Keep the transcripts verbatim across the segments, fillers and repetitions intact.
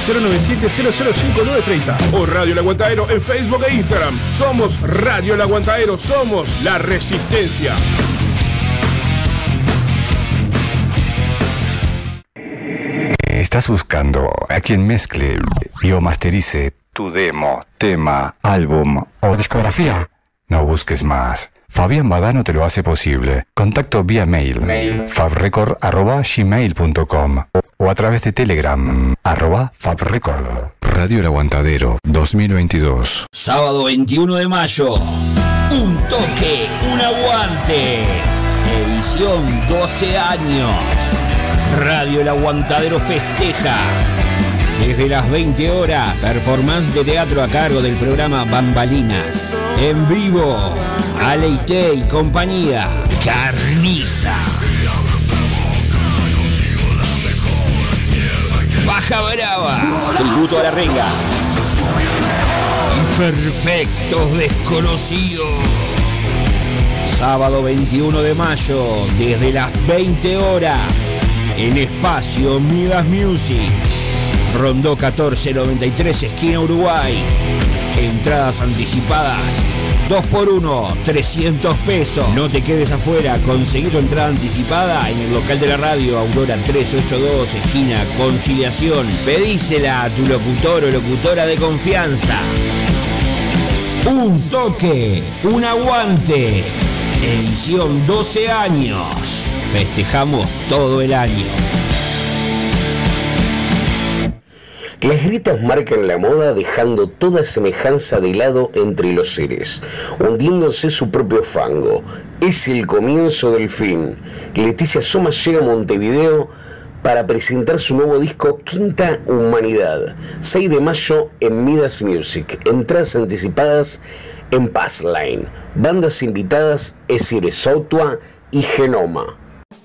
cero nueve siete cero cero cinco nueve tres cero o Radio El Aguantadero en Facebook e Instagram. Somos Radio El Aguantadero, somos la resistencia. ¿Estás buscando a quien mezcle y o masterice tu demo, tema, álbum o discografía? No busques más. Fabián Badano te lo hace posible. Contacto vía mail, mail. fabrecord arroba gmail punto com o a través de Telegram, arroba fabrecord. Radio El Aguantadero dos mil veintidós. Sábado veintiuno de mayo. Un toque, un aguante. Edición doce años. Radio El Aguantadero festeja. Desde las veinte horas, performance de teatro a cargo del programa Bambalinas. En vivo, Aleite y compañía, Carniza. Baja Brava, tributo a la renga. Y Perfectos Desconocidos. Sábado veintiuno de mayo, desde las veinte horas, en Espacio Midas Music. Rondó catorce noventa y tres, esquina Uruguay. Entradas anticipadas dos por uno, trescientos pesos. No te quedes afuera, conseguí tu entrada anticipada en el local de la radio Aurora trescientos ochenta y dos, esquina Conciliación. Pedísela a tu locutor o locutora de confianza. Un toque, un aguante. Edición doce años. Festejamos todo el año. Las grietas marcan la moda, dejando toda semejanza de lado entre los seres, hundiéndose su propio fango. Es el comienzo del fin. Leticia Soma llega a Montevideo para presentar su nuevo disco Quinta Humanidad, seis de mayo en Midas Music. Entradas anticipadas en Passline. Bandas invitadas Esire Sautua y Genoma.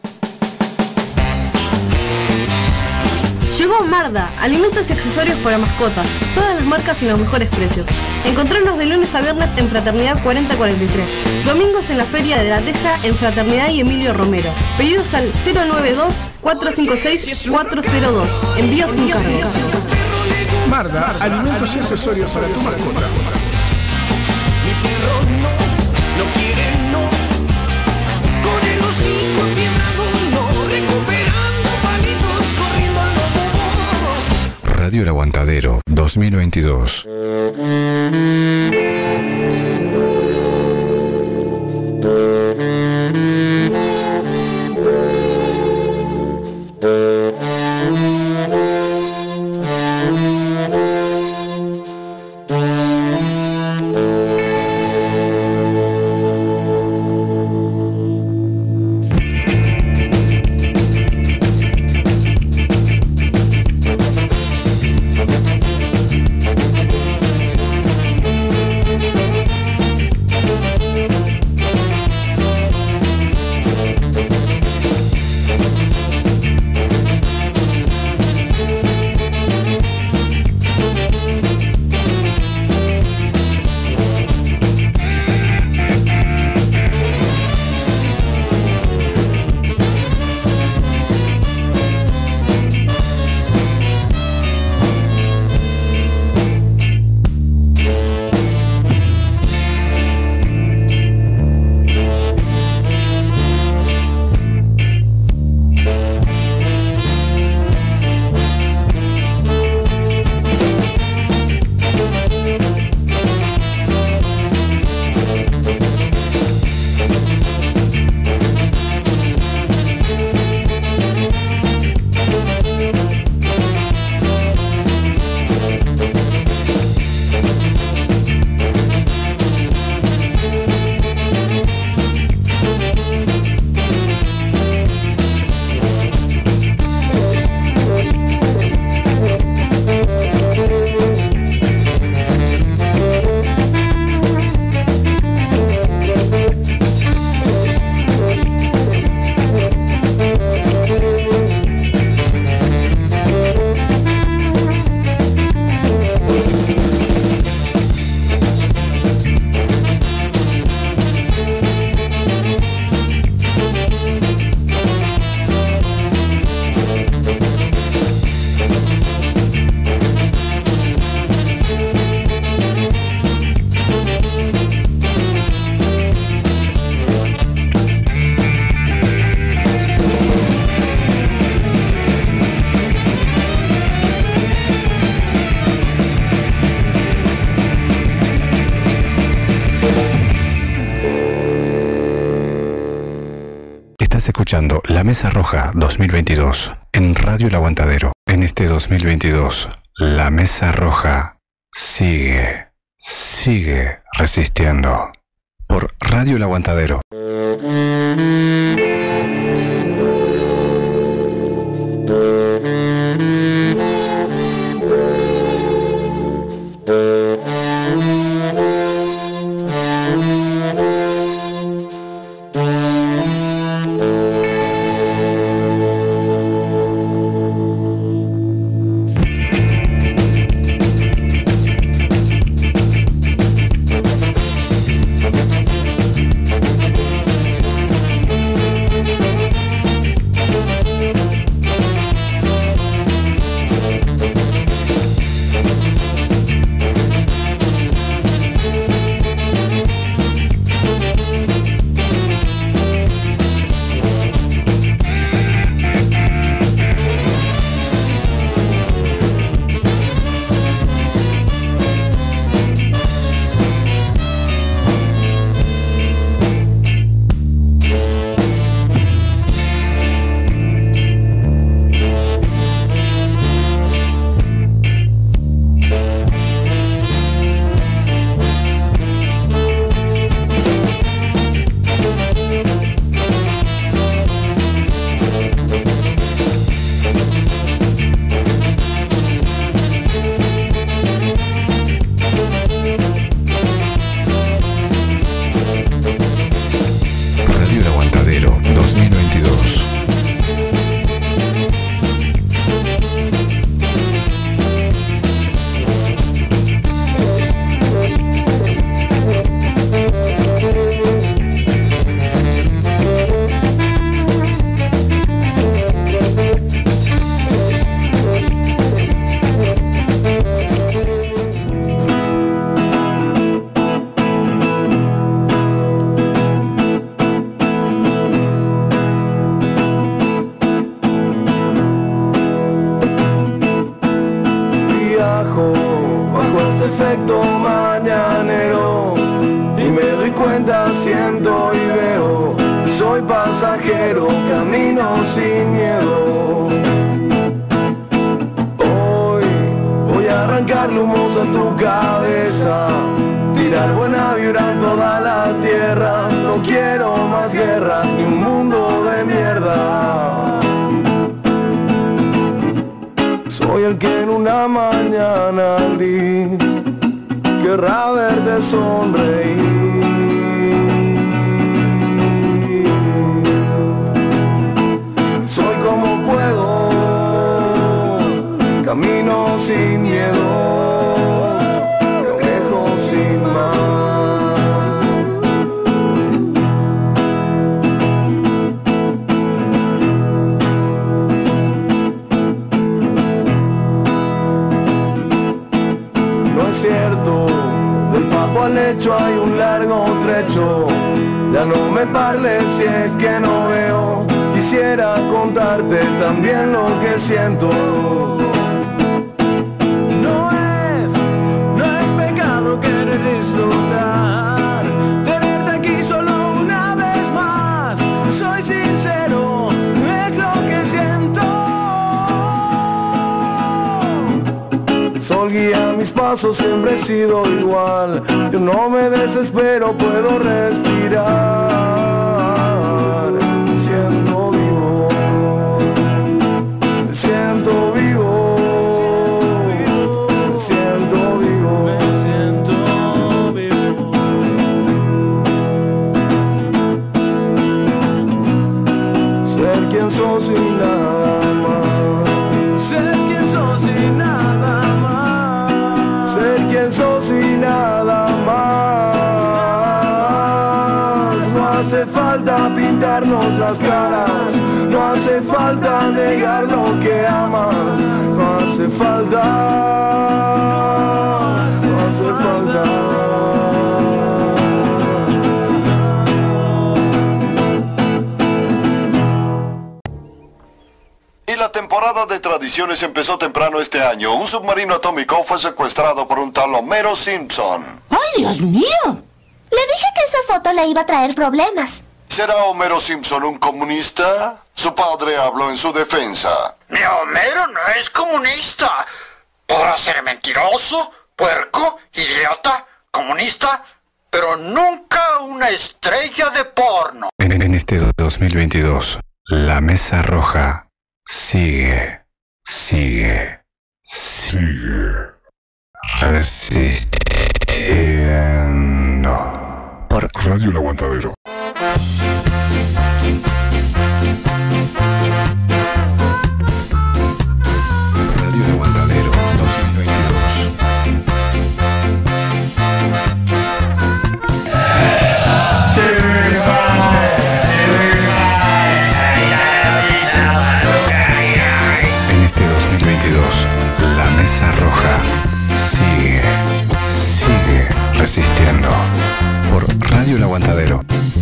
Llegó Marda, alimentos y accesorios para mascotas, todas las marcas y los mejores precios. Encontrarnos de lunes a viernes en Fraternidad cuarenta cuarenta y tres, domingos en la Feria de la Teja en Fraternidad y Emilio Romero. Pedidos al cero nueve dos, cuatro cinco seis, cuatro cero dos. Envíos sin cargo. Marda, alimentos y accesorios para tu mascota. Mi perro no, no quiere no, con el hocico enfiebrado no, recuperando palitos, corriendo al lobo. Radio El Aguantadero dos mil veintidós. Estás escuchando La Mesa Roja dos mil veintidós en Radio El Aguantadero. En este dos mil veintidós, La Mesa Roja sigue, sigue resistiendo. Por Radio El Aguantadero. Siempre he sido igual, yo no me desespero, puedo respirar, me siento vivo, me siento vivo, me siento vivo, me siento vivo. Ser quien sos y nada más, ser quien sos y nada más. Ser quien sos y nada más. No hace falta pintarnos las caras, no hace falta negar lo que amas, no hace falta, no hace falta. Y la temporada de tradiciones empezó temprano este año. Un submarino atómico fue secuestrado por un tal Homero Simpson. ¡Ay, Dios mío! Le dije que esa foto le iba a traer problemas. ¿Será Homero Simpson un comunista? Su padre habló en su defensa. Mi Homero no es comunista. Podrá ser mentiroso, puerco, idiota, comunista, pero nunca una estrella de porno. En, en este dos mil veintidós, la Mesa Roja sigue, sigue, sigue resistiendo. Por Radio El Aguantadero. Radio El Aguantadero dos mil veintidós. En este dos mil veintidós, la Mesa Roja sigue, sigue resistiendo. Por Radio El Aguantadero.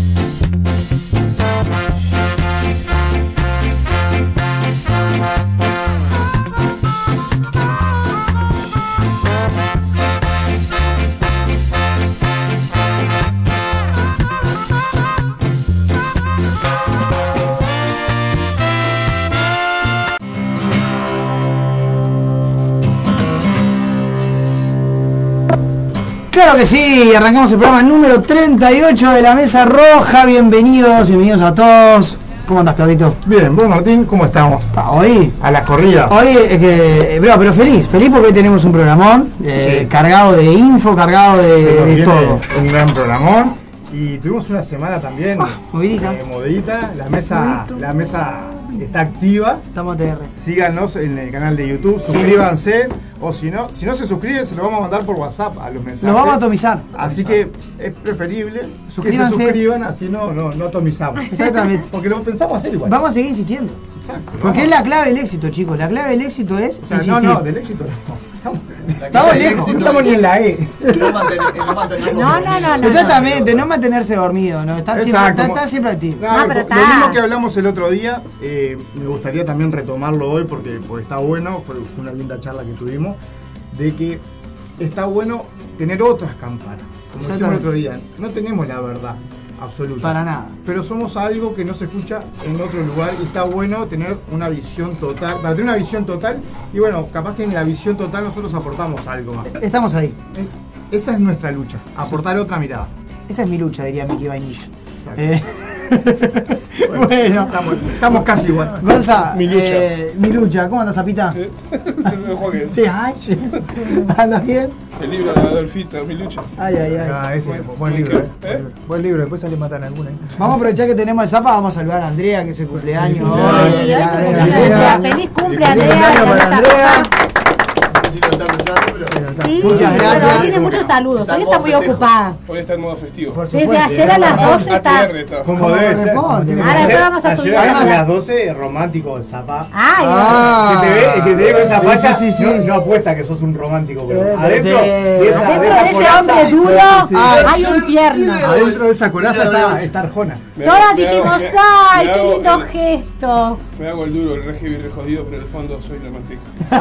Claro que sí, arrancamos el programa número treinta y ocho de la Mesa Roja. Bienvenidos, bienvenidos a todos. ¿Cómo andas, Claudito? Bien, vos, Martín, ¿cómo estamos? Ah, hoy a las corridas. Hoy es que, bro, pero feliz, feliz porque hoy tenemos un programón eh, sí. cargado de info, cargado de, de todo. Un gran programón. Y tuvimos una semana también ah, movidita. Eh, movidita. La mesa, la mesa está activa. Estamos T R. Síganos en el canal de YouTube, suscríbanse. Sí. O si no, si no se suscriben, se lo vamos a mandar por WhatsApp a los mensajes. Los vamos a atomizar. Así que es preferible que se suscriban, así no, no, no atomizamos. Exactamente. Porque lo pensamos hacer igual. Vamos a seguir insistiendo. Exacto. Porque vamos. Es la clave del éxito, chicos. La clave del éxito es o sea, insistir. No, no, del éxito no. Estamos, estamos lejos. No estamos ni en la E. No, no, no, no. Exactamente, no mantenerse dormido, ¿no? Estar siempre, está, está siempre activo. No, no, pero está. Lo mismo que hablamos el otro día, eh, me gustaría también retomarlo hoy porque, porque está bueno, fue una linda charla que tuvimos, de que está bueno tener otras campanas. Como decíamos el otro día, no tenemos la verdad absoluta. Para nada. Pero somos algo que no se escucha en otro lugar y está bueno tener una visión total. Para tener una visión total, y bueno, capaz que en la visión total nosotros aportamos algo más. Estamos ahí. Esa es nuestra lucha, aportar otra mirada. Esa es mi lucha, diría Mickey Vainilla. Eh. bueno, bueno estamos, estamos casi igual. Gonza, mi lucha. Eh, mi lucha, ¿cómo andas, Zapita? Sí, sí, ay, ¿andas bien? El libro de Adolfita, mi lucha. Ay, ay, ay. Ah, ese, buen, buen libro, ¿eh? ¿Eh? Buen libro, después sale matan a alguna. ¿eh? Vamos a aprovechar que tenemos el Zapa, vamos a saludar a Andrea, que es el cumpleaños. Sí, hoy es el cumpleaños. Feliz cumple, Andrea. Sí, muchas gracias. Pero tiene muchos saludos. Hoy está muy ocupada. Hoy está en modo festivo. Desde ayer a las doce está. Como debe ser. Ahora después vamos a subir. A las doce, romántico, el Zapa. Ah, que te ve, que te ve con esa facha, sí, sí, no, no apuesta que sos un romántico, pero adentro de esa, adentro de ese hombre duro hay un tierno. Adentro de esa coraza está, está Arjona. Todas dijimos, ay, qué lindo gesto. Me hago el duro, el régimen rejodido, pero en el fondo soy la manteca.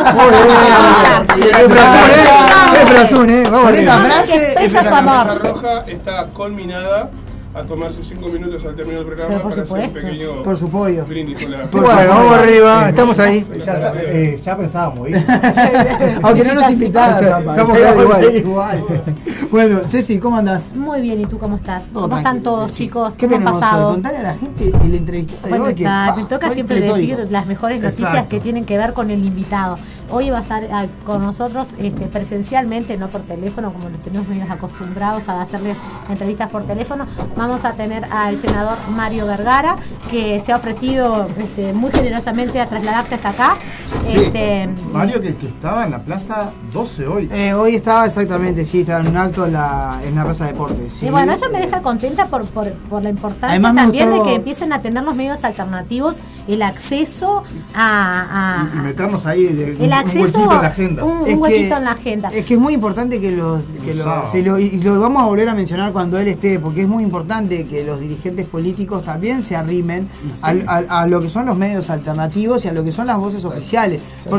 Es razón, eh. Vamos a esta frase. Expresa su amor. La Mesa Roja está culminada a tomarse cinco minutos al término del programa para hacer un pequeño por su pollo. brindis con la. Bueno, vamos arriba, estamos ahí. Ya, eh, ya pensábamos, ¿eh? Aunque no nos invitaras, estamos igual. igual. Bueno, Ceci, ¿cómo andás? Muy bien, ¿y tú cómo estás? ¿Cómo tranquilo, están todos, Ceci. Chicos? ¿Qué ¿Cómo han pasado? Contarle a la gente el entrevistado bueno, de hoy. Que, está, me toca siempre pletórico. Decir las mejores noticias Exacto. que tienen que ver con el invitado. Hoy va a estar uh, con nosotros este, presencialmente, no por teléfono, como los tenemos medios acostumbrados a hacerles entrevistas por teléfono. Vamos a tener al senador Mario Vergara, que se ha ofrecido este, muy generosamente a trasladarse hasta acá. Sí. Este, Mario, que, que estaba en la Plaza doce hoy. Eh, hoy estaba exactamente, sí, estaba en un acto en la, en la Plaza Deportes. Sí. Y bueno, eso me deja contenta por, por, por la importancia Además, también gustó... de que empiecen a tener los medios alternativos el acceso a... a y, y meternos ahí de, el acceso, un huequito en la agenda. Un, un huequito que, en la agenda. Es que es muy importante que los... Que lo, se lo, y lo vamos a volver a mencionar cuando él esté, porque es muy importante que los dirigentes políticos también se arrimen sí. a, a, a lo que son los medios alternativos y a lo que son las voces Exacto. oficiales. Sí. Porque también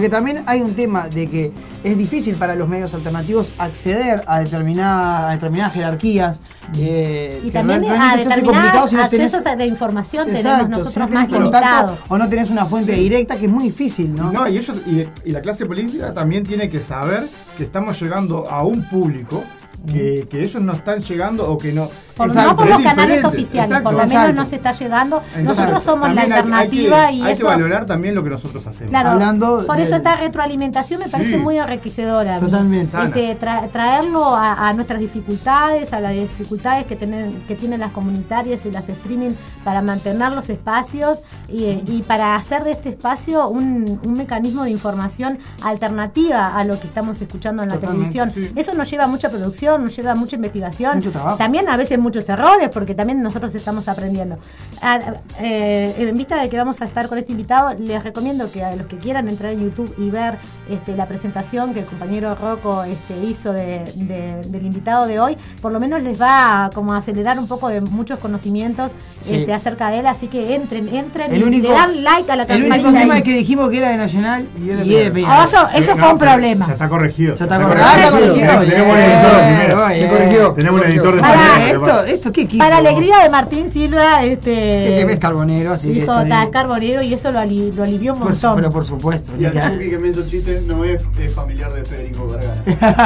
hay un tema de que es difícil para los medios alternativos acceder a determinadas, a determinadas jerarquías. Eh, y que también realmente a se hace complicado determinados si no tenés- accesos de información Exacto, tenemos si no nosotros tenés más contacto limitados. o no tenés una fuente Sí. directa, que es muy difícil, ¿no? No, y, ellos, y, y la clase política también tiene que saber que estamos llegando a un público que, que ellos no están llegando o que no. Por, Exacto, no por es los canales diferente, oficiales, exacto, por lo menos exacto. no se está llegando. Exacto. Nosotros somos También la hay- hay que- alternativa y hay eso. que valorar también lo que nosotros hacemos. Claro, Hablando por de- eso esta retroalimentación me parece Sí. muy enriquecedora. a mí. Totalmente. Sana. Este, tra- traerlo a, a nuestras dificultades, a las dificultades que tienen, que tienen las comunitarias y las streaming para mantener los espacios y, y para hacer de este espacio un, un mecanismo de información alternativa a lo que estamos escuchando en la Totalmente, televisión. sí. Eso nos lleva a mucha producción, nos lleva a mucha investigación, Mucho trabajo. también a veces muchos errores, porque también nosotros estamos aprendiendo. A- eh, en vista de que vamos a estar con este invitado, les recomiendo que a los que quieran entrar en YouTube y ver este, la presentación que el compañero Rocco este, hizo de, de- del invitado de hoy, por lo menos les va a, como a acelerar un poco de muchos conocimientos Sí. este, acerca de él, así que entren, entren El y único- le dan like a la El campanita. único tema ahí. es que dijimos que era de Nacional y es de Y Peñarol. es de Ah, eso, eso Eh, fue no, un pero problema. Ya está corregido. Ya está corregido. Ah, está corregido. Tenemos un editor de Bien, primera. bien. Se corrigió. Tenemos un editor de Para- primera. Esto, esto, ¿qué equipo? Para alegría de Martín Silva, este Que es carbonero, así que dijo, está "Ta, bien. es carbonero", y eso lo, ali- lo alivió un Por su- montón. pero por supuesto. Y al Ya. Chucky que me hizo chiste no es, es familiar de Federico Vergara.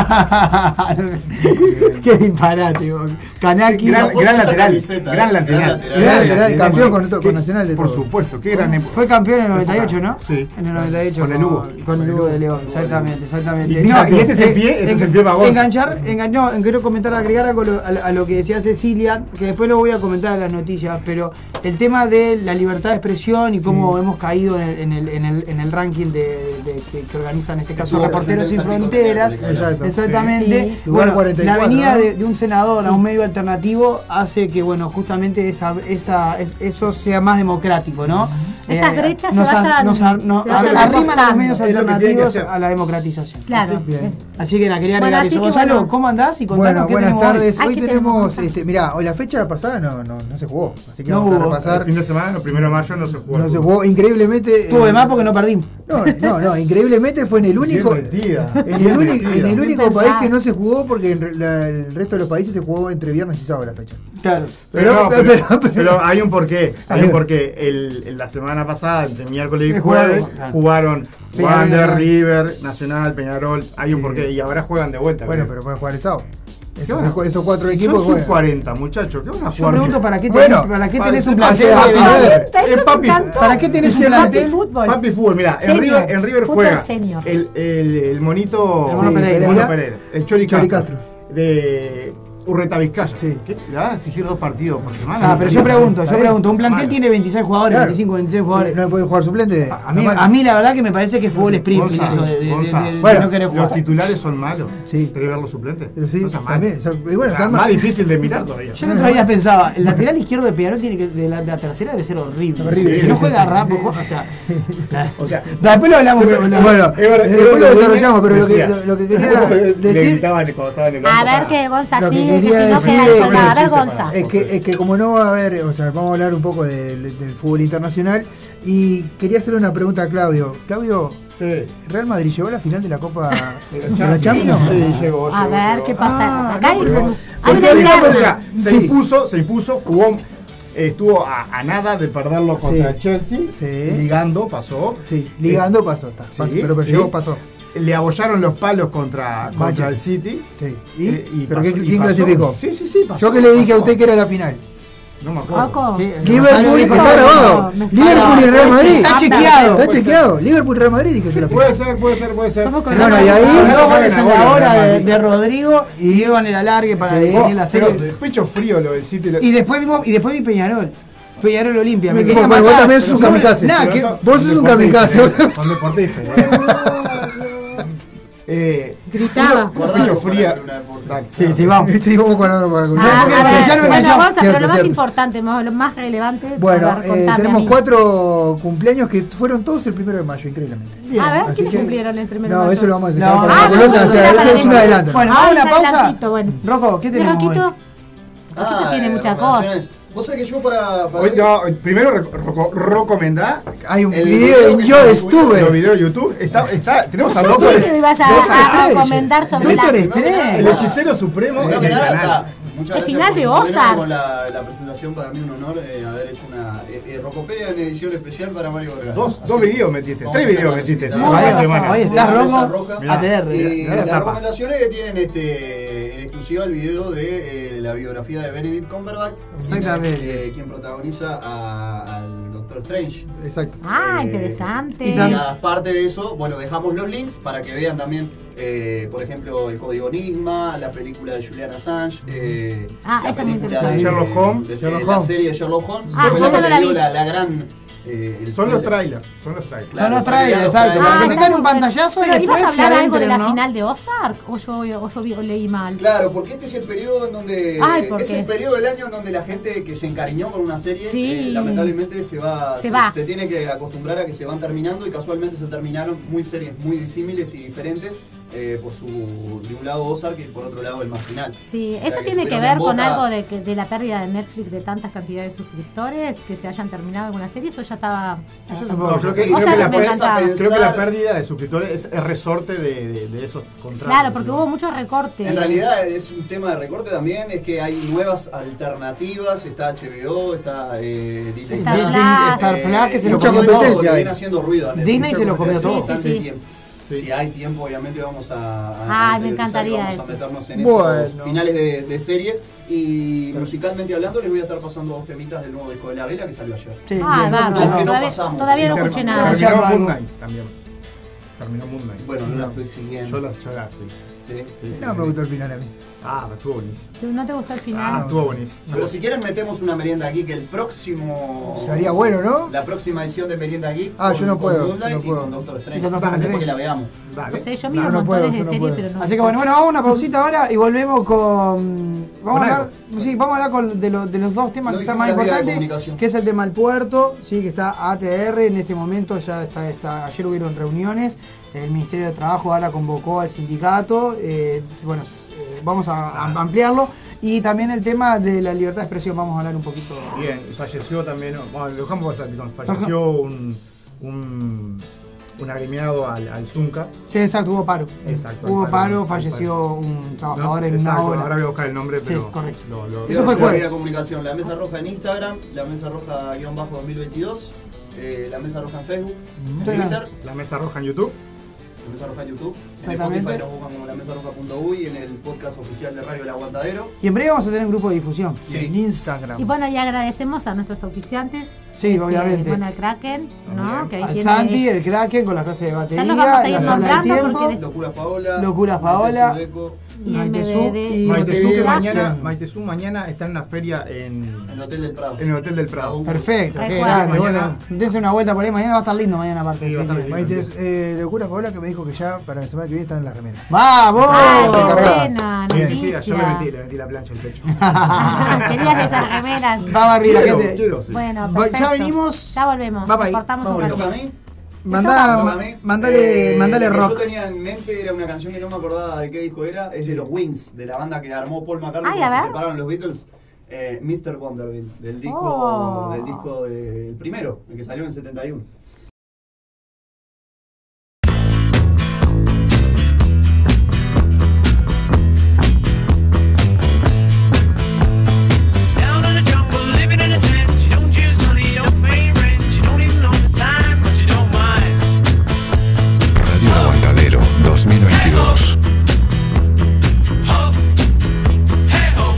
Qué disparate, vos. Kanaki. Gran, Esa- gran esa lateral. camiseta, Gran eh. lateral. Gran lateral. Gran lateral, campeón con- con Qué- Nacional de Por todo. supuesto, qué gran época. Fue campeón en el noventa y ocho, ¿no? Sí. En el noventa y ocho Con el Hugo. Con el Hugo de León, exactamente, exactamente. Y mira, y este es el pie, este es el pie baboso. Enganchar, enganchó, quiero comentar, agregar algo a lo, a lo- a lo que decía Cecilia, que después lo voy a comentar en las noticias, pero el tema de la libertad de expresión y cómo hemos caído en el, en el, en el, en el ranking de, de- que, que organiza en este caso Estuvo Reporteros Sin presente en Fronteras. San Nicolás, Exacto. Exactamente. Sí. Bueno, Lugar cuarenta y la cuatro, venida ¿no? de, de un senador a un medio alternativo hace que, bueno, justamente esa, esa, es- eso sea más democrático, ¿no? Esas brechas se nos, ar- vayan- nos, ar- nos se vayan ar- arriman a los acortando. medios Es lo que tiene que alternativos hacer. a la democratización. Claro. Así, bien. Así que la quería Bueno, agregar así eso. que Gonzalo, bueno. ¿cómo andás? Y contanos Bueno, qué buenas tenemos hoy. tardes. Ay, Hoy ¿qué tenemos, tenemos? este, mirá, hoy la fecha pasada no, no, no se jugó, así que No vamos hubo. a repasar. El fin de semana, el primero de mayo, no se jugó. No se jugó, increíblemente. Estuvo de eh, más porque no perdimos. No, no, no, increíblemente fue en el único, Bien metida. en el, Bien único metida. en el Bien único pensado. país que no se jugó porque en re- la- el resto de los países se jugó entre viernes y sábado la fecha. Claro. Pero, Pero- no, pero, pero- pero- pero hay un porqué. A Hay un ver. porqué. El, el- la semana pasada, entre miércoles y Que jueves, jugaron, claro. jugaron Peñarol, Wander, Nacional. River, Nacional, Peñarol. Hay un Sí. porqué. Y ahora juegan de vuelta. Bueno, creo. pero pueden jugar el sábado. ¿Qué Esos, van a- esos cuatro Son equipos sub juegan. cuarenta, muchachos. ¿Qué van a Yo jugar? pregunto para qué Bueno, tenés, para qué para- tenés un para- plantel para- de para- Peñarol. Eso Es me papi. encantó. ¿Para qué tenés un Papi plantel? fútbol. Papi fútbol, mira, en Senior. River, en River Fútbol juega senior. el, el, el monito, El Mono sí, Pereira. el Mono Pereira, el Chori, Chori Castro, Castro. de Urreta Vizcaya. Sí. ¿Qué? ¿Le vas a exigir dos partidos por semana? Ah, pero yo pregunto, yo Está bien. pregunto, un plantel Malo. tiene veintiséis jugadores, Claro. veinticinco, veintiséis jugadores. ¿No pueden jugar suplente? A mí, a mí la verdad que me parece que es fútbol Springfield Gonza, eso de, de- de- Gonza. de- de Bueno, no querer Los jugar. titulares son malos. Sí. ¿Querés ver los suplentes? Pero sí, No seas malo. también. o sea, y bueno, O sea, están más mal. difícil de mirar todavía. Yo el otro día pensaba, el lateral izquierdo de Peñarol tiene que, de la, de la tercera debe ser horrible. Horrible, si sí, no sí, juega sí. rápido, o sea, O sea, después lo hablamos, pero Bueno, es verdad, después es lo verdad, desarrollamos, pero lo que, decía. lo, lo que quería Le decir gritaban cuando estaba en el A banco, ver para- qué Gonza Lo que sigue, que quería si no decir queda es- colgada. A ver, chiste para- Gonza. es que, es que como no va a haber, o sea, vamos a hablar un poco del, del fútbol internacional y quería hacerle una pregunta a Claudio. Claudio, Sí. ¿Real Madrid llegó a la final de la Copa De de la Champions? Sí, llegó. A llegó, ver llegó. qué pasa. Ah, Acá hay, no, porque- hay porque una digamos, O interna. sea, se Sí. impuso, se impuso, jugó, eh, estuvo a, a nada de perderlo contra Sí. Chelsea, Sí. ligando, pasó. Sí, ligando pasó, está, pasó, Sí, pero, pero sí. llegó, pasó. Le abollaron los palos contra, contra Manchester. el City. Sí. ¿Y? eh, y ¿Pero pasó- qué- y quién pasó. clasificó? Sí, sí, sí, pasó. Yo que le dije a pasó. usted que era la final. No me acuerdo. Rocco. Sí, Liverpool, Gonzalo está dijo- grabado. me Liverpool y Real Madrid. Está chequeado. Está chequeado. Liverpool y Real Madrid, dije yo la Puede final. ser, puede ser, puede ser. Somos Bueno, colgados. y ahí Ahora dos saben goles a en goles, la hora Real de, Madrid. de Rodrigo y Diego en el alargue para Sí. definir la Pero serie. de pecho frío lo del City. lo- Y después vimos, y después vi Peñarol. Peñarol Olimpia. Me Vos- quería vos matar. también sos un pero- kamikaze. Nah, Pero que- son- vos son sos un deportistas, kamikaze. eh, Son deportistas. eh. Eh, Gritaba. de pecho frío. Dale. Sí, sí, vamos. Sí, vamos con algo para Ah, contar. a ver, ya lo bueno, enganchamos. Gonza, pero Cierto, lo más cierto. importante, mo- lo más relevante. Bueno, a ver, eh, contame a tenemos mí. cuatro cumpleaños que fueron todos el primero de mayo, increíblemente. A ver, Así ¿quiénes que- cumplieron el primero No, de mayo? eso lo vamos a hacer. No, para ah, la no, golosa, no, o sea, no, eso no, es un no. adelanto. Bueno, Ay, vamos a un una pausa. adelantito, bueno. Rocco, ¿qué ¿Y tenemos hoy? Roquito? Roquito Ah, tiene eh, muchas recomendaciones. cosas. Vos sabés que yo para... para Hoy, no, primero recomendá. Hay un el video en Yo Estuve. Los videos de YouTube. Está, está, tenemos a Doctor Doctor Strange. Me vas a, Doctor a Strange. recomendar sobre Doctor la... Strange. El hechicero supremo Primero en que el nada, canal. está. Muchas El gracias final por de incluirme Ozark. con la, la presentación. Para mí un honor eh, haber hecho una eh, eh, Rocopedia en edición especial para Mario Vergara. Dos, Así dos que videos metiste, vamos tres a hacer videos con metiste. los en invitados. varias Ahí semanas. Ahí está Una mesa Romo, roja. A T R. Y mirá la las tapa. recomendaciones que tienen este, en exclusiva el video de eh, la biografía de Benedict Cumberbatch, Exactamente. quien, eh, quien protagoniza a- al Doctor Strange. Exacto. Ah, Eh, interesante. Y aparte de eso, bueno, dejamos los links para que vean también, eh, por ejemplo, el Código Enigma, la película de Julian Assange, eh, Ah, la esa es muy película interesante. de Sherlock Holmes, de- de Sherlock la Holmes. serie de Sherlock Holmes. Ah, que fue esa que no le la dio vi. la, la gran... eh, el- Son los el- trailers, son los trailers. Claro, Son los para que trailers, vean los exacto. Para que trailers. tengan un pantallazo y Pero ibas después a se hablar algo de adentren, la ¿no? final de Ozark o yo, o yo vi- o leí mal. Claro, porque este es el periodo en donde Ay, ¿por es qué? el periodo del año en donde la gente que se encariñó con una serie Sí. eh, lamentablemente se va Se se, va. se tiene que acostumbrar a que se van terminando y casualmente se terminaron muy series muy disímiles y diferentes eh, por su de un lado Ozark y por otro lado el Marginal. Sí, O sea, esto que tiene que estuvieron ver en con boca- algo de, que, de la pérdida de Netflix de tantas cantidades de suscriptores que se hayan terminado algunas series o ya estaba. Yo ah, supongo, creo que, Ozark creo que la me pérdida- encantaba. creo que la pérdida de suscriptores es, es resorte de, de, de esos contratos. Claro, porque ¿no? hubo mucho recorte. En realidad es un tema de recorte también, es que hay nuevas alternativas, está H B O, está eh, Disney Star Plus, Plus. eh, Star Plus, que se y lo todo comió eso competencia le ahí. viene haciendo ruido a Netflix. Disney se lo comió Hace todo. bastante Sí, sí. tiempo. Sí. Si hay tiempo, obviamente vamos a, a Ay, me interiorizar y encantaría vamos a eso. meternos en Bueno. esos finales de, de series. Y musicalmente hablando, les voy a estar pasando dos temitas del nuevo disco de La Vela que salió ayer. Sí, Ah, bien, bárbaro. Los que no Todavía, pasamos. todavía no Ter- escuché nada. Terminó Escuchamos Moon algo. Knight también. Terminó Moon Knight. Bueno, no la estoy siguiendo. Yo la, yo la sí. Sí. Sí, sí, No me gustó el final a mí. Ah, pero estuvo buenísimo. ¿No te gustó el Ah, final? estuvo buenísimo. Pero si quieren metemos una merienda aquí que el próximo... Sería bueno, ¿no? La próxima edición de Merienda Geek Ah, yo no con puedo, Moonlight yo no y puedo. con Doctor Strange. Y con Doctor Dale, Strange. porque la veamos. Dale. No sé, yo miro No, no montones puedo, de yo no series, puedo. pero no. Así que bueno, bueno, vamos a una pausita ahora y volvemos con. Vamos Con a hablar, sí, vamos a hablar con, de, lo- de los dos temas No que son dijimos más la vía de importantes, comunicación. que es el tema del puerto, sí, que está A T R en este momento, ya está, está ayer hubieron reuniones, el Ministerio de Trabajo ahora convocó al sindicato, eh, bueno, eh, vamos a, a ampliarlo, y también el tema de la libertad de expresión, vamos a hablar un poquito. Bien, falleció también, bueno, lo dejamos pasar, perdón, falleció un, un, un agremiado al, al Zunca. Sí, exacto, hubo paro. Exacto. Hubo al paro, al falleció un trabajador ¿No? en Exacto, una obra. ahora voy a buscar el nombre, Sí, pero... correcto. lo- lo- Eso fue La jueves. vía de comunicación, la Mesa Roja en Instagram, la Mesa Roja guión bajo dos mil veintidós, eh, la Mesa Roja en Facebook, en Sí, Twitter, La Mesa Roja en YouTube. la Mesa Roja en YouTube, en Exactamente. Spotify nos buscan como la mesa roja punto uy, en el podcast oficial de Radio El Aguantadero. Y en breve vamos a tener un grupo de difusión Sí. en Instagram. Y bueno, y agradecemos a nuestros auspiciantes. Sí, este, obviamente. Bueno, al Kraken, ¿no? Que ahí Al tiene- Santi, el Kraken con las clases de batería, nos vamos a ir la sala de nombrando tiempo, porque- Locuras Paola, Locuras Maite Paola, Zudeco, y Maitezú M B D. y Maitezú, que Montevideo. mañana, Sí. Maitezú mañana está en una feria en, en el Hotel del Prado. en el Hotel del Prado. Perfecto, Tal qué cual. grande. Mañana- Bueno, dense una vuelta por ahí, mañana va a estar lindo mañana aparte. Sí, va a estar sí. lindo. Maite, Maite, eh, Locura Paola que me dijo que ya para la semana que viene están en las remeras. Ay, ¡Vamos! qué Se cargaba. buena Bien, noticia. sí, yo le metí, le metí la plancha al pecho. Querías esas remeras. Vamos arriba, Quiero, gente. quiero, sí. Bueno, Va- perfecto. ya venimos. Ya volvemos. Va pa' ahí. Cortamos Vamos un ahí. ¿Me toca a ratito. mí? Mandá, ¿Me toca a mí? mandale, Eh, mandale lo que rock. Yo tenía en mente era una canción que no me acordaba de qué disco era, es de los Wings, de la banda que armó Paul McCartney Ay, cuando a se ver. separaron los Beatles. Eh, mister Wonderville, del disco, Oh. del disco de- el primero, el que salió en setenta y uno. Down in the jungle, living in a tent. You don't choose money, you don't pay rent. You don't even know the time, but you don't mind. Radio El Aguantadero dos mil veintidós. Ho, hey ho,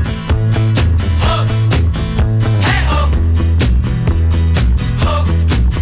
ho, hey ho, ho,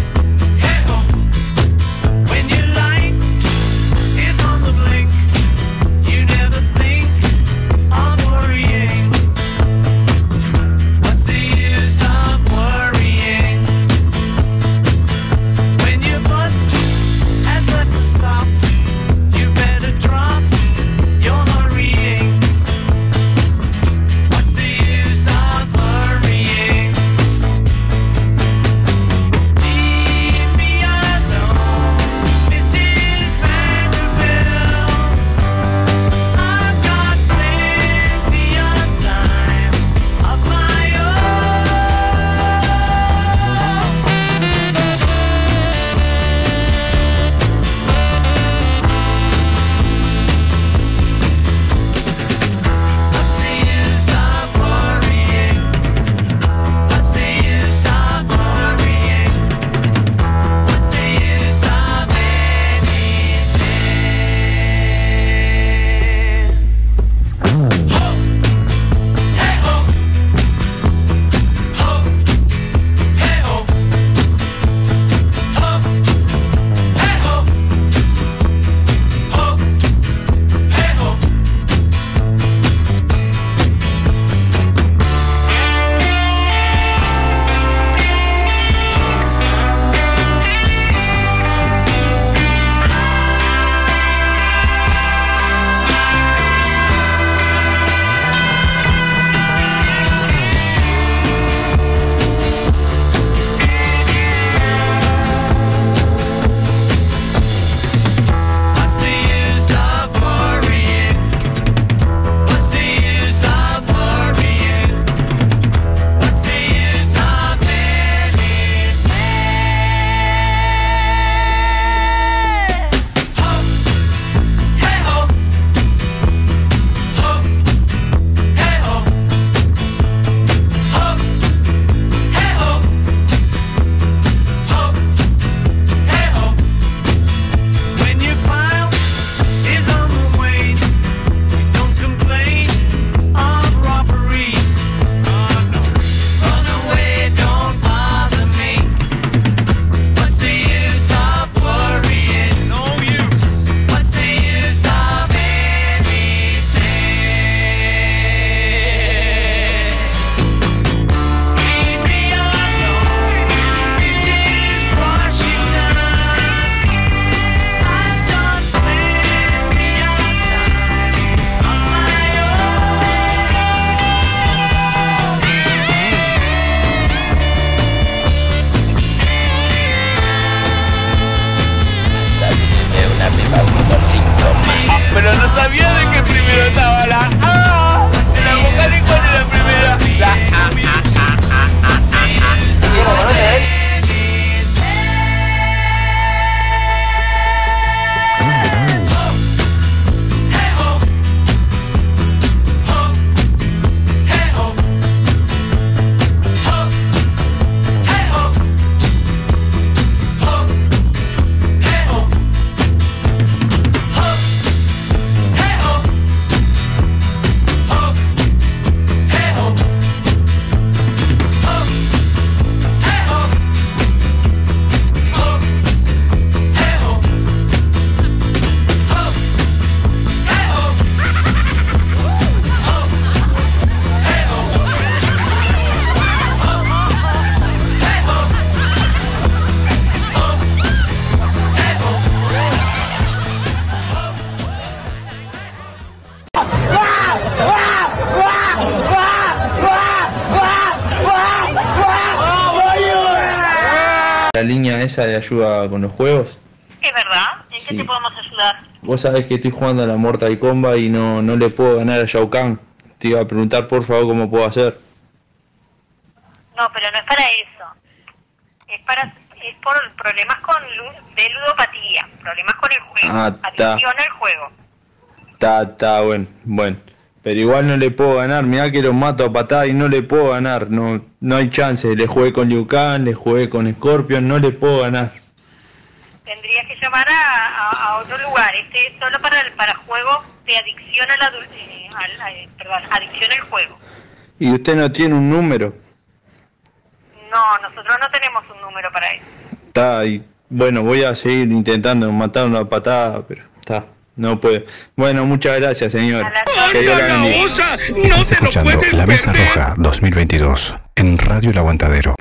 página esa de ayuda con los juegos? Es verdad. ¿En qué Sí. te podemos ayudar? Vos sabés que estoy jugando a la Mortal Kombat y no, no le puedo ganar a Shao Kahn. Te iba a preguntar por favor cómo puedo hacer. No, pero no es para eso. Es para es por problemas con lu- de ludopatía, problemas con el juego, Ah, está. adicción al juego. Está, está, bueno, bueno. Pero igual no le puedo ganar. Mirá que los mato a patada y no le puedo ganar. No, no hay chance. Le jugué con Liu Kang, le jugué con Scorpion, no le puedo ganar. Tendrías que llamar a, a, a otro lugar. Este es solo para para juegos de adicción a la adul- eh, al- a- perdón, adicción al juego. ¿Y usted no tiene un número? No, nosotros no tenemos un número para eso. Está, y bueno, voy a seguir intentando matar una patada, pero está, no puedo. Bueno, muchas gracias, señor. Que Dios la bendiga. Estás escuchando La Mesa Roja dos mil veintidós en Radio El Aguantadero.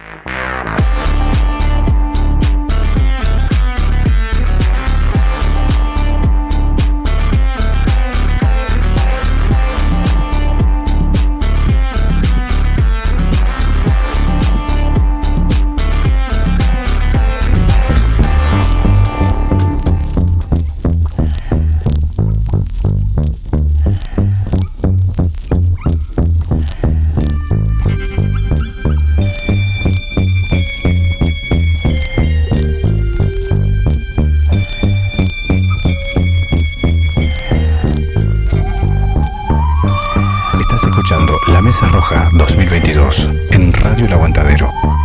Estás escuchando La Mesa Roja dos mil veintidós en Radio El Aguantadero.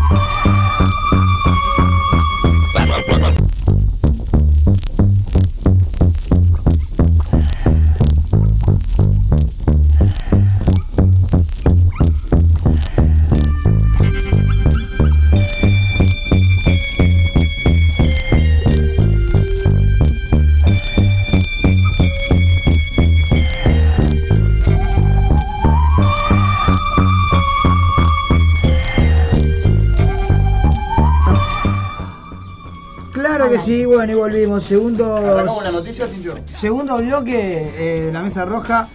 Claro que sí, bueno, y volvimos. Segundo. ¿Arrancamos la noticia, Tincho? Segundo bloque, eh, la Mesa Roja.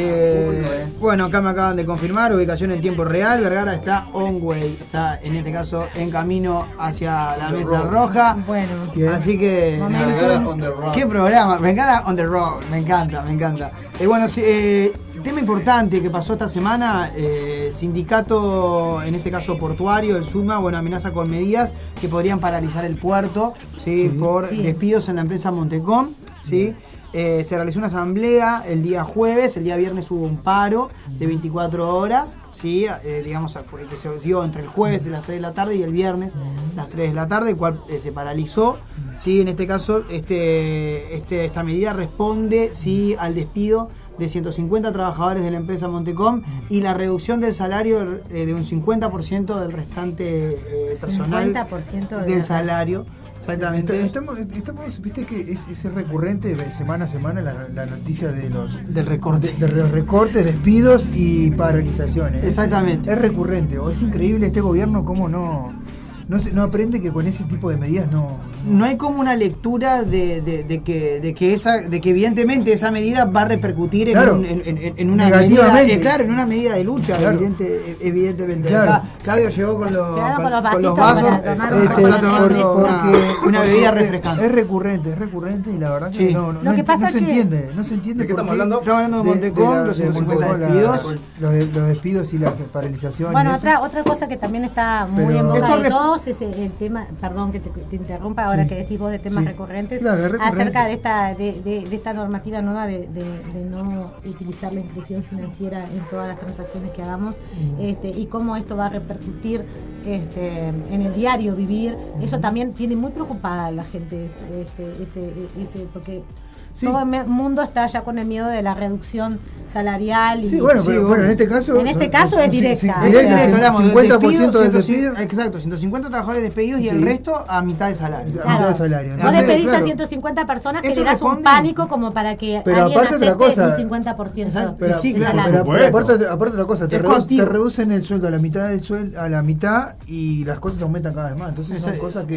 Eh, bueno, acá me acaban de confirmar, ubicación en tiempo real. Vergara está on way, está en este caso en camino hacia la Mesa Roja. Bueno, así que. Vergara on the road. ¿Qué programa? Vergara on the road, me encanta, me encanta. Eh, bueno, sí, eh, tema importante que pasó esta semana, eh, sindicato, en este caso portuario, el SUDMA, bueno, amenaza con medidas que podrían paralizar el puerto, ¿sí? por Sí. despidos en la empresa Montecom, ¿sí? Eh, se realizó una asamblea el día jueves, el día viernes hubo un paro de veinticuatro horas, ¿sí? eh, digamos fue, que se dio entre el jueves de las tres de la tarde y el viernes las tres de la tarde, el cual eh, se paralizó. ¿Sí? En este caso, este, este, esta medida responde ¿sí? al despido de ciento cincuenta trabajadores de la empresa Montecom y la reducción del salario eh, de un cincuenta por ciento del restante eh, personal cincuenta por ciento de del la- salario. Exactamente. Estamos, estamos, viste que es, es recurrente de semana a semana la, la noticia de los del recorte, de, de los recortes, despidos y paralizaciones. Exactamente. Es, es recurrente. O es increíble este gobierno cómo no no, se, no aprende que con ese tipo de medidas no no hay como una lectura de, de, de que de que esa de que evidentemente esa medida va a repercutir en, Claro. un- en, en- en una Negativamente. medida, eh, claro, en una medida de lucha, Claro. evidente- evidentemente. Claro. Acá Claudio llegó con los, Llegaron con los con los vasitos vasos, para tomar este, un está tomando porque, una, porque- una bebida porque refrescante. Es recurrente, es recurrente y la verdad que Sí. no, no, Lo que no, pasa no se que- entiende, no se entiende ¿De qué por estamos hablando? Estamos hablando de Montecom, los ciento cincuenta Montecom, la- despidos. los, de- los despidos y las paralizaciones. Bueno, eso. otra otra cosa que también está muy Pero- en boga Esto de rep- todos es el, el tema, perdón que te, te interrumpa ahora Sí. que decís vos de temas Sí. recurrentes, Claro, es recurrente. acerca de esta de, de- de esta normativa nueva de, de- de no utilizar la inclusión financiera en todas las transacciones que hagamos, este, y cómo esto va a repercutir este, en el diario vivir. Eso también tiene muy preocupada a la gente, es- este, ese, ese, porque todo el me- mundo está ya con el miedo de la reducción salarial. Y, Sí, bueno, pero bueno, en este caso en este son- caso son- es sí, directa. sí, O sea, Directo, directo, hablamos del cincuenta por ciento despido, del ciento- despido. exacto, ciento cincuenta trabajadores despedidos y el Sí. resto a mitad de salario. A mitad de salario. Vos Entonces, despedís claro. a ciento cincuenta personas, Esto generás un responde- pánico como para que Pero alguien aparte otra acepte cosa- un cincuenta por ciento Pero, de pero- salario. pero aparte, aparte otra cosa, te, Es redu- contigo. te reducen el sueldo a la mitad del sueldo, a la mitad y las cosas aumentan cada vez más. Entonces son Esa- cosas que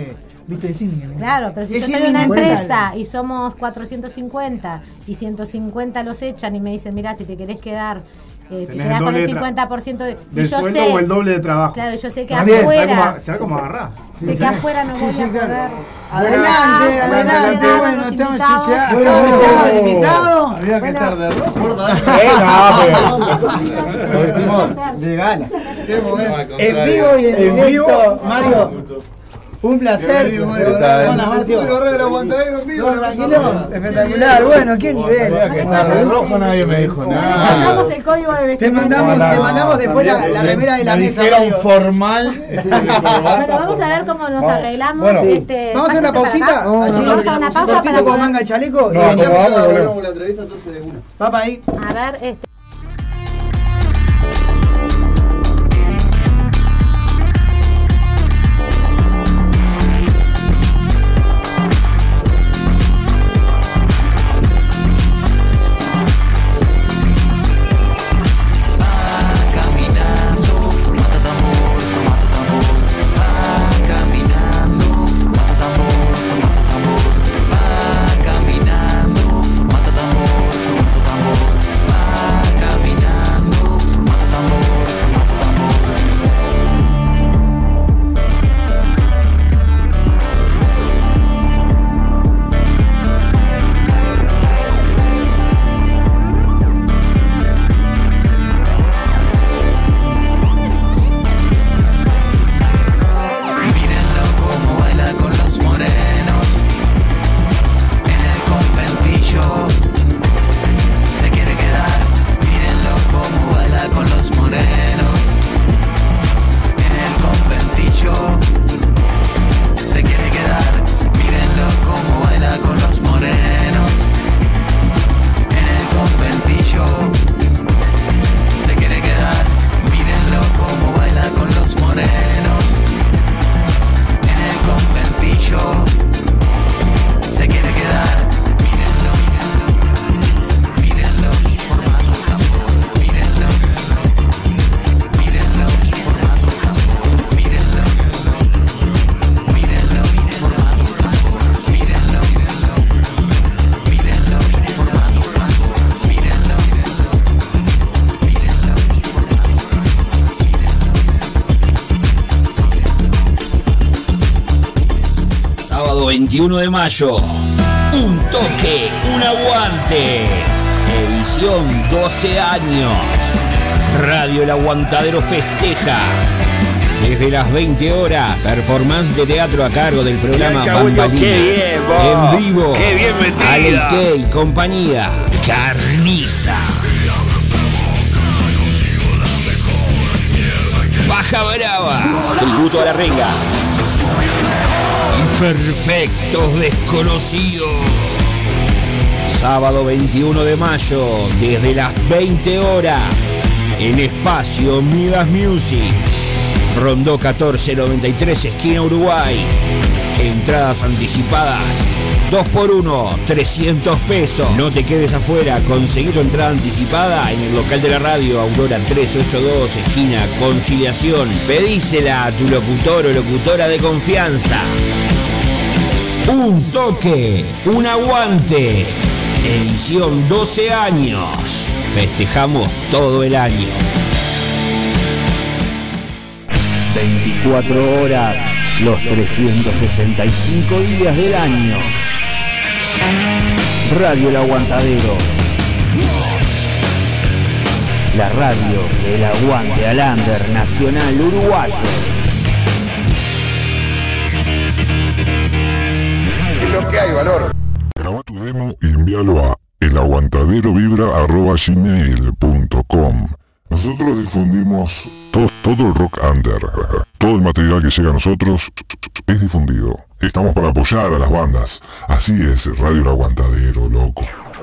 Viste, es inminente. Claro, pero si Es yo soy una inminente. empresa y somos cuatrocientos cincuenta y ciento cincuenta los echan y me dicen, mira, si te querés quedar, eh, te Tenés quedás el con doble el de tra- cincuenta por ciento de... y Del yo sueldo sé, o el doble de trabajo. claro, yo sé que También, ¿sabe afuera... cómo, sabe cómo agarrar? Sé que afuera no voy a poder... Adelante, adelante, Bueno, bueno, los estamos invitados. chicheando. Bueno, Acaba de bueno. llegar el invitado. Había que Bueno. estar de rojo. De gala. Qué momento. En vivo y en, En directo, vivo. Mario. Un placer. Bienvenido, Mario Hola, Barrera. Marcio. Marcio Barrera del Aguantadero en vivo. ¿Todo tranquilo? Espectacular, bueno, qué nivel. Había que estar de rojo, nadie me dijo nada. Pasamos el código de Te vestimenta. mandamos, te mandamos después la, la remera de la me mesa. dijeron Mario. formal. Bueno, vamos a ver cómo nos arreglamos. Bueno. este, Vamos a hacer una pásense para pausita, acá. así, Vamos a una pausa cortito para con poder- manga chaleco. No, y veníamos acomodamos y a- volvemos. Vamos la entrevista entonces de una. Va para ahí. A ver, este. veintiuno de mayo. Un toque, un aguante. Edición doce años. Radio El Aguantadero festeja. Desde las veinte horas, performance de teatro a cargo del programa Mirá, Cagüeño, Bambalinas. qué bien, vos. En vivo, Qué bien metida. Aleite y compañía. Carniza. Baja Brava. Tributo a la Renga. Y Perfectos Desconocidos. Sábado veintiuno de mayo, desde las veinte horas, en Espacio Midas Music. Rondó catorce noventa y tres, esquina Uruguay. Entradas anticipadas, dos por uno, trescientos pesos. No te quedes afuera, conseguí tu entrada anticipada en el local de la radio, Aurora trescientos ochenta y dos, esquina Conciliación. Pedísela a tu locutor o locutora de confianza. Un toque, un aguante. Edición doce años. Festejamos todo el año. veinticuatro horas, los trescientos sesenta y cinco días del año. Radio El Aguantadero. La radio del aguante al under nacional uruguayo. Es lo que hay, valor. Graba tu demo y envíalo a elaguantaderovibra arroba gmail punto com. Nosotros difundimos todo, todo el rock under. Todo el material que llega a nosotros es difundido. Estamos para apoyar a las bandas. Así es Radio El Aguantadero, loco.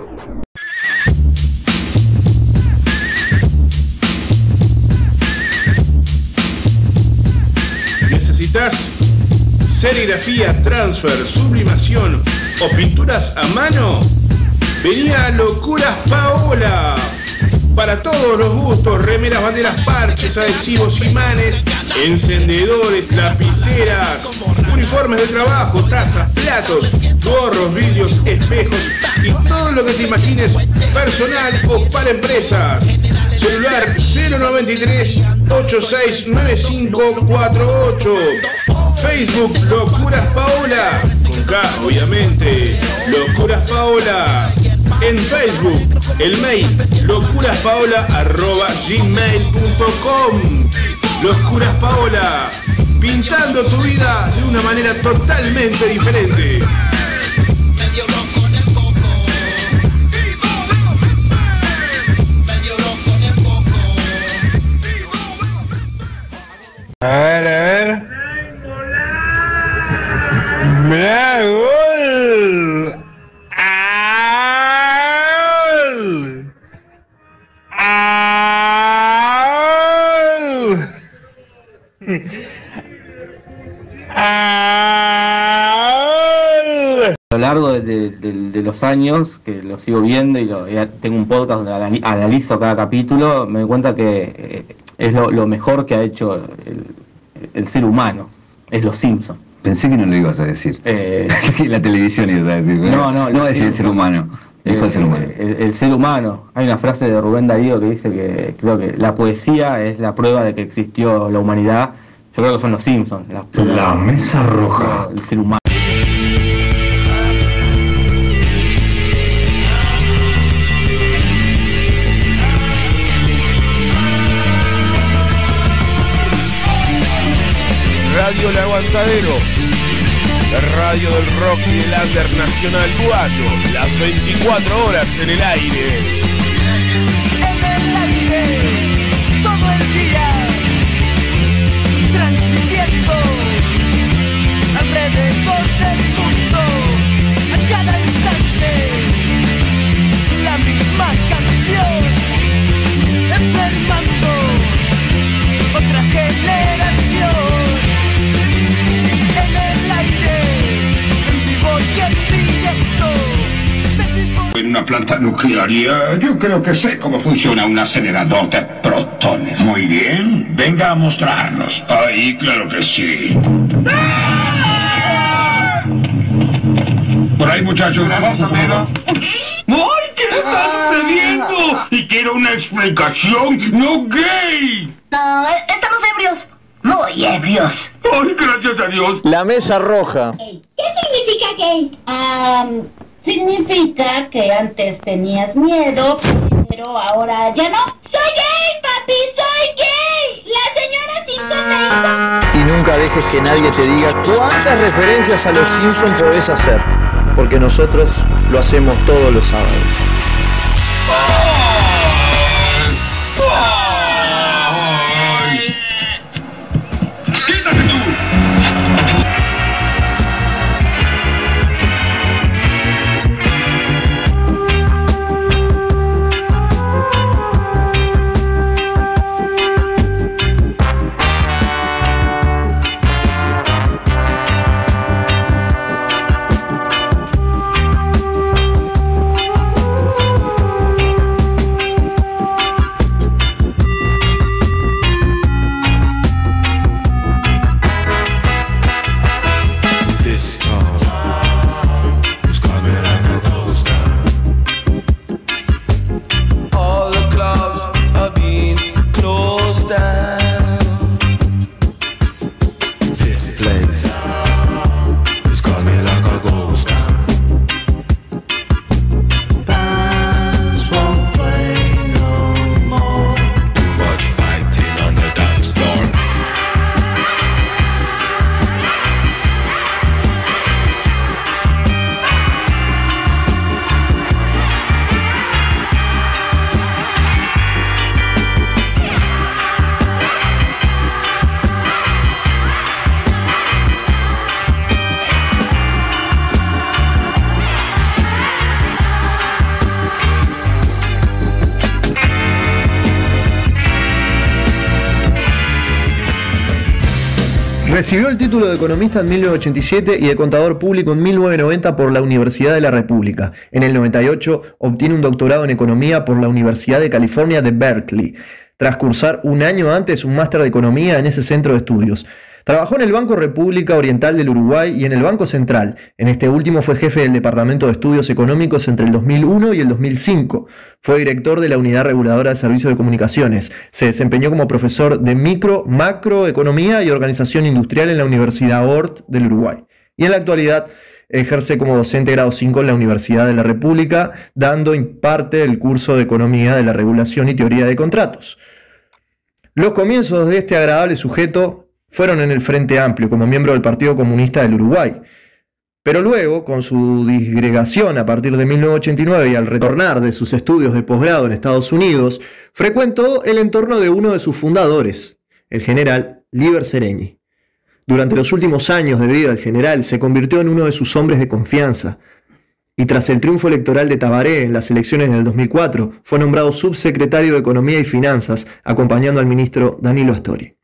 ¿Necesitas serigrafía, transfer, sublimación o pinturas a mano? Vení a Locuras Paola para para todos los gustos, remeras, banderas, parches, adhesivos, imanes, encendedores, lapiceras, uniformes de trabajo, tazas, platos, gorros, vidrios, espejos y todo lo que te imagines personal o para empresas. Celular cero noventa y tres, ochenta y seis, noventa y cinco cuarenta y ocho. Facebook Locuras Paola, con K obviamente, Locuras Paola. En Facebook, el mail locuraspaola arroba gmail punto com. Locuras Paola, pintando tu vida de una manera totalmente diferente. A ver, a ver. ¡Mirá, gol! ¡Al! ¡Al! ¡Al! A lo largo de, de- de- de los años que lo sigo viendo y lo- ya tengo un podcast donde anali- analizo cada capítulo, me doy cuenta que eh, es lo, lo mejor que ha hecho el, el ser humano, es Los Simpsons. Pensé que no lo ibas a decir. Eh, Pensé que la televisión ibas a decir. No, no, no va a decir el sí. ser humano. Dijo el ser humano. El, el ser humano. Hay una frase de Rubén Darío que dice que creo que la poesía es la prueba de que existió la humanidad. Yo creo que son Los Simpsons. La, La mesa roja. El ser humano. Radio El Aguantadero, la radio del rock y del under nacional uruguayo, las veinticuatro horas en el aire. En el aire, todo el día, transmitiendo alrededor del mundo, a cada instante, la misma canción, enfermando otra generación. En el aire, en vivo y en directo, En una planta nuclear y, eh, yo creo que sé cómo funciona un acelerador de protones. Muy bien, venga a mostrarnos. Ahí, claro que sí. Por ahí, muchachos. ¡Ay, qué está sucediendo! Y quiero una explicación, no gay. No, eh, estamos ebrios. Muy ebrios. Ay, gracias a Dios. La mesa roja. ¿Qué significa gay? Ah, significa que antes tenías miedo, pero ahora ya no. ¡Soy gay, papi! ¡Soy gay! ¡La señora Simpson me hizo! Y nunca dejes que nadie te diga cuántas referencias a los Simpsons podés hacer, porque nosotros lo hacemos todos los sábados. ¡Quítate tú! Recibió el título de economista en mil novecientos ochenta y siete y de contador público en mil novecientos noventa por la Universidad de la República. En el noventa y ocho obtiene un doctorado en economía por la Universidad de California de Berkeley, tras cursar un año antes un máster de economía en ese centro de estudios. Trabajó en el Banco República Oriental del Uruguay y en el Banco Central. En este último fue jefe del Departamento de Estudios Económicos entre el dos mil uno y el dos mil cinco. Fue director de la Unidad Reguladora de Servicios de Comunicaciones. Se desempeñó como profesor de micro, macroeconomía y organización industrial en la Universidad O R T del Uruguay. Y en la actualidad ejerce como docente grado cinco en la Universidad de la República, dando parte del curso de Economía de la Regulación y Teoría de Contratos. Los comienzos de este agradable sujeto fueron en el Frente Amplio como miembro del Partido Comunista del Uruguay. Pero luego, con su disgregación a partir de mil novecientos ochenta y nueve y al retornar de sus estudios de posgrado en Estados Unidos, frecuentó el entorno de uno de sus fundadores, el general Líber Seregni. Durante los últimos años de vida del general se convirtió en uno de sus hombres de confianza, y tras el triunfo electoral de Tabaré en las elecciones del dos mil cuatro, fue nombrado subsecretario de Economía y Finanzas, acompañando al ministro Danilo Astori.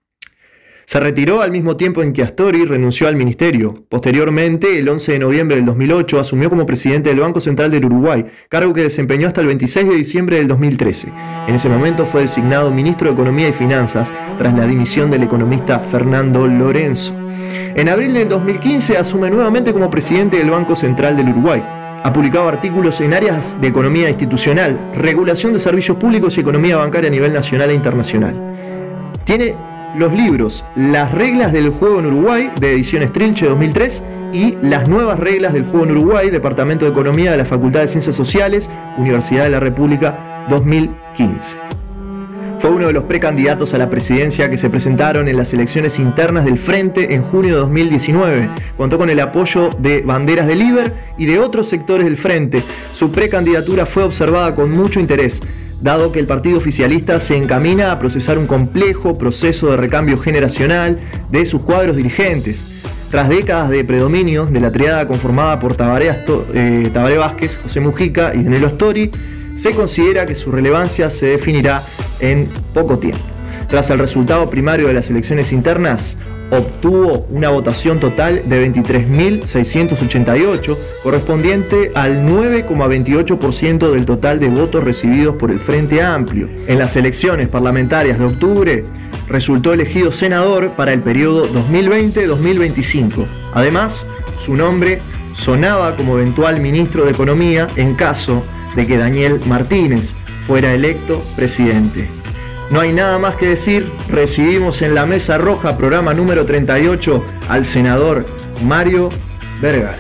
Se retiró al mismo tiempo en que Astori renunció al ministerio. Posteriormente, el once de noviembre del dos mil ocho, asumió como presidente del Banco Central del Uruguay, cargo que desempeñó hasta el veintiséis de diciembre del dos mil trece. En ese momento fue designado ministro de Economía y Finanzas, tras la dimisión del economista Fernando Lorenzo. En abril del dos mil quince asume nuevamente como presidente del Banco Central del Uruguay. Ha publicado artículos en áreas de economía institucional, regulación de servicios públicos y economía bancaria a nivel nacional e internacional. Tiene los libros Las reglas del juego en Uruguay, de Ediciones Trilche dos mil tres, y Las nuevas reglas del juego en Uruguay, Departamento de Economía de la Facultad de Ciencias Sociales, Universidad de la República, dos mil quince. Fue uno de los precandidatos a la presidencia que se presentaron en las elecciones internas del Frente en junio de dos mil diecinueve. Contó con el apoyo de banderas de Líber y de otros sectores del Frente. Su precandidatura fue observada con mucho interés, dado que el partido oficialista se encamina a procesar un complejo proceso de recambio generacional de sus cuadros dirigentes. Tras décadas de predominio de la triada conformada por Tabaré, Asto- eh, Tabaré Vázquez, José Mujica y Danilo Astori, se considera que su relevancia se definirá en poco tiempo. Tras el resultado primario de las elecciones internas, obtuvo una votación total de veintitrés mil seiscientos ochenta y ocho, correspondiente al nueve coma veintiocho por ciento del total de votos recibidos por el Frente Amplio. En las elecciones parlamentarias de octubre, resultó elegido senador para el periodo dos mil veinte a dos mil veinticinco. Además, su nombre sonaba como eventual ministro de Economía en caso de que Daniel Martínez fuera electo presidente. No hay nada más que decir, recibimos en la Mesa Roja, programa número treinta y ocho, al senador Mario Vergara.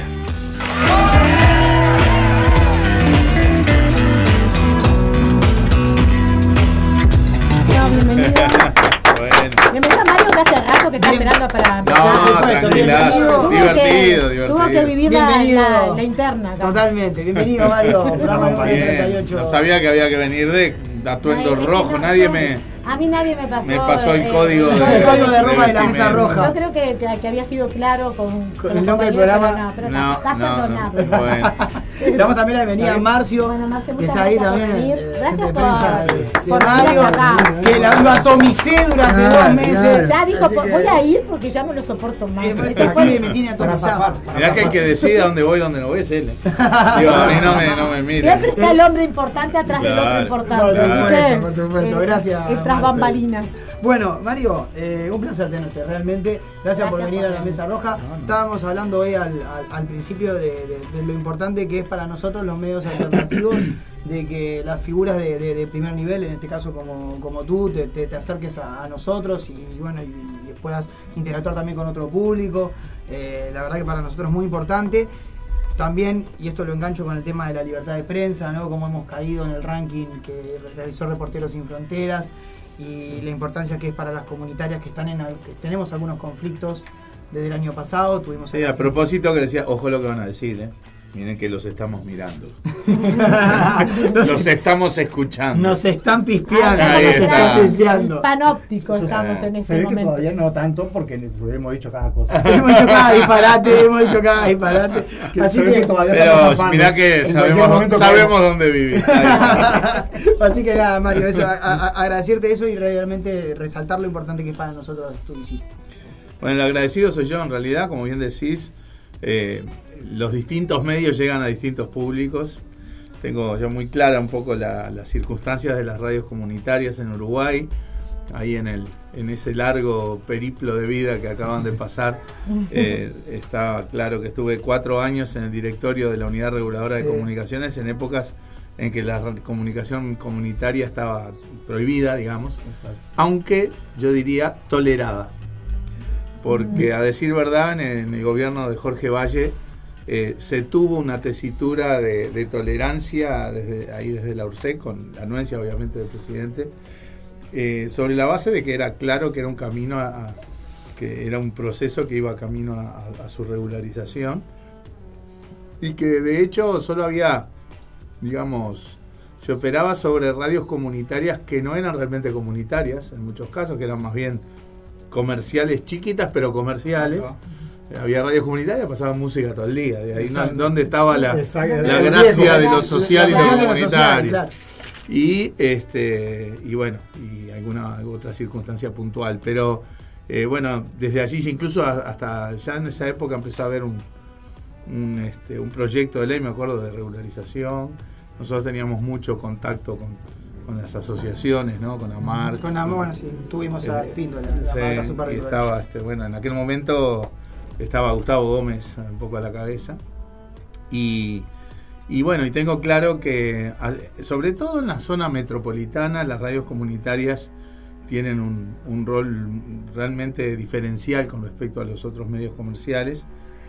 No, bienvenido. Bienvenido a Mario, que hace rato que está esperando para empezar. No, tranquilazo, divertido, divertido. Tuvo que vivir la, la, la interna. Acá. Totalmente, bienvenido Mario, programa número treinta y ocho. No sabía que había que venir de atuendo Nadie- rojo, no, nadie no, me... A mí nadie me pasó. Me pasó el eh, código el de- El código de Roma de la vestimenta. Mesa Roja. Yo creo que, que, que había sido claro con, con el los nombre del compañeros, programa. pero no, pero No, estás no, perdonado. no, bueno. Le damos también la bienvenida a Marcio, Bueno, Marcio, que muchas está ahí gracias también, por venir. eh, Gracias gente de por- prensa de, de por Mario, venir acá. que la lo atomicé durante Ah, dos meses. Ya dijo, Así "Po- que- voy a ir porque ya me lo soporto más. Eh, Ese ese fue fue el- me tiene atomizado. Mirá que el que decide a dónde voy y dónde no voy es él. Digo, a mí no me, no me mire. Siempre está el hombre importante atrás del otro Claro, importante. Por supuesto, ¿viste? por supuesto. Eh, Gracias, eh, Tras Marcelo. bambalinas. Bueno, Mario, eh, un placer tenerte, realmente. Gracias, Gracias por venir por a la venir. Mesa Roja. Estábamos hablando hoy al, al, al principio de, de- de lo importante que es para nosotros los medios alternativos, de que las figuras de, de- de primer nivel, en este caso como, como tú, te, te- te acerques a, a nosotros y, y bueno, y, y puedas interactuar también con otro público. Eh, la verdad que para nosotros es muy importante. También, y esto lo engancho con el tema de la libertad de prensa, ¿no? Cómo hemos caído en el ranking que realizó Reporteros Sin Fronteras y la importancia que es para las comunitarias que están en que tenemos algunos conflictos desde el año pasado. Tuvimos Sí, a propósito que decía, ojo lo que van a decir, ¿eh? Miren que los estamos mirando. Los estamos escuchando. Nos están pispeando, Ahí nos está. están pispeando. Panóptico estamos en Se ese ve que momento. todavía no tanto porque hemos dicho cada cosa. hemos dicho cada disparate, hemos dicho cada disparate. Que Así se ve que, que todavía estamos Pero zafando. mirá que En sabemos, cualquier momento sabemos podemos- dónde vivís. Ahí está. así que nada, Mario, eso, a- a- agradecerte eso y realmente resaltar lo importante que es para nosotros tu visita. Bueno, el agradecido soy yo, en realidad, como bien decís, eh, los distintos medios llegan a distintos públicos. Tengo yo muy clara un poco la, las circunstancias de las radios comunitarias en Uruguay, ahí en, el, en ese largo periplo de vida que acaban de pasar. Eh, estaba claro que estuve cuatro años en el directorio de la Unidad Reguladora sí. de Comunicaciones en épocas en que la comunicación comunitaria estaba prohibida, digamos, exacto. Aunque yo diría tolerada. Porque a decir verdad, en el, en el gobierno de Jorge Valle eh, se tuvo una tesitura de, de tolerancia desde ahí desde la URSEC, con la anuencia obviamente del presidente, eh, sobre la base de que era claro que era un camino a, a, que era un proceso que iba camino a, a, a su regularización, y que de hecho solo había, digamos, se operaba sobre radios comunitarias que no eran realmente comunitarias, en muchos casos, que eran más bien comerciales, chiquitas pero comerciales. No. Había radios comunitarias, pasaban música todo el día. De ahí no, ¿dónde estaba la, la gracia de lo social y lo comunitario? Claro. Y este y bueno, y alguna otra circunstancia puntual. Pero eh, bueno, desde allí incluso hasta ya en esa época empezó a haber un, un, este, un proyecto de ley, me acuerdo, de regularización. Nosotros teníamos mucho contacto con con las asociaciones, ¿no? Con AMAR. Con AMAR, sí. Tuvimos eh, a Espíndola, sí, y estaba, este, bueno, en aquel momento estaba Gustavo Gómez un poco a la cabeza. Y, y bueno, y tengo claro que, sobre todo en la zona metropolitana, las radios comunitarias tienen un, un rol realmente diferencial con respecto a los otros medios comerciales.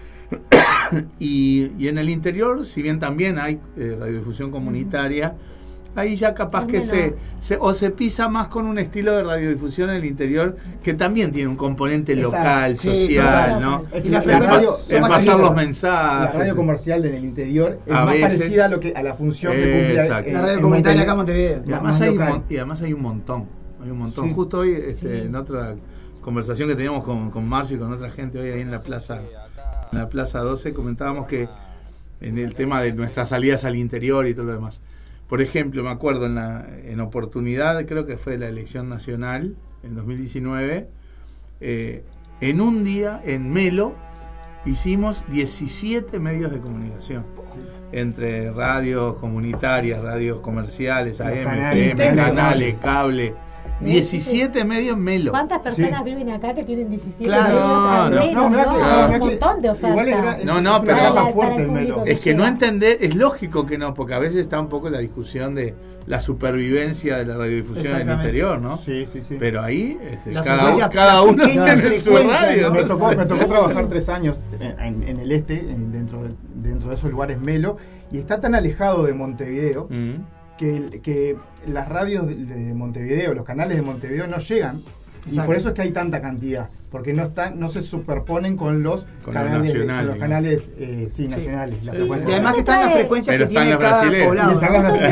y, y en el interior, si bien también hay eh, radiodifusión comunitaria, ahí ya capaz que se, se o se pisa más con un estilo de radiodifusión en el interior que también tiene un componente Exacto. local, sí, social, claro. ¿no? Es que la radio, el pasar los mensajes. La radio comercial en el interior es a más veces, parecida a lo que a la función que cumple eh, la radio comunitaria acá en Montevideo. Y además, hay un, y además hay un montón, hay un montón. Sí. Justo hoy, este, sí. en otra conversación que teníamos con, con Marcio y con otra gente hoy ahí en la plaza, en la plaza doce, comentábamos que en el tema de nuestras salidas al interior y todo lo demás. Por ejemplo, me acuerdo en la en oportunidad, creo que fue la elección nacional en dos mil diecinueve, eh, en un día en Melo hicimos diecisiete medios de comunicación, sí. entre radios comunitarias, radios comerciales, A M, F M, canales, cable. diecisiete medios Melo. ¿Cuántas personas sí. viven acá que tienen diecisiete claro, medios al no, menos? no, No, no, no, no, un montón de ofertas. No, no, pero para, para fuerte el Melo. Es que no entender, es lógico que no, porque a veces está un poco la discusión de la supervivencia de la radiodifusión en el interior, ¿no? Sí, sí, sí. Pero ahí este, cada, cada uno tiene su radio. Me tocó, me tocó trabajar tres años en, en el este, en, dentro, de, dentro de esos lugares Melo, y está tan alejado de Montevideo. Mm. Que, que las radios de, de Montevideo, los canales de Montevideo no llegan. Exacto. Y por eso es que hay tanta cantidad, porque no están, no se superponen con los con canales, nacional, con los canales eh, sí, nacionales. Sí. Sí, sí. Y además que están las frecuencias que tiene cada poblado.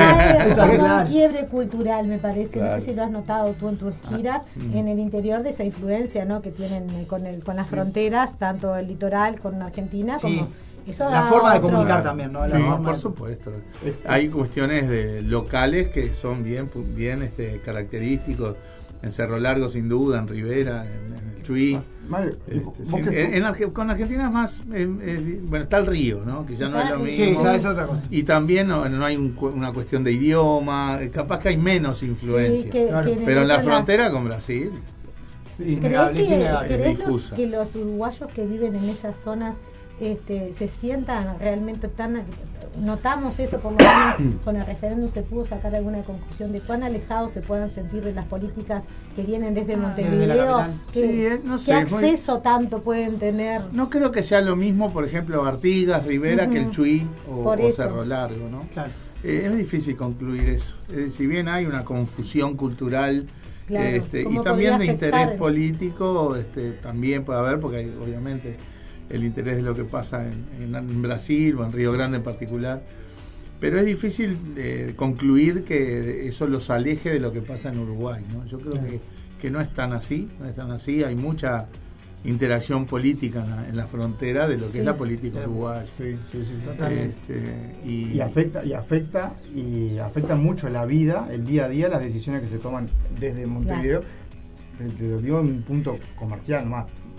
Es un quiebre cultural, me parece. Claro. No sé si lo has notado tú en tus giras, ah. mm. en el interior de esa influencia, ¿no? Que tienen con el, con las fronteras, tanto el litoral con Argentina sí. como Eso la forma de comunicar también, ¿no? La Sí, forma por de... supuesto. Es, hay cuestiones de locales que son bien, bien este, característicos. En Cerro Largo, sin duda, en Rivera, en, en el Chuy. Mario, este, sí, en, en Arge, con Argentina es más, eh, eh, bueno, está el río, ¿no? Que ya no es lo mismo. Sí, ya es otra cosa. Y también no, no hay un, una cuestión de idioma, capaz que hay menos influencia. Sí, que, claro. que Pero en la frontera la... con Brasil. Sí, es innegable, es innegable. ¿Crees difusa. Que los uruguayos que viven en esas zonas este, se sientan realmente tan... Notamos eso, por lo menos con el referéndum se pudo sacar alguna conclusión de cuán alejados se puedan sentir de las políticas que vienen desde Montevideo, que, sí, eh, no sé, qué acceso muy... tanto pueden tener. No creo que sea lo mismo, por ejemplo, Artigas, Rivera, uh-huh. que el Chuy o, o Cerro Largo, ¿no? Claro. Eh, es difícil concluir eso. Eh, si bien hay una confusión cultural, claro, este, y también de interés político, este, también puede haber, porque hay, obviamente el interés de lo que pasa en, en Brasil o en Río Grande en particular, pero es difícil eh, concluir que eso los aleje de lo que pasa en Uruguay, ¿no? Yo creo que, que no es tan así, no es tan así, hay mucha interacción política en la, en la frontera de lo que sí. es la política uruguaya. Sí, sí, sí, totalmente. Este, y, y afecta, y afecta, y afecta mucho la vida, el día a día, las decisiones que se toman desde Montevideo. Claro. Te lo digo en un punto comercial nomás.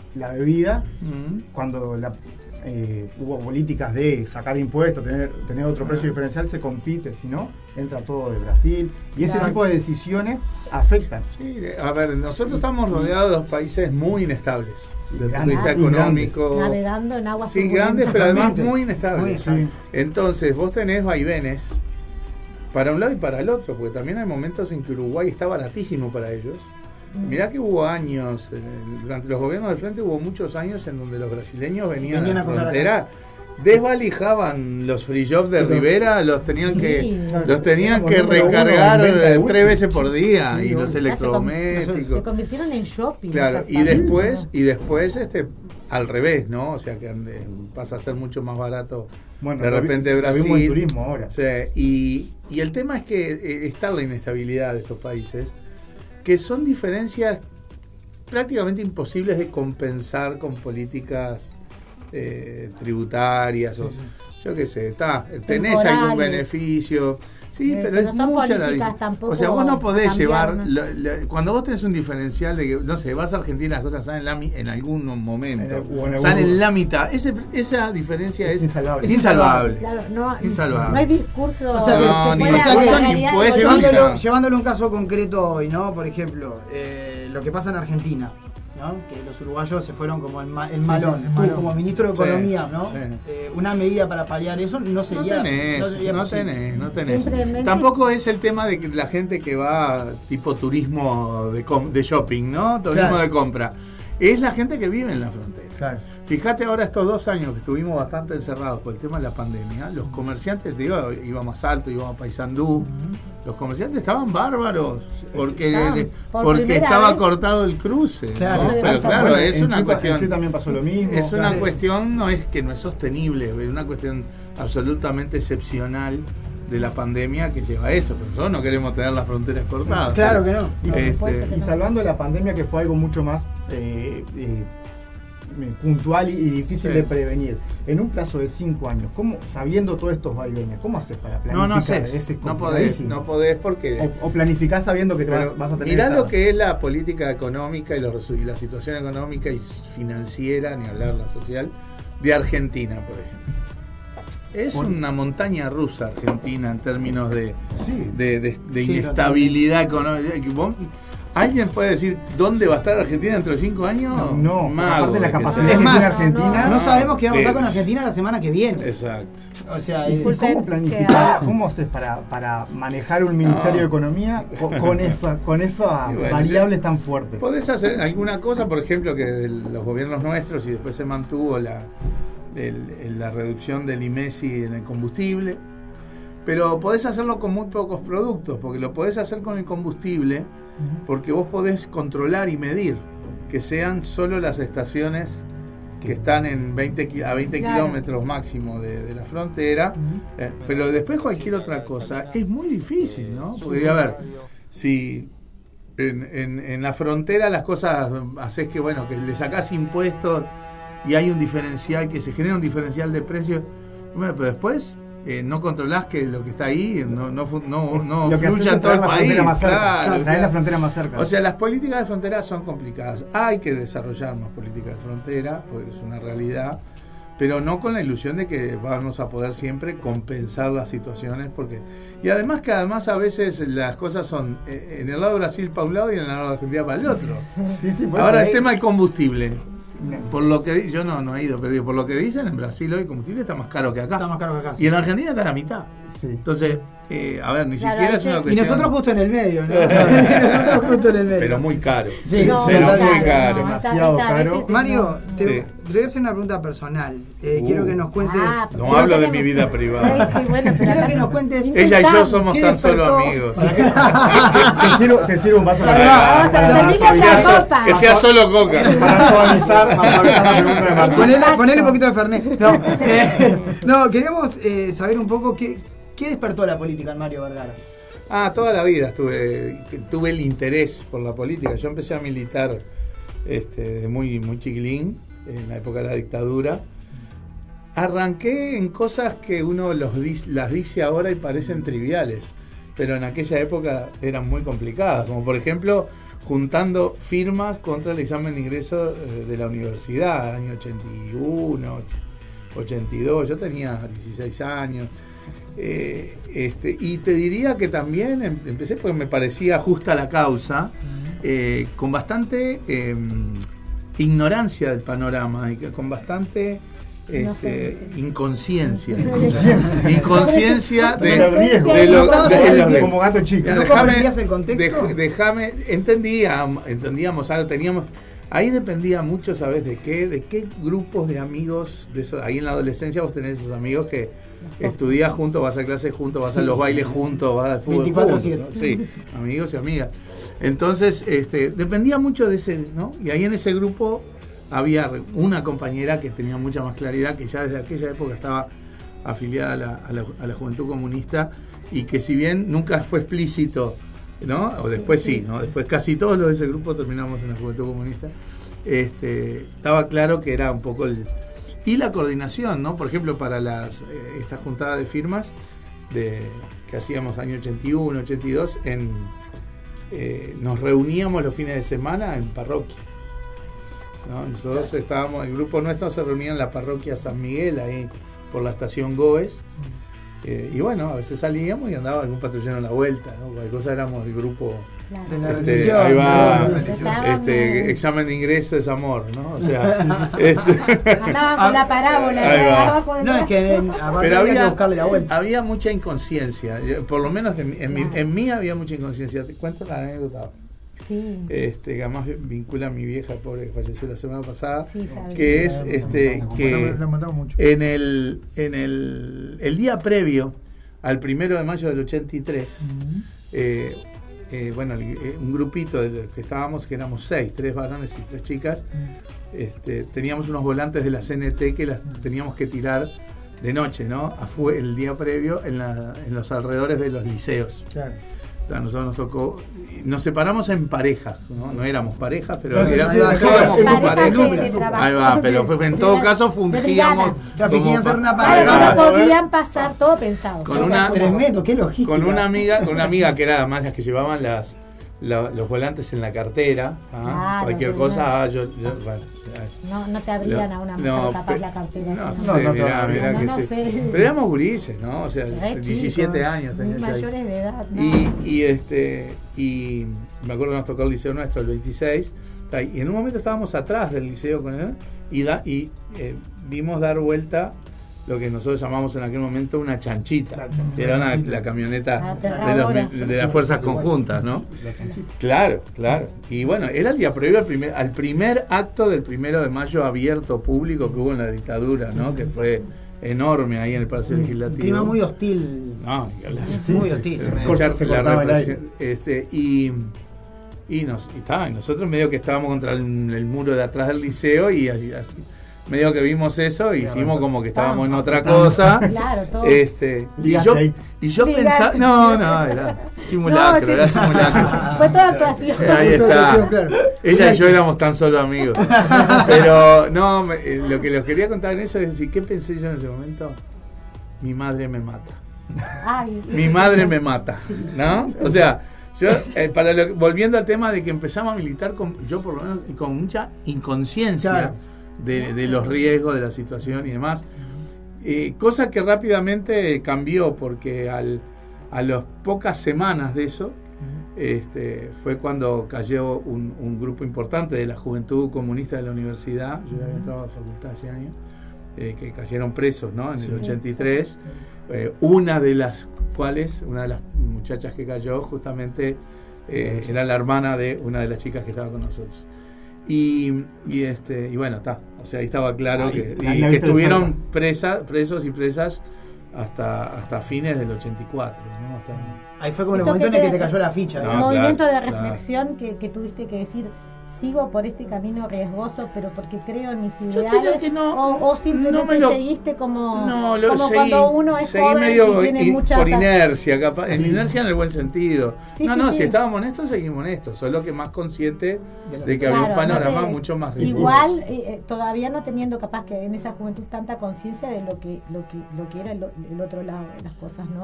la bebida, Mm. cuando la, eh, hubo políticas de sacar impuestos, tener, tener otro precio Mm. diferencial, se compite, si no, entra todo de Brasil. Y ese Claro. tipo de decisiones afectan. Sí, a ver, nosotros estamos rodeados de dos países muy inestables. Desde el punto de vista Grandes. económico. Navegando en aguas Sí, turbulentas. grandes, pero además Totalmente. muy inestables. Muy inestables. Entonces, vos tenés vaivenes para un lado y para el otro, porque también hay momentos en que Uruguay está baratísimo para ellos. Mirá que hubo años, eh, durante los gobiernos del frente hubo muchos años en donde los brasileños venían, Venían a a la comprar frontera, desvalijaban los free shops de Pero- Rivera, los tenían Sí, que claro. los tenían Éramos que número uno recargar en venta de eh, whisky. tres veces por día Sí, y obvio. los Ya se, com- electrodomésticos. se convirtieron en shopping. Claro, esas y fábricas. después, y después este al revés, ¿no? O sea que eh, pasa a ser mucho más barato Bueno, de lo vi- repente lo Brasil. vimos en turismo ahora. Sí, y, y el tema es que eh, está la inestabilidad de estos países, que son diferencias prácticamente imposibles de compensar con políticas eh, tributarias o yo qué sé, está, tenés Temporales. algún beneficio. Sí, Eh, pero pero es son mucha la políticas dif- tampoco O sea, vos no podés cambiar, llevar. ¿no? lo- lo- cuando vos tenés un diferencial de que, no sé, vas a Argentina, las cosas salen la mi- en algún momento. En el- o en algún- salen la mitad. Ese, esa diferencia es, Es insalvable. es insalvable. Claro, no, Insalvable. no hay discurso. O sea, que- No, que ni pueda- discurso, la ni realidad impuestos, de- ni Llevándolo, nada. llevándolo a un caso concreto hoy, ¿no? Por ejemplo, eh, lo que pasa en Argentina, ¿no? Que los uruguayos se fueron como el, ma- el malón, el tú malón. como ministro de Sí, Economía, ¿no? sí. Eh, una medida para paliar eso no No sería. tenés, no, sería posible. tenés, no tenés. Simplemente- Tampoco es el tema de que la gente que va tipo turismo de, com- de shopping, ¿no? Turismo Claro. de compra. Es la gente que vive en la frontera. Claro. Fíjate ahora estos dos años que estuvimos bastante encerrados por el tema de la pandemia, los comerciantes, te digo, íbamos a Salto, íbamos a Paysandú, los comerciantes estaban bárbaros porque, Estaban por porque primera estaba vez. cortado el cruce. ¿no? Claro, Pero claro, bueno, es en una Chuy- cuestión. en Chuy también pasó lo mismo. Es una Claro. cuestión, no es que no es sostenible, es una cuestión absolutamente excepcional de la pandemia que lleva a eso, pero nosotros no queremos tener las fronteras cortadas. Claro que no. Y, Este, y salvando la pandemia, que fue algo mucho más eh, eh, puntual y, y difícil Sí. de prevenir, en un plazo de cinco años, ¿cómo, sabiendo todos estos vaivenes, ¿cómo haces para planificar? no, no sé, Ese es no podés, complicadísimo. no podés porque... O, o planificás sabiendo que te Pero vas, vas a tener. mirá esta- lo que es la política económica y, los resu- y la situación económica y financiera, ni hablar la social, de Argentina, por ejemplo. Es Bueno. una montaña rusa Argentina en términos de, Sí. de, de- de Sí, inestabilidad económica. ¿Vos- ¿Alguien puede decir dónde va a estar Argentina dentro de cinco años? No, Mago aparte de la de que capacidad sea. que Es más, tiene Argentina. No sabemos qué va a pasar Sí. con Argentina la semana que viene. Exacto. O sea, ¿Y es- Disculpen, ¿Cómo planificar? ¿Cómo haces para, para manejar un Ministerio No. de Economía con, con esa, con esas Y bueno, variables tan fuertes? Podés hacer alguna cosa, por ejemplo, que de los gobiernos nuestros y después se mantuvo la, el- el- la reducción del I M E S I en el combustible, pero podés hacerlo con muy pocos productos, porque lo podés hacer con el combustible, porque vos podés controlar y medir que sean solo las estaciones que están en veinte, ki- a veinte Claro. kilómetros máximo de, de la frontera, eh, pero después cualquier otra cosa es muy difícil, ¿no? Porque, a ver, si en, en, en la frontera las cosas haces que, bueno, que le sacás impuestos y hay un diferencial, que se genera un diferencial de precios, bueno, pero después eh, no controlás que lo que está ahí no, no, fu- no, Es- no lo que haces fluya es en todo el traer la país. frontera más cerca. Claro, Claro, traer claro. la frontera más cerca. O sea, las políticas de frontera son complicadas. Hay que desarrollar más políticas de frontera, porque es una realidad, pero no con la ilusión de que vamos a poder siempre compensar las situaciones, porque y además que además a veces las cosas son eh, en el lado de Brasil para un lado y en el lado de Argentina para el otro. Sí, sí, por Ahora eso el ahí- tema del combustible. Por lo que di- yo no, no he ido, pero digo, por lo que dicen, en Brasil hoy el combustible está más caro que acá. Está más caro que acá. Y en Argentina está a la mitad. Sí. Entonces, eh, a ver, ni Claro, siquiera ahí es una se- Y cuestión. nosotros justo en el medio, ¿no? nosotros justo en el medio. Pero muy caro. Sí, No, pero no, muy claro, caro. no, Demasiado esta- esta vez caro. este Mario, no. te, Sí. te voy a hacer una pregunta personal. Eh, Uh. Quiero que nos cuentes. Ah, No pero hablo de tenemos- mi vida privada. Ay, sí, bueno, pero Quiero acá- que nos cuentes. Ella y yo Intentamos. somos ¿Qué tan solo despertó? amigos. te, sirvo, te sirvo un vaso Vamos para, a para, servir para, la sea so- copa. que sea solo coca. para suavizar, para suavizar la pregunta de Martín. Ponele, ponele un poquito de Fernet. No, eh, no queríamos eh, saber un poco qué, qué despertó la política en Mario Vergara. Ah, toda la vida estuve, tuve el interés por la política. Yo empecé a militar este, de muy, muy chiquilín, en la época de la dictadura. Arranqué en cosas que uno los, dis- las dice ahora y parecen triviales, pero en aquella época eran muy complicadas. Como por ejemplo, juntando firmas contra el examen de ingreso eh, de la universidad, año ochenta y uno, ochenta y dos, yo tenía dieciséis años. Eh, este, y te diría que también em- empecé porque me parecía justa la causa, eh, con bastante eh, ignorancia del panorama y que con bastante este, No sé, no sé. inconsciencia. Inconsciencia. Inconsciencia de, De los riesgos. de lo- No de- estabas de- de- como gato chico. Ya, ¿No déjame- comprendías el contexto? dej- Déjame, entendíamos, entendíamos algo, teníamos. Ahí dependía mucho, ¿sabes de qué? De qué grupos de amigos, de esos, ahí en la adolescencia vos tenés esos amigos que estudiás juntos, vas a clases juntos, vas a los bailes juntos, vas al fútbol veinticuatro juntos, siete. ¿no? Sí, amigos y amigas. Entonces, este, dependía mucho de ese, ¿no? Y ahí en ese grupo había una compañera que tenía mucha más claridad, que ya desde aquella época estaba afiliada a la, a la, a la Juventud Comunista y que si bien nunca fue explícito, ¿no? O después sí, ¿no? Después casi todos los de ese grupo terminamos en la Juventud Comunista. Este, estaba claro que era un poco el... Y la coordinación, ¿no? Por ejemplo, para las eh, esta juntada de firmas de, que hacíamos año ochenta y uno, ochenta y dos, en, eh, nos reuníamos los fines de semana en parroquia, ¿no? Nosotros estábamos, el grupo nuestro se reunía en la parroquia San Miguel, ahí por la estación Goes. Eh, y bueno, a veces salíamos y andaba algún patrullero en la vuelta, ¿no? Cualquier cosa éramos el grupo. De la Este, religión, ahí va, claro. este, examen de ingreso es amor, ¿no? O sea, este, Andaban con la parábola. ahí de va. abajo de No, es que en- aparte Pero había que había, buscarle la vuelta. había mucha inconsciencia, yo- por lo menos de mi- en, mi, en mí había mucha inconsciencia. Te cuento la anécdota. Sí. Este, que además vincula a mi vieja, pobre, que falleció la semana pasada, Sí, sabes. que es este que La matamos mucho. en el en el, el día previo al primero de mayo del ochenta y tres, eh, eh, bueno, el- eh, un grupito de los que estábamos, que éramos seis, tres varones y tres chicas, este, teníamos unos volantes de la C N T que las teníamos que tirar de noche, ¿no? Afu- el día previo en, la- en los alrededores de los liceos. Claro. A nosotros nos tocó, nos separamos en parejas, ¿no? No éramos parejas, pero No, sí, era- sí, sí, éramos sí, como sí, parejas. sí, de trabajo. Ahí va, pero fue, en todo caso fungíamos Claro, fingían ser una Ahí pareja. va. No podían pasar todo pensado. Con una- Tremendo, qué logística. con una amiga, con una amiga que era además las que llevaban las la- los volantes en la cartera, ¿ah? Claro, cualquier pero cosa, no. ah, yo, yo- bueno, No, no te abrían a una mujer no, capaz pe- la cartera. no ¿sí? sé, mirá, mirá No, que no sí. sé. Pero éramos gurises, ¿no? O sea, Re diecisiete chicos, años muy tenía yo ahí. mayores de edad. ¿no? Y, y este y me acuerdo que nos tocó el liceo nuestro, el veintiséis, ta, y en un momento estábamos atrás del liceo con él y, da, y eh, vimos dar vuelta lo que nosotros llamamos en aquel momento una chanchita, que era una- la camioneta de, Aterradora. los- de las fuerzas conjuntas, ¿no? Claro, claro. Y bueno, era el día previo al primer, al primer acto del primero de mayo abierto público que hubo en la dictadura, ¿no? Que fue enorme ahí en el Palacio Un Legislativo. clima muy hostil. No, ni hablar. Sí, muy hostil. Eh, se me- escuchar se la cortaba el represión, aire. este, y y nos y, ta, y nosotros medio que estábamos contra el, el muro de atrás del liceo y así- así, medio que vimos eso y hicimos como que estábamos en otra cosa. Claro, todo. Este, y Ligaste yo, ahí. y yo Ligaste. pensaba, no, no, era simulacro, No, sí. era simulacro. Fue toda actuación. Ahí está. Ella y yo éramos tan solo amigos. Pero no, me- eh, lo que les quería contar en eso es decir, ¿qué pensé yo en ese momento? Mi madre me mata. Ay. Mi madre me mata, ¿no? O sea, yo, eh, para lo- volviendo al tema de que empezamos a militar, con, yo por lo menos con mucha inconsciencia Claro. de, de los riesgos de la situación y demás, eh, cosa que rápidamente cambió porque al, a las pocas semanas de eso, este, fue cuando cayó un, un grupo importante de la Juventud Comunista de la universidad, yo ya había entrado a la facultad hace años, eh, que cayeron presos, ¿no? En el Sí. ochenta y tres, eh, una de las cuales, una de las muchachas que cayó justamente eh, era la hermana de una de las chicas que estaba con nosotros. Y, y este y bueno, está, o sea, ahí estaba claro Ahí, que, ahí y la que viste de estuvieron cerca. presa, presos y presas hasta, hasta fines del ochenta y cuatro, ¿no? Hasta, Ahí fue como el Eso momento en que el que te- te cayó la ficha. No, Un movimiento claro, de claro. reflexión que, que tuviste que decir, sigo por este camino riesgoso, pero porque creo en mis Yo ideales, creo que no, o, o simplemente no me lo- seguiste como, No, lo como seguí, cuando uno es seguí joven medio y tiene in- muchas... por inercia, capaz, en inercia en el buen sentido. Sí, no, sí, no, sí. si estábamos honestos, seguimos honestos, solo que más consciente la de que había un Claro, no panorama te- mucho más riesgoso. Igual, eh, eh, todavía no teniendo capaz que en esa juventud tanta conciencia de lo que, lo que, lo que era el, o- el otro lado de las cosas, ¿no?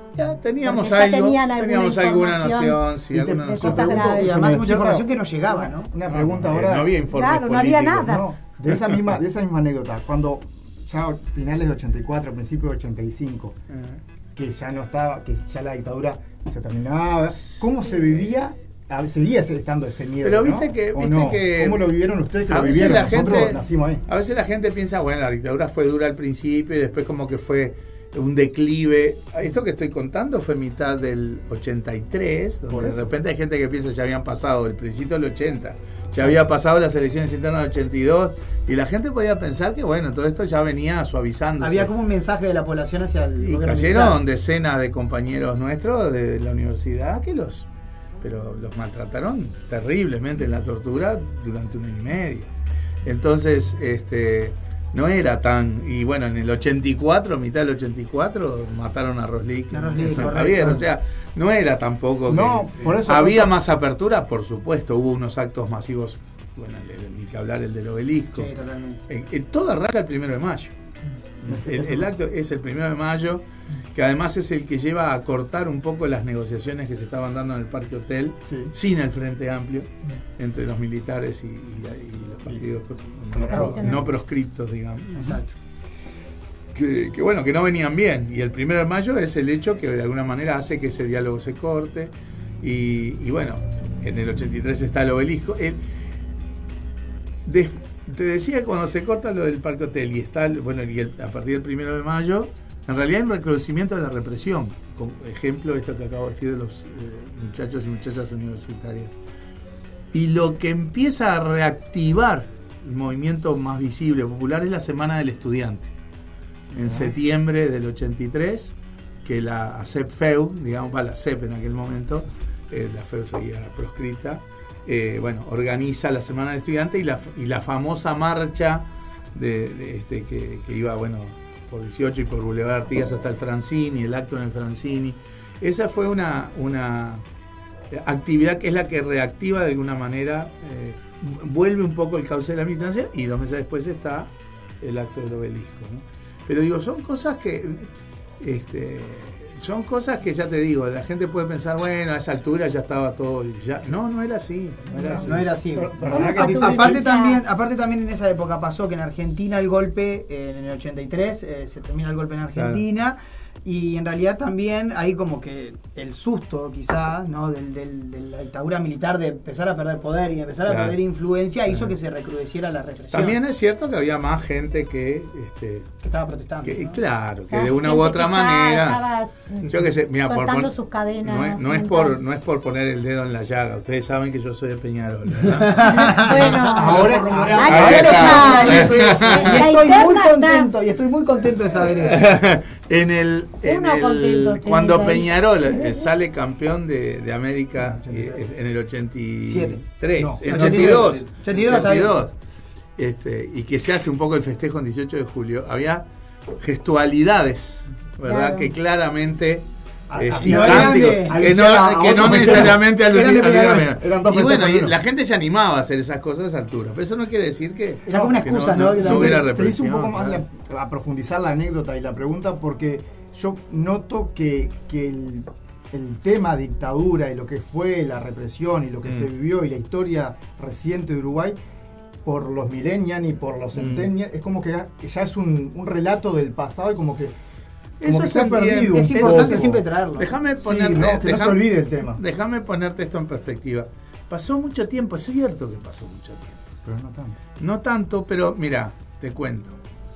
Ya teníamos Porque ya algo, tenían alguna teníamos alguna información noción, sí, de- alguna de noción. cosas graves. Y además me mucha despierta información que no llegaba, ¿no? Una No, pregunta eh, ahora. no había informes Claro, no había políticos. nada. No, de esa misma, de esa misma anécdota, cuando ya finales de ochenta y cuatro, principios de ochenta y cinco, que ya no estaba, que ya la dictadura se terminaba, ¿cómo se vivía? A ver, seguía estando ese miedo. Pero ¿no? viste que, ¿O viste no? que ¿Cómo lo vivieron ustedes que a lo veces vivieron? la Nosotros gente, nacimos ahí. a veces la gente piensa, bueno, la dictadura fue dura al principio y después como que fue un declive. Esto que estoy contando fue mitad del ochenta y tres, donde de repente hay gente que piensa ya habían pasado el principio del ochenta, ya había pasado las elecciones internas del ochenta y dos y la gente podía pensar que bueno, todo esto ya venía suavizándose. Había como un mensaje de la población hacia el Y gobierno cayeron militar. decenas de compañeros nuestros de la universidad que los, pero los maltrataron terriblemente en la tortura durante un año y medio. Entonces, este, no era tan, y bueno, en el ochenta y cuatro, mitad del ochenta y cuatro, mataron a Roslik A en Roslik, San correcto. Javier. O sea, no era tampoco No, que por eso- había por eso- más apertura, por supuesto, hubo unos actos masivos, bueno, ni que hablar el del obelisco. Sí, totalmente. Eh, eh, todo arranca el primero de mayo. El, el acto es el primero de mayo, que además es el que lleva a cortar un poco las negociaciones que se estaban dando en el Parque Hotel, Sí. sin el Frente Amplio, entre los militares y, y- y los partidos pro- no, pro- no proscriptos, digamos. Exacto. Que, que bueno, que no venían bien. Y el primero de mayo es el hecho que de alguna manera hace que ese diálogo se corte. Y, y bueno, en el ochenta y tres está el obelisco. El- de- te decía que cuando se corta lo del Parque Hotel y está, el- bueno, y el- a partir del primero de mayo, en realidad hay un recrudecimiento de la represión. Con ejemplo, esto que acabo de decir de los eh, muchachos y muchachas universitarias. Y lo que empieza a reactivar el movimiento más visible, popular, es la Semana del Estudiante. En Ah. septiembre del ochenta y tres, que la ASEP-FEU, digamos, va la ASEP en aquel momento, eh, la FEU seguía proscrita, eh, bueno, organiza la Semana del Estudiante y la, y la famosa marcha de, de este, que, que iba, bueno, por dieciocho y por Boulevard Artigas hasta el Francini, el acto en el Francini. Esa fue una, una actividad que es la que reactiva de alguna manera, eh, vuelve un poco el cauce de la militancia y dos meses después está el acto del obelisco, ¿no? Pero digo, son cosas que este, son cosas que ya te digo, la gente puede pensar, bueno, a esa altura ya estaba todo, ya no, no era así, no era No, así. no era así. Pero- pero Aparte, ahora que dice- aparte también, aparte también en esa época pasó que en Argentina el golpe, eh, en el ochenta y tres, eh, se termina el golpe en Argentina. Y en realidad también hay como que el susto quizás, ¿no? Del, del- de la dictadura militar de empezar a perder poder y de empezar a Claro. perder influencia hizo que se recrudeciera la represión. También es cierto que había más gente que, este, que estaba protestando. que, ¿no? claro, O que sea, de una u gente otra que ya manera. estaba, Yo qué sé, mira, por, soltando pon- sus cadenas no es, no es por mentales. no es por poner el dedo en la llaga. Ustedes saben que yo soy de Peñarol, ¿verdad? Bueno, Ahora, ahora ahora está. está. Sí, sí, sí. La Y estoy muy interna está. contento, y estoy muy contento de saber eso. en el, en Uno el- contento tenés cuando ahí. Peñarol eh, sale campeón de, de América eh, en el ochenta y tres, No, en el ochenta y dos. ochenta y dos, ochenta y dos está bien. ochenta y dos, este, y que se hace un poco el festejo en dieciocho de julio, había gestualidades, ¿verdad? Claro. Que claramente Ah, eh, ah, y no eran cánticos, de- que no, alucinaba a que otro no festejo. necesariamente Eran de alucinaban. Peñarol. Eran dos Y bueno, festejos y uno. la gente se animaba a hacer esas cosas a esa altura, pero eso no quiere decir que Era como una que excusa, ¿no? Que no, también hubiera te hice represión. un poco más claro. la- a profundizar la anécdota y la pregunta porque yo noto que, que el, el tema dictadura y lo que fue la represión y lo que Mm. se vivió y la historia reciente de Uruguay por los millennials y por los Mm. centennials es como que ya, ya es un, un relato del pasado y como que como Eso que se se ha entiende. perdido Es un importante poco. siempre traerlo. Déjame Sí, ponerte, no, que no se déjame- olvide el tema. déjame ponerte esto en perspectiva. Pasó mucho tiempo, es cierto que pasó mucho tiempo. Pero no tanto. No tanto, pero mira, te cuento.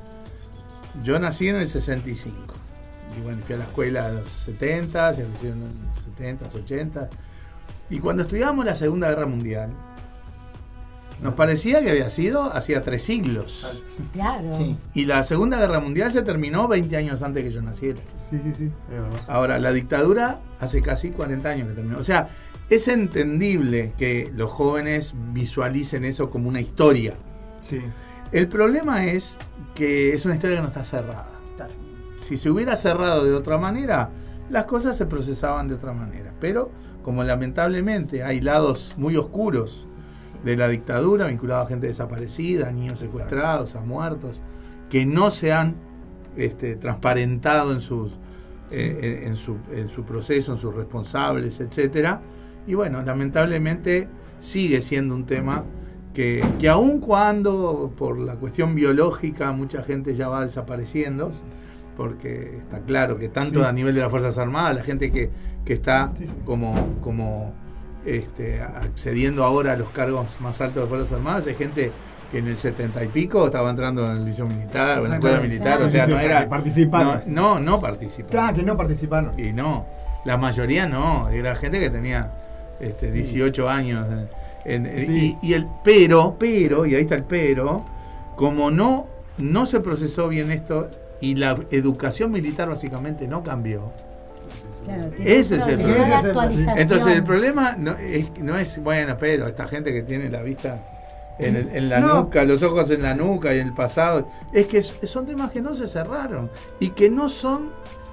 Yo nací en el sesenta y cinco. Y bueno, fui a la escuela en los setenta, y nací en los setenta, ochenta. Y cuando estudiábamos la Segunda Guerra Mundial, nos parecía que había sido hacía tres siglos. Claro. Sí. Y la Segunda Guerra Mundial se terminó veinte años antes que yo naciera. Sí, sí, sí, es verdad. Ahora, la dictadura hace casi cuarenta años que terminó. O sea, es entendible que los jóvenes visualicen eso como una historia. Sí. El problema es que es una historia que no está cerrada. Claro. Si se hubiera cerrado de otra manera, las cosas se procesaban de otra manera. Pero como lamentablemente hay lados muy oscuros de la dictadura, vinculados a gente desaparecida, a niños secuestrados, a muertos, que no se han este, transparentado en sus eh, en, su, en su proceso, en sus responsables, etcétera. Y bueno, lamentablemente sigue siendo un tema que, que aun cuando por la cuestión biológica mucha gente ya va desapareciendo, porque está claro que tanto sí. a nivel de las Fuerzas Armadas, la gente que, que está sí, sí. como, como este, accediendo ahora a los cargos más altos de las Fuerzas Armadas, es gente que en el setenta y pico estaba entrando en el liceo militar o en la escuela militar, claro, o sea, sí, no sí, era... Participaron. No, no, no participaron. Claro, que no participaron. Y no, la mayoría no, era gente que tenía este, dieciocho sí. años. En, sí. y, y el pero, pero, y ahí está el pero, como no, no se procesó bien esto y la educación militar básicamente no cambió. Claro, ese es el problema. Entonces el problema no es, no es, bueno, pero esta gente que tiene la vista en, el, en la no. nuca, los ojos en la nuca y en el pasado, es que son temas que no se cerraron y que no son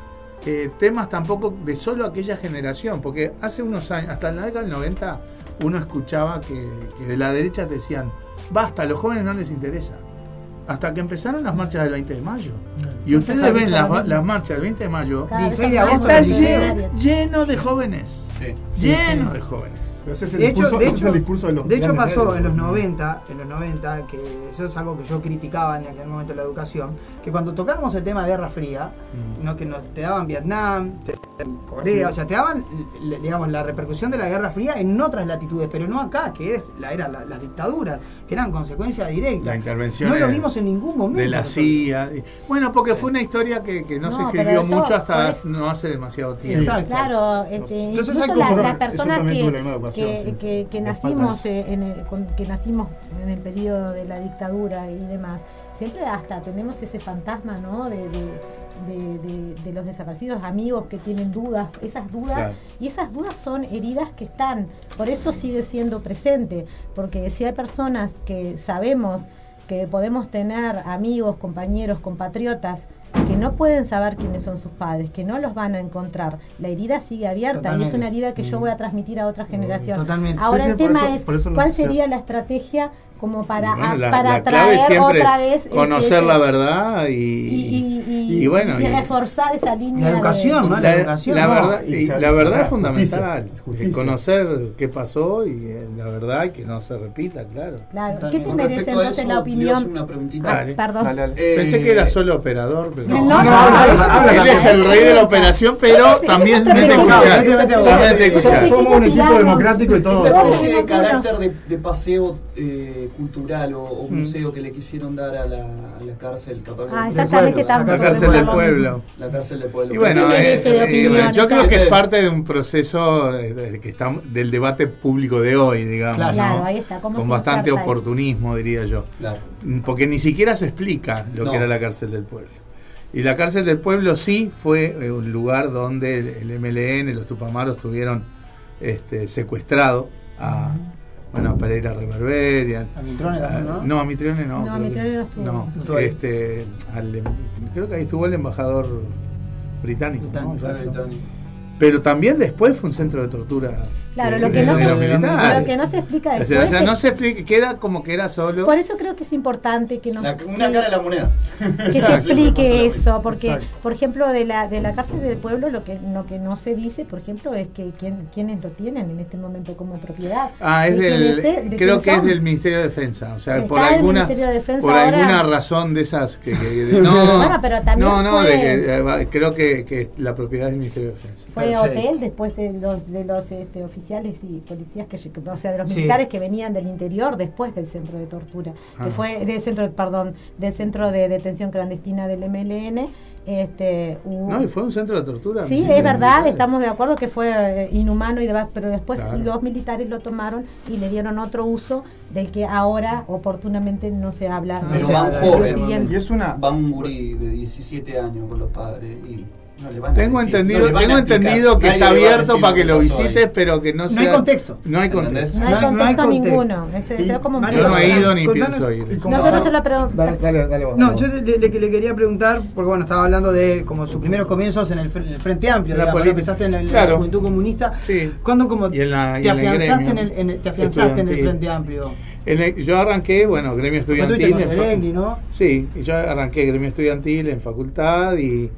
eh, temas tampoco de solo aquella generación, porque hace unos años, hasta en la década del noventa, uno escuchaba que, que de la derecha decían, basta, a los jóvenes no les interesa. Hasta que empezaron las marchas del veinte de mayo. Y ustedes ven las, las marchas del veinte de mayo, dieciséis de agosto, está lleno, lleno de jóvenes. Sí. Lleno sí, sí. de jóvenes. Pero ese es el, de discurso, hecho, de ese hecho, es el discurso de los De hecho pasó en los noventa, en los noventa, que eso es algo que yo criticaba en aquel momento de la educación, que cuando tocábamos el tema de Guerra Fría, mm. no que nos te daban Vietnam, te daban Corea, sí. o sea, te daban digamos la repercusión de la Guerra Fría en otras latitudes, pero no acá, que es la era la, las dictaduras, que eran consecuencia directa. La intervención no lo vimos en ningún momento. De la C I A. Bueno, porque sí. fue una historia que, que no, no se escribió eso, mucho hasta pues, no hace demasiado tiempo. Exacto. Claro, este, Entonces, incluso la, las personas que Que, sí. que, que nacimos eh, en el, con, que nacimos en el periodo de la dictadura y demás, siempre hasta tenemos ese fantasma, ¿no? de, de, de, de, de los desaparecidos, amigos que tienen dudas, esas dudas, claro. y esas dudas son heridas que están, por eso sigue siendo presente, porque si hay personas que sabemos que podemos tener amigos, compañeros, compatriotas que no pueden saber quiénes son sus padres, que no los van a encontrar, la herida sigue abierta. Totalmente. Y es una herida que yo voy a transmitir a otra generación. Totalmente. Ahora sí, el sí, tema eso, es cuál sería la estrategia como para, bueno, la, para la traer otra vez conocer ese, la verdad y, y, y, y, y bueno y reforzar esa línea la educación, de, ¿no? La, la educación, la no, verdad, y, y la verdad es fundamental, justicia, justicia. conocer qué pasó y eh, la verdad y que no se repita, claro. Claro. ¿Qué te merece entonces eso, la opinión? Una preguntita. Ah, perdón. Dale, dale. Eh, Pensé que era solo operador, pero no, no, no, no, no, él es el rey de la operación, pero también mete escuchar. También te escuchar. Somos un equipo democrático y todo. Esta especie de carácter de, de paseo eh, cultural o, o museo mm. que le quisieron dar a la, a la cárcel, capaz ah, exactamente, la, la cárcel del pueblo. La cárcel del pueblo. Y bueno, eh, eh, yo creo que es parte de un proceso de, que está, del debate público de hoy, digamos, claro, ¿no? Claro, ahí está. Con bastante oportunismo, eso? diría yo. Claro. Porque ni siquiera se explica lo no. que era la cárcel del pueblo. Y la cárcel del pueblo sí fue un lugar donde el M L N, los Tupamaros, tuvieron este, secuestrado a, bueno, a Pereira Reverberian. ¿A Mitrone a, no? No, a Mitrone no. No, a Mitrone no estuvo. No, no este, al, creo que ahí estuvo el embajador británico. británico, ¿no? británico. Pero también después fue un centro de tortura. Claro, lo que, no se, lo que no se explica después. O sea, o sea no se explica, queda como que era solo. Por eso creo que es importante que nos. La, una que, cara de la moneda. Que se explique eso, porque, Exacto. por ejemplo, de la de la cárcel del pueblo, lo que lo que no se dice, por ejemplo, es que quién, quiénes lo tienen en este momento como propiedad. Ah, es del. De creo que son. es del Ministerio de Defensa. O sea, Está por alguna. De Defensa por ahora, alguna razón de esas. Que, que de, no, bueno, pero también no, no, fue, de que, creo que, que la propiedad del Ministerio de Defensa. Fue Perfecto. hotel después de los, de los este, oficiales y policías que, o sea, de los sí. militares que venían del interior después del centro de tortura, ah. que fue del centro, perdón, del centro de detención clandestina del M L N. Este, hubo... No, y fue un centro de tortura. Sí, es verdad, militares. Estamos de acuerdo que fue eh, inhumano y demás, pero después claro. los militares lo tomaron y le dieron otro uso del que ahora oportunamente no se habla. Pero no va un joven, y es una... va un gurí de diecisiete años con los padres y... No tengo entendido, no tengo entendido que está abierto para que lo visites, pero que no sea. No hay contexto. No hay contexto. No hay contexto, no hay contexto ninguno. Ese, ese como yo no he ido ni pienso ir. Nosotros solo preguntamos. Dale, dale, dale vos, no, yo le, le, le quería preguntar, porque bueno, estaba hablando de como sus primeros comienzos en el, en el Frente Amplio, la digamos, empezaste en, el, claro. en la Juventud Comunista. Sí. ¿Cuándo como en la, te, afianzaste en el, en el, te afianzaste en el Frente Amplio? En el, yo arranqué, bueno, gremio estudiantil. En Serengui, ¿no? Sí, y yo arranqué gremio estudiantil en facultad y.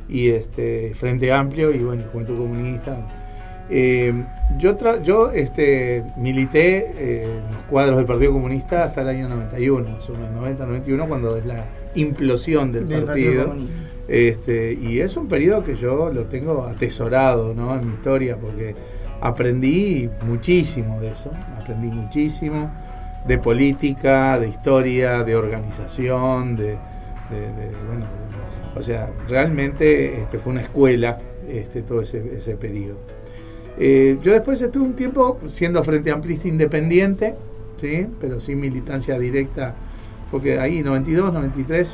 y este, Frente Amplio y bueno, Juventud Comunista. Eh, yo tra yo este, milité eh, en los cuadros del Partido Comunista hasta el año noventa y uno, más o menos, noventa, noventa y uno, cuando es la implosión del, del partido. partido este, y es un periodo que yo lo tengo atesorado, ¿no?, en mi historia, porque aprendí muchísimo de eso, aprendí muchísimo de política, de historia, de organización, de, de, de bueno, de, o sea, realmente este, fue una escuela este, todo ese, ese periodo. Eh, yo después estuve un tiempo siendo Frente Amplista independiente, ¿sí?, pero sin militancia directa, porque ahí noventa y dos, noventa y tres,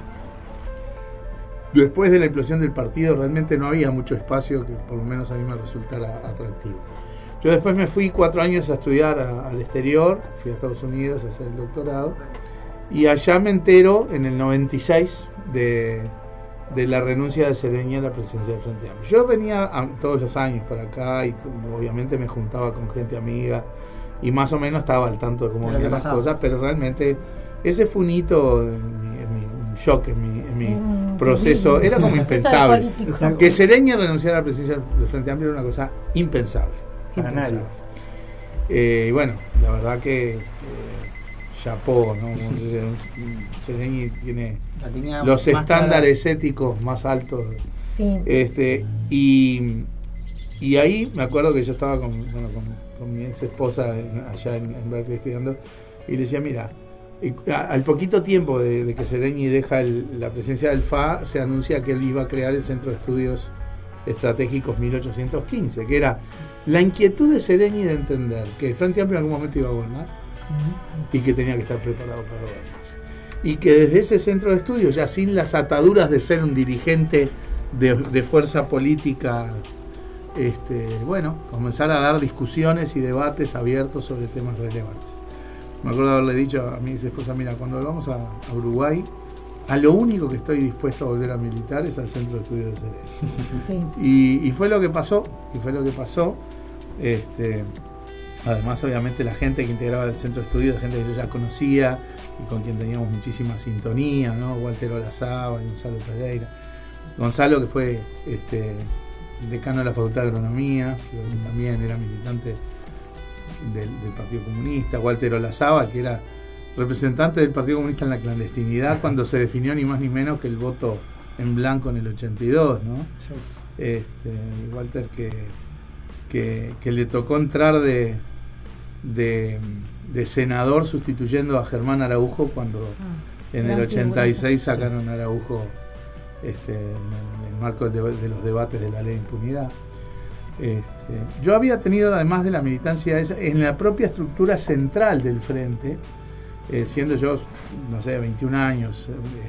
después de la implosión del partido, realmente no había mucho espacio que por lo menos a mí me resultara atractivo. Yo después me fui cuatro años a estudiar a, al exterior, fui a Estados Unidos a hacer el doctorado, y allá me entero en el noventa y seis de... de la renuncia de Sereñi a la presidencia del Frente Amplio. Yo venía a, todos los años para acá y obviamente me juntaba con gente amiga y más o menos estaba al tanto de cómo venían las cosas, pero realmente ese fue un hito, en mi, en mi, un shock en mi, en mi mm, proceso, era como impensable. Que Sereñi renunciara a la presidencia del Frente Amplio era una cosa impensable. Para impensable. nadie. Eh, y bueno, la verdad que... Eh, chapó, ¿no? Sereñi tiene los estándares clara. éticos más altos. Sí. Este, y, y ahí me acuerdo que yo estaba con, bueno, con, con mi ex esposa en, allá en, en Berkeley estudiando, y le decía, mira, a, al poquito tiempo de, de que Sereñi deja el, la presencia del F A, se anuncia que él iba a crear el Centro de Estudios Estratégicos mil ochocientos quince, que era la inquietud de Sereñi de entender que el Frente Amplio en algún momento iba a gobernar y que tenía que estar preparado para gobernar. Y que desde ese centro de estudios, ya sin las ataduras de ser un dirigente de, de fuerza política, este, bueno, comenzar a dar discusiones y debates abiertos sobre temas relevantes. Me acuerdo de haberle dicho a mi ex esposa, mira, cuando volvamos a, a Uruguay, a lo único que estoy dispuesto a volver a militar es al centro de estudios de Sereñi. Sí. Y, y fue lo que pasó, y fue lo que pasó. Este, Además, obviamente, la gente que integraba el centro de estudios, la gente que yo ya conocía y con quien teníamos muchísima sintonía, ¿no? Walter Olazábal y Gonzalo Pereira. Gonzalo, que fue este, decano de la Facultad de Agronomía, que también era militante del, del Partido Comunista. Walter Olazábal, que era representante del Partido Comunista en la clandestinidad, cuando se definió ni más ni menos que el voto en blanco en el ochenta y dos, ¿no? Sí. Este, Walter, que, que, que le tocó entrar de... De, de senador sustituyendo a Germán Araujo cuando ah, en el ochenta y seis sacaron a Araujo este, en, el, en el marco de, de los debates de la ley de impunidad. Este, yo había tenido, además de la militancia esa, en la propia estructura central del Frente, eh, siendo yo, no sé, veintiún años,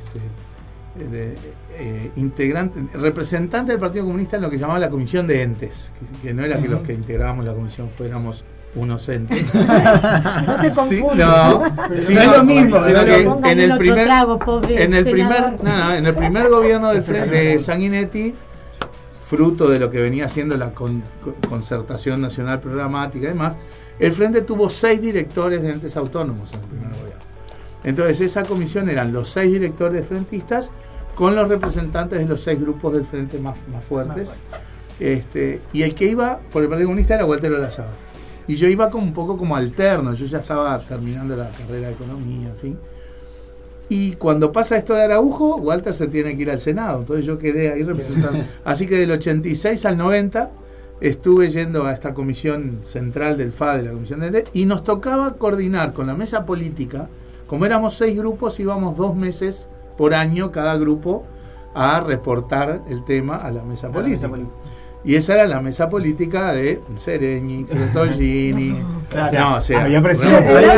este, de, eh, integrante, representante del Partido Comunista en lo que llamaba la Comisión de Entes, que, que no era uh-huh. que los que integrábamos la comisión fuéramos unos entes. No se sí, confunde. no, sí, no es lo mismo. Sino que en el primer, trago, pobre en el primer, senador. no, no, en el primer gobierno del Frente de Sanguinetti, fruto de lo que venía siendo la con, con, concertación nacional programática y demás, el Frente tuvo seis directores de entes autónomos en el primer gobierno. Entonces esa comisión eran los seis directores frentistas con los representantes de los seis grupos del Frente más, más fuertes. Este, y el que iba por el Partido Comunista era Walter Olazábal. Y yo iba como un poco como alterno, yo ya estaba terminando la carrera de economía, en fin. Y cuando pasa esto de Araujo, Walter se tiene que ir al Senado, entonces yo quedé ahí representando. Así que del ochenta y seis al noventa estuve yendo a esta comisión central del F A, de la Comisión de Ley, y nos tocaba coordinar con la mesa política. Como éramos seis grupos, íbamos dos meses por año cada grupo a reportar el tema a la mesa política. Y esa era la mesa política de Sereñi, Crettogini. Claro, no, o sea, había presión.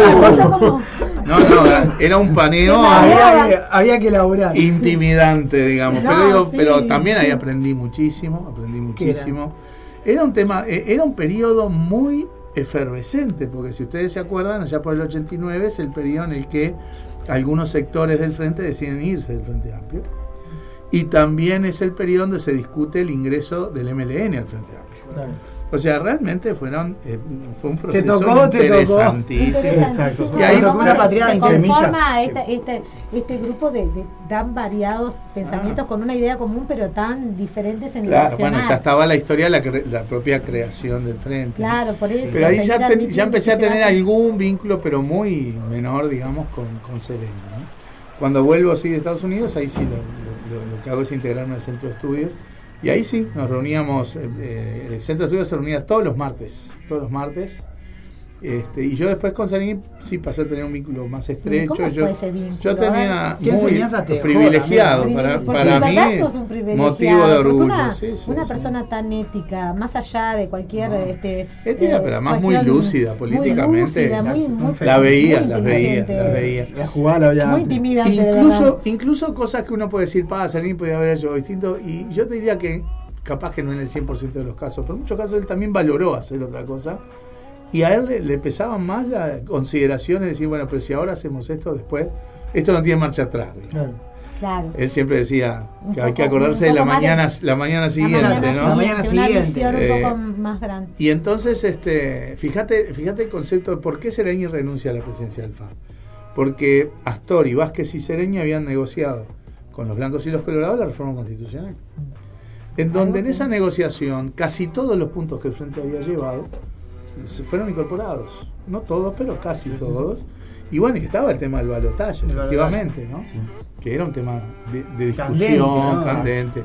No, no, no, era un paneo había, había que elaborar. Intimidante, digamos. No, pero digo, sí. pero también ahí aprendí muchísimo, aprendí muchísimo. Era? era un tema, era un periodo muy efervescente, porque si ustedes se acuerdan, allá por el ochenta y nueve es el periodo en el que algunos sectores del Frente deciden irse del Frente Amplio. Y también es el periodo donde se discute el ingreso del M L N al Frente Amplio. Claro. O sea, realmente fueron eh, fue un proceso te tocó, interesantísimo. te tocó. Exacto. Y ahí una patriada se en conforma este, este, este grupo de, de tan variados pensamientos ah. con una idea común, pero tan diferentes en claro, lo nacional. Bueno, ya estaba la historia de la, cre la propia creación del frente. Claro, por eso. Pero ahí ya, ten, ya empecé a tener algún vínculo, pero muy menor, digamos, con, con Sereni, ¿no? Cuando vuelvo así de Estados Unidos, ahí sí lo, lo, lo que hago es integrarme al centro de estudios. Y ahí sí, nos reuníamos, eh, el centro de estudios se reunía todos los martes, todos los martes. Este, y yo después con Sereni sí pasé a tener un vínculo más estrecho. Sí, ¿cómo yo, fue ese vínculo? yo tenía ¿Qué muy te privilegiado joda, para, Porque para mí, motivo de orgullo. Una, sí, sí, una sí. persona tan ética, más allá de cualquier... No. Este, ética, eh, pero además muy lúcida políticamente. Muy lúcida, muy, muy la veía, muy la veía, la veía. La jugada la veía. Muy intimidante. Incluso, incluso cosas que uno puede decir, pa, Sereni podía haber hecho distinto. Y yo te diría que capaz que no en el cien por ciento de los casos, pero en muchos casos él también valoró hacer otra cosa. Y a él le, le pesaban más las consideraciones de decir, bueno, pero si ahora hacemos esto, después, esto no tiene marcha atrás. Claro. Claro. Él siempre decía que hay que acordarse de la mañana, la mañana siguiente, la mañana ¿no? La mañana siguiente. Una visión eh, un poco más grande. Y entonces, este, fíjate, fíjate el concepto de por qué Sereni renuncia a la presidencia del F A. Porque Astori, Vázquez y Sereni habían negociado con los blancos y los colorados la reforma constitucional. En donde en esa negociación casi todos los puntos que el Frente había llevado se fueron incorporados. No todos, pero casi sí, todos. Sí. Y bueno, y estaba el tema del balotaje, efectivamente, ¿no? Sí. Que era un tema de, de discusión candente. ¿no? candente.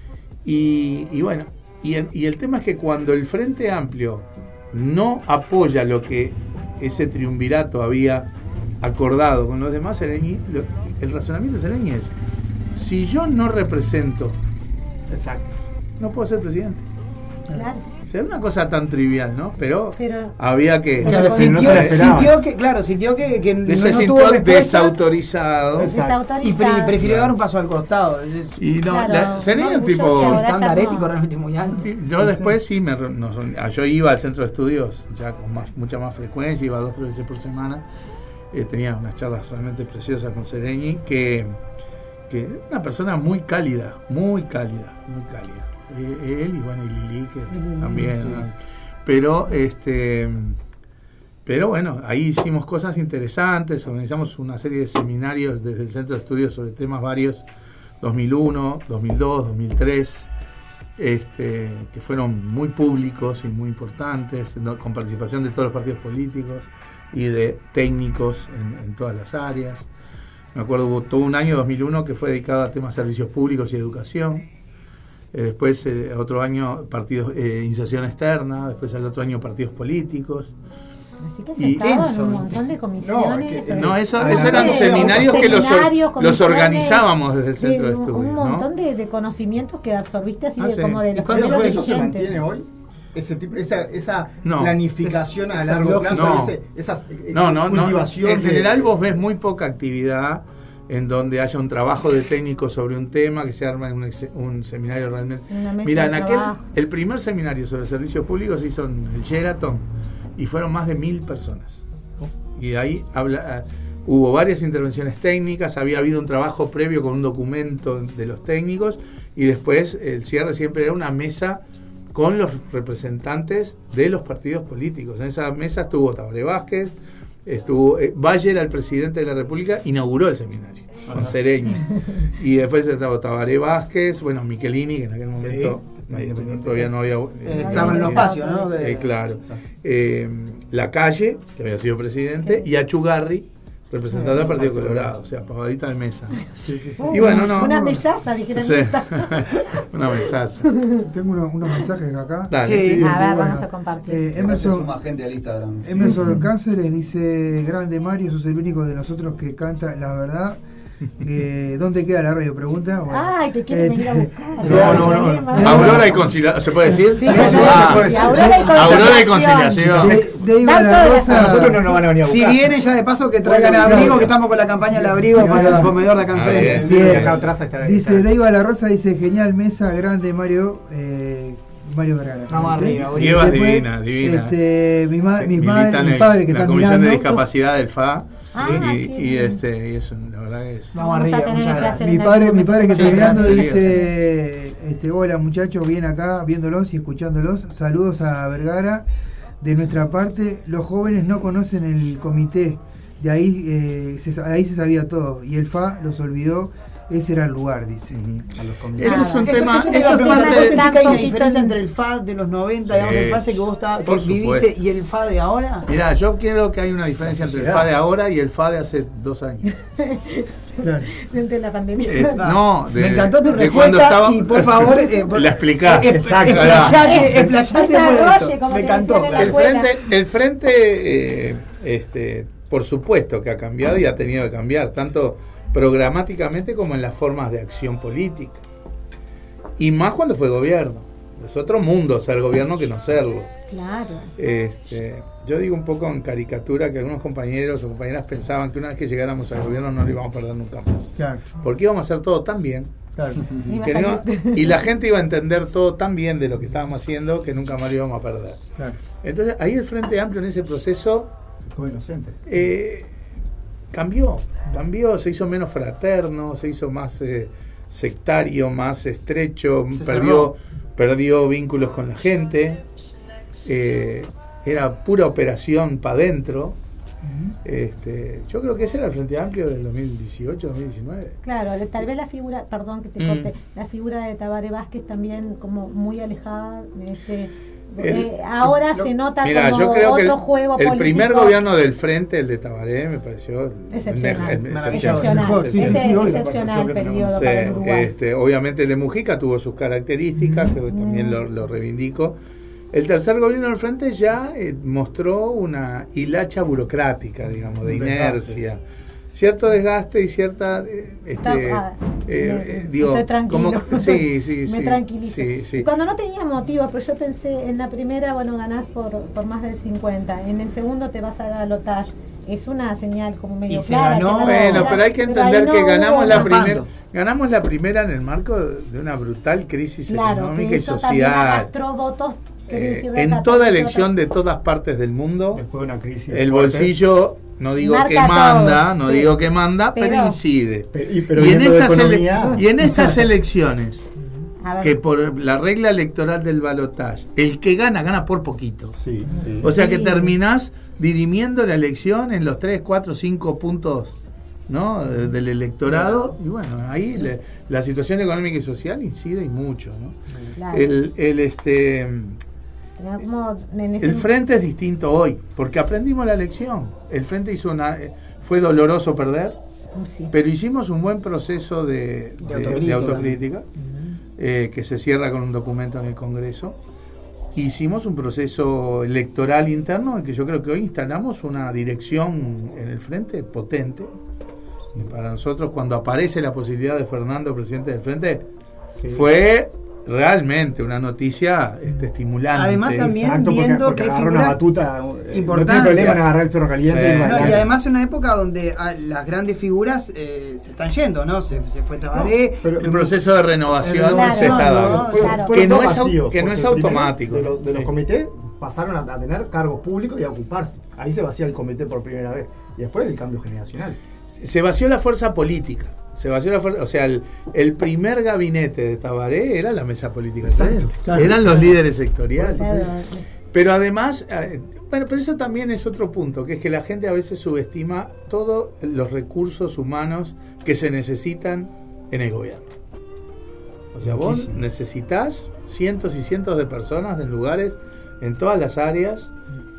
Y, y bueno, y, en, y el tema es que cuando el Frente Amplio no apoya lo que ese triunvirato había acordado con los demás, Sereni, lo, el razonamiento de Sereni es: si yo no represento, exacto, no puedo ser presidente. Claro. O sea, una cosa tan trivial, ¿no? Pero, Pero había que... Claro, no sintió, sintió que, claro, sintió que, que no, se no sintió tuvo respuesta, desautorizado. desautorizado. Y pre, prefirió dar un paso al costado. Y no, claro, la, Sereni no, un tipo... Un estándar ético realmente muy alto. Yo después sí, me, no, yo iba al centro de estudios ya con más, mucha más frecuencia, iba dos o tres veces por semana. Eh, tenía unas charlas realmente preciosas con Sereni, que, que una persona muy cálida, muy cálida, muy cálida. Él y bueno, y Lili, que Lili, también, sí. ¿no? Pero este pero bueno, ahí hicimos cosas interesantes, organizamos una serie de seminarios desde el centro de estudios sobre temas varios, dos mil uno, dos mil dos, dos mil tres, este, que fueron muy públicos y muy importantes, ¿no? Con participación de todos los partidos políticos y de técnicos en, en todas las áreas. Me acuerdo, hubo todo un año, dos mil uno, que fue dedicado a temas de servicios públicos y educación. Eh, después, eh, otro año, partidos, eh, iniciación externa. Después, al otro año, partidos políticos. Así que se y estaba en un montón de comisiones. No, no eso, esos eran seminarios que los, los organizábamos desde el centro de, de estudios. Un montón ¿no? de, de conocimientos que absorbiste así ah, de, sí. como de los primeros ¿Eso se mantiene hoy? Ese tipo, esa, esa no, planificación es, a largo plazo, no, ese, esas no, no, no. En de, general vos ves muy poca actividad en donde haya un trabajo de técnico sobre un tema, que se arma en un, un seminario realmente. Mira, en aquel, el primer seminario sobre servicios públicos se hizo en el Sheraton y fueron más de mil personas. Y de ahí habla, uh, hubo varias intervenciones técnicas, había habido un trabajo previo con un documento de los técnicos y después el cierre siempre era una mesa con los representantes de los partidos políticos. En esa mesa estuvo Tabaré Vázquez, estuvo eh, Valle, el presidente de la República, inauguró el seminario con Sereni, y después estaba Tabaré Vázquez, bueno, Michelini, que en aquel momento sí, eh, todavía no había eh, estaba en los espacios, ¿no? Eh, claro, eh, Lacalle, que había sido presidente, y Achugarri, representante del Partido Colorado, o sea, pavadita de mesa. Sí, sí, sí. Y bueno, no, una mesaza, dijeron. Sí. Una mesaza. Tengo unos, unos mensajes acá. Dale. Sí, sí, a ver, bueno, vamos a compartir. Eh, Emerson, más gente al Instagram. Sí. Emerson Cánceres dice: grande Mario, sos el único de nosotros que canta la verdad. Eh, ¿Dónde queda la radio? Pregunta. Bueno, ay, te quiero eh, venir a buscar. No, no, no. Aurora y conciliación. ¿Se puede decir? Sí, sí, sí, ah, sí, sí. Aurora y conciliación. De Iba la Rosa. Nosotros no nos van a venir a buscar. Si viene ya de paso que traigan bueno, abrigo, que estamos con la campaña del abrigo para el comedor de acá enfrente. Dice Deiva La Rosa, dice: genial mesa, grande Mario. Eh, Mario Vergara. Vamos arriba, Diva divina, divina. Este, mi, ma, mi, madre, mi padre que la están Comisión mirando. de Discapacidad del F A. Sí, ah, y, y este y eso la verdad es vamos arriba, a tener mi padre mi padre que está mirando sí, dice Este, hola muchachos, bien acá, viéndolos y escuchándolos. Saludos a Vergara. De nuestra parte, los jóvenes no conocen el comité. De ahí, eh, se, ahí se sabía todo. Y el F A los olvidó. Ese era el lugar, dice. Uh-huh. A los comités. Eso es un tema. Eso, eso es parte de. ¿Vos sentís que hay una diferencia entre el F A de los noventa, sí, digamos, el fase que vos estabas, que viviste, supuesto. y el F A de ahora? Mirá, yo creo que hay una diferencia entre el F A de ahora y el F A de hace dos años. Claro. De la pandemia. Eh, no, de, me encantó tu de respuesta estaba, y por favor eh, por, la explicás. Eh, Exacto. Explayate, explayate por esto. Me encantó. El frente, el frente eh, este, por supuesto que ha cambiado y ha tenido que cambiar, tanto programáticamente como en las formas de acción política. Y más cuando fue gobierno. Es otro mundo ser gobierno que no serlo. Claro. Este, yo digo un poco en caricatura que algunos compañeros o compañeras pensaban que una vez que llegáramos al gobierno no lo íbamos a perder nunca más. Claro. Porque íbamos a hacer todo tan bien. Claro. Que no, y la gente iba a entender todo tan bien de lo que estábamos haciendo que nunca más lo íbamos a perder. Claro. Entonces ahí el Frente Amplio en ese proceso como inocente. Eh, cambió, cambió, se hizo menos fraterno, se hizo más eh, sectario, más estrecho, Se perdió, perdió vínculos con la gente, eh, era pura operación para adentro. Uh-huh. Este, yo creo que ese era el Frente Amplio del dos mil dieciocho, dos mil diecinueve. Claro, tal vez la figura, perdón que te mm. corte, la figura de Tabaré Vázquez también como muy alejada. Este, el, eh, ahora lo, se nota mira, como yo creo otro que el, juego el político. primer gobierno del Frente, el de Tabaré, me pareció excepcional, el, el, el, excepcional, sí, ese sí, excepcional periodo sí, para el Uruguay. Este, obviamente el de Mujica tuvo sus características, mm. creo que también mm. lo, lo reivindico. El tercer gobierno del Frente ya eh, mostró una hilacha burocrática, digamos, de inercia, cierto desgaste y cierta eh, este, ah, eh, me, digo, tranquilo. como sí, sí, me sí, tranquiliza. Sí, sí. Cuando no tenía motivos, pero yo pensé en la primera, bueno, ganás por, por más del cincuenta, en el segundo te vas a la balotage. Es una señal como medio y clara. Ganó, no bueno, era, pero hay que entender no que ganamos la primera, tapando. ganamos la primera en el marco de una brutal crisis claro, económica y eso social. Arrastró votos. Eh, en toda elección de todas partes del mundo, después de una crisis el fuerte, bolsillo, no digo marca que manda, todo. no sí. digo que manda, pero, pero incide. Pero, y, pero y, en estas ele- y en estas elecciones, que por la regla electoral del balotaje, el que gana, gana por poquito. Sí, sí. O sea que sí. terminás dirimiendo la elección en los tres, cuatro, cinco puntos, ¿no? del electorado, y bueno, ahí le, la situación económica y social incide y mucho, ¿no? Claro. El, el este Como en ese el Frente es distinto hoy, porque aprendimos la lección. El Frente hizo una, fue doloroso perder, sí. pero hicimos un buen proceso de, de, de autocrítica, de autocrítica uh-huh. eh, que se cierra con un documento en el Congreso. Hicimos un proceso electoral interno en que yo creo que hoy instalamos una dirección en el Frente potente. Sí. Para nosotros, cuando aparece la posibilidad de Fernando, presidente del Frente, sí. fue realmente una noticia este, estimulante. Además también Exacto, viendo porque, porque que agarró una batuta importante. No tiene problema en agarrar el ferro caliente. Sí. No, y además en una época donde a, las grandes figuras eh, se están yendo, ¿no? Se, se fue Tabaré. No, pero el proceso de renovación claro, se está dando. No, claro. Que no es, vacío, que no es automático. De, lo, de sí. los comités pasaron a, a tener cargos públicos y a ocuparse. Ahí se vacía el comité por primera vez. Y después el cambio generacional. Se vació la fuerza política. Se vació la fuerza, o sea, el, el primer gabinete de Tabaré era la mesa política. Exacto, claro, eran los líderes sectoriales. Claro. Pero además, bueno, pero eso también es otro punto, que es que la gente a veces subestima todos los recursos humanos que se necesitan en el gobierno. O sea, vos necesitas cientos y cientos de personas en lugares, en todas las áreas,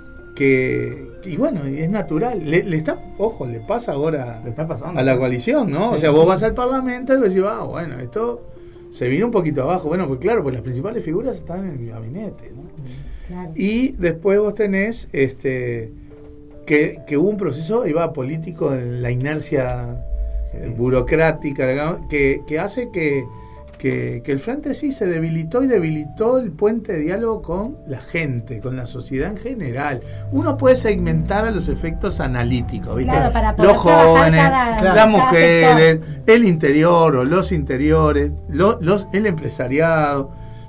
que, y bueno, es natural. Le, le está, ojo, le pasa ahora le está pasando, a la coalición, ¿no? Sí, o sea, vos sí. vas al Parlamento y decís, ah, bueno, esto se vino un poquito abajo. Bueno, pues claro, pues las principales figuras están en el gabinete, ¿no? Claro. Y después vos tenés este que, que hubo un proceso, iba político en la inercia sí. burocrática, que, que hace que Que, que el Frente sí se debilitó y debilitó el puente de diálogo con la gente, con la sociedad en general. Uno puede segmentar a los efectos analíticos, ¿viste? Claro, para los jóvenes, cada, las cada mujeres, sector. El interior o los interiores, los, los, el empresariado.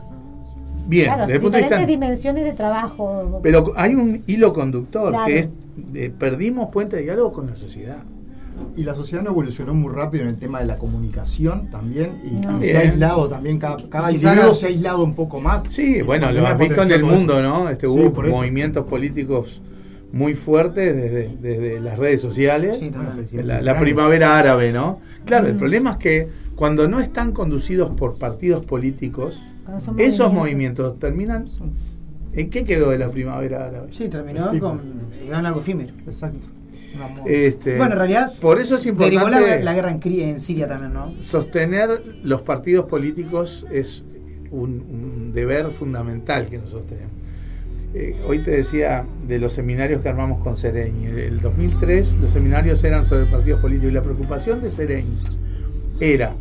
Bien, claro, desde el punto diferentes de vista, dimensiones de trabajo. Pero hay un hilo conductor, claro. que es eh, perdimos puente de diálogo con la sociedad. Y la sociedad no evolucionó muy rápido en el tema de la comunicación también, y, No. y se ha Bien. aislado también, cada, cada Y quizás individuo los- se ha aislado un poco más. Sí, bueno, Porque lo una has visto en potencia el todo eso. mundo, ¿no? Este, Sí, hubo por eso. movimientos políticos muy fuertes desde, desde las redes sociales. Sí, total. la, la primavera árabe, ¿no? Claro, el problema es que cuando no están conducidos por partidos políticos, Cuando son esos movimientos. movimientos terminan... ¿En qué quedó de la primavera árabe? Sí, terminó Efímero. con en algo efímero. Exacto. Este, Bueno, en realidad por eso es derivó la, importante la guerra en, Cri- en Siria también, ¿no? sostener los partidos políticos es un, un deber fundamental que nosotros tenemos. Eh, hoy te decía de los seminarios que armamos con Sereñi. En el dos mil tres los seminarios eran sobre partidos políticos y la preocupación de Sereñi era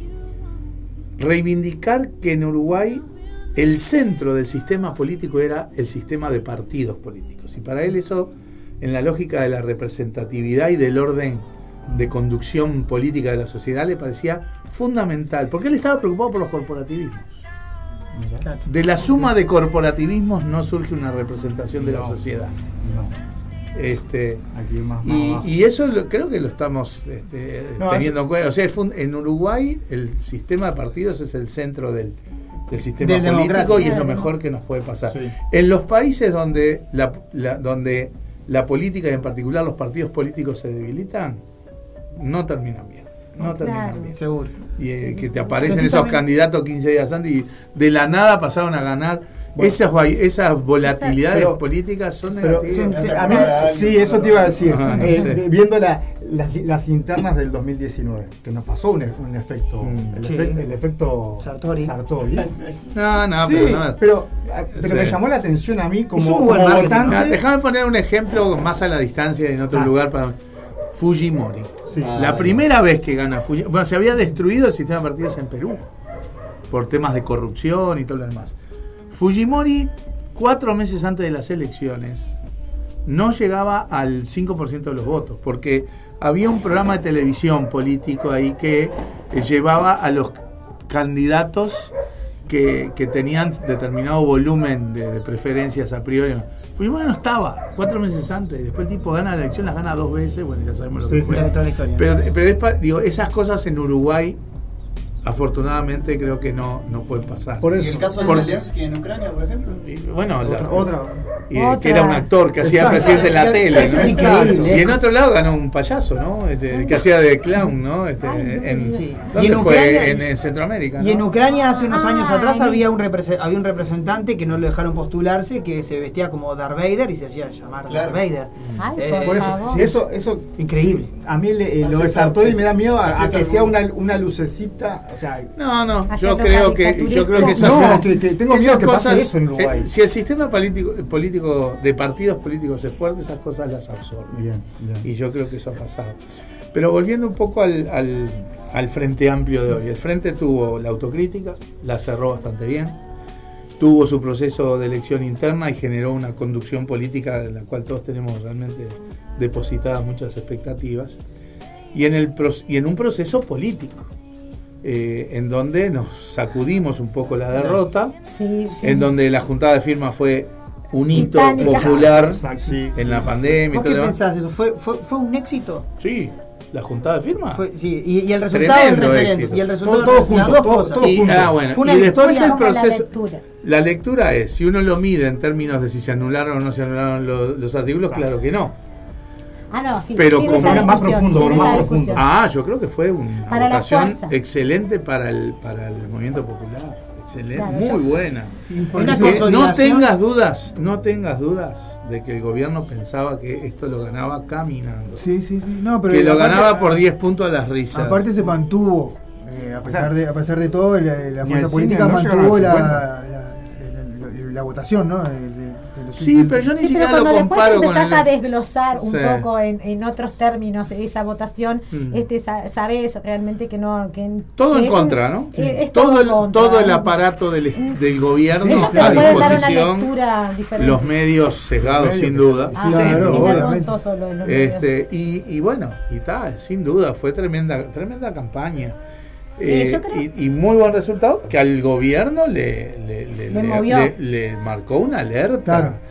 reivindicar que en Uruguay el centro del sistema político era el sistema de partidos políticos. Y para él eso, en la lógica de la representatividad y del orden de conducción política de la sociedad, le parecía fundamental, porque él estaba preocupado por los corporativismos. De la suma de corporativismos no surge una representación de la No, sociedad. no. Este, Aquí más, más y, abajo. y eso lo- creo que lo estamos este, No, teniendo en cuenta. O sea, es fun- en Uruguay el sistema de partidos es el centro del, del sistema Del político democrático. y es lo Claro. mejor que nos puede pasar. Sí. En los países donde la, la- donde la política y en particular los partidos políticos se debilitan, no terminan bien. No terminan Claro. bien. Seguro. Y eh, que te aparecen Sentí esos también- candidatos quince días antes y de la nada pasaron a ganar. Bueno. esas, vai- esas volatilidades Pero- políticas son Pero, negativas. sí, a mí, sí, eso te iba a decir. Ajá, no Eh, sé. Viendo la- las, las internas del dos mil diecinueve, que nos pasó un, e- un efecto, Mm. el, Sí. efecto el efecto Sartori. Sartori. No, no, Sí, pero no. pero, pero Sí. me llamó la atención a mí como, Hizo un buen como marketing. votante. No, déjame poner un ejemplo más a la distancia y en otro Ah. lugar para Fujimori. Sí. La Ah, primera vez que gana Fujimori, bueno, se había destruido el sistema de partidos en Perú por temas de corrupción y todo lo demás. Fujimori, cuatro meses antes de las elecciones, no llegaba al cinco por ciento de los votos, porque había un programa de televisión político ahí que eh, llevaba a los candidatos que, que tenían determinado volumen de, de preferencias a priori. Fujimori no estaba, cuatro meses antes, y después el tipo gana la elección, las gana dos veces, bueno, ya sabemos lo Sí, que sí. fue. Toda- toda la historia. Pero, pero es pa- digo, esas cosas en Uruguay, afortunadamente creo que no, no pueden pasar. Por ¿Y eso. el caso de Por- Zelensky en Ucrania, por ejemplo? Y, bueno, la- Otra, otra. y, eh, Otra. que era un actor que hacía Exacto. presidente en la Eso tele, es ¿no? increíble. Y en otro lado ganó un payaso, ¿no? Este, que hacía de clown, ¿no? Este, Ay, no en, me digas. ¿Dónde Y en fue? Ucrania- en, en Centroamérica, Y en ¿no? Ucrania hace unos años Ah, atrás en- había un, represe- había un representante que no lo dejaron postularse, que se vestía como Darth Vader y se hacía llamar Claro. Darth Vader. Ay, Eh, por Por eso, favor. eso, eso Increíble. a mí le- eh, Así lo de está, Sartori es- me da miedo a, así a está que el sea mundo. una, una lucecita. O sea, No, no, yo Hacerlo creo que yo creo que esas No, esas- que- que tengo esas miedo que pase eso en Uruguay. eh, si el sistema político, político de partidos políticos es fuerte, esas cosas las absorben. bien, bien. Y yo creo que eso ha pasado. Pero volviendo un poco al, al, al Frente Amplio de hoy. El Frente tuvo la autocrítica, la cerró bastante bien. Tuvo su proceso de elección interna y generó una conducción política en la cual todos tenemos realmente depositadas muchas expectativas. Y en, el, pro- y en un proceso político, eh, en donde nos sacudimos un poco la derrota, Sí, sí. en donde la juntada de firmas fue un hito Titánica. popular Exacto, sí, en sí, la sí, pandemia y ¿Vos todo qué lo demás. pensás de eso? ¿Fue, fue, ¿Fue un éxito? Sí, la juntada de firmas. Fue, sí, y, y el resultado del Tremendo referéndum. éxito. Y el resultado Todo- todo las junto, dos todo- cosas. todo Y, junto. ah, bueno, Fue una y después victoria el Como la proceso. lectura. La lectura es, si uno lo mide en términos de si se anularon o no se anularon los, los artículos, claro que no. Ah, no, sí, Pero sin como- esa más discusión, profundo, sin más esa profundo. discusión. Ah, yo creo que fue una Para la votación fuerza. excelente para el, para el movimiento popular. Excelente, Claro, muy yo- buena. Una Eh, no consolidación. tengas dudas, no tengas dudas de que el gobierno pensaba que esto lo ganaba caminando. Sí, sí, sí. No, pero que lo aparte- ganaba por diez puntos a las risas. Aparte se mantuvo, eh, a, pesar de, a pesar de todo, la, la Ni fuerza al política cine no llegaron mantuvo a la, cincuenta. la, la- la- la votación, ¿no? De- de- de los Sí, pero yo ni Sí, pero siquiera cuando lo después comparo con empezás el... a desglosar un Sí. poco en, en otros términos esa votación, Mm. este sa- sabes realmente que no... Que, Todo que en es contra, un- ¿no? eh, es todo, todo el, en contra. todo el aparato del, del gobierno Ellos te a pueden dar una disposición, lectura diferente. los medios sesgados Los medios, sin duda. Ah, Claro, sí, es obviamente. vergonzoso lo de los medios. Este, y, y bueno, y tal, sin duda, fue tremenda, tremenda campaña. Eh, Eh, yo creo- y, y muy buen resultado que al gobierno le, le, le, Le le- movió. le- le marcó una alerta. Claro.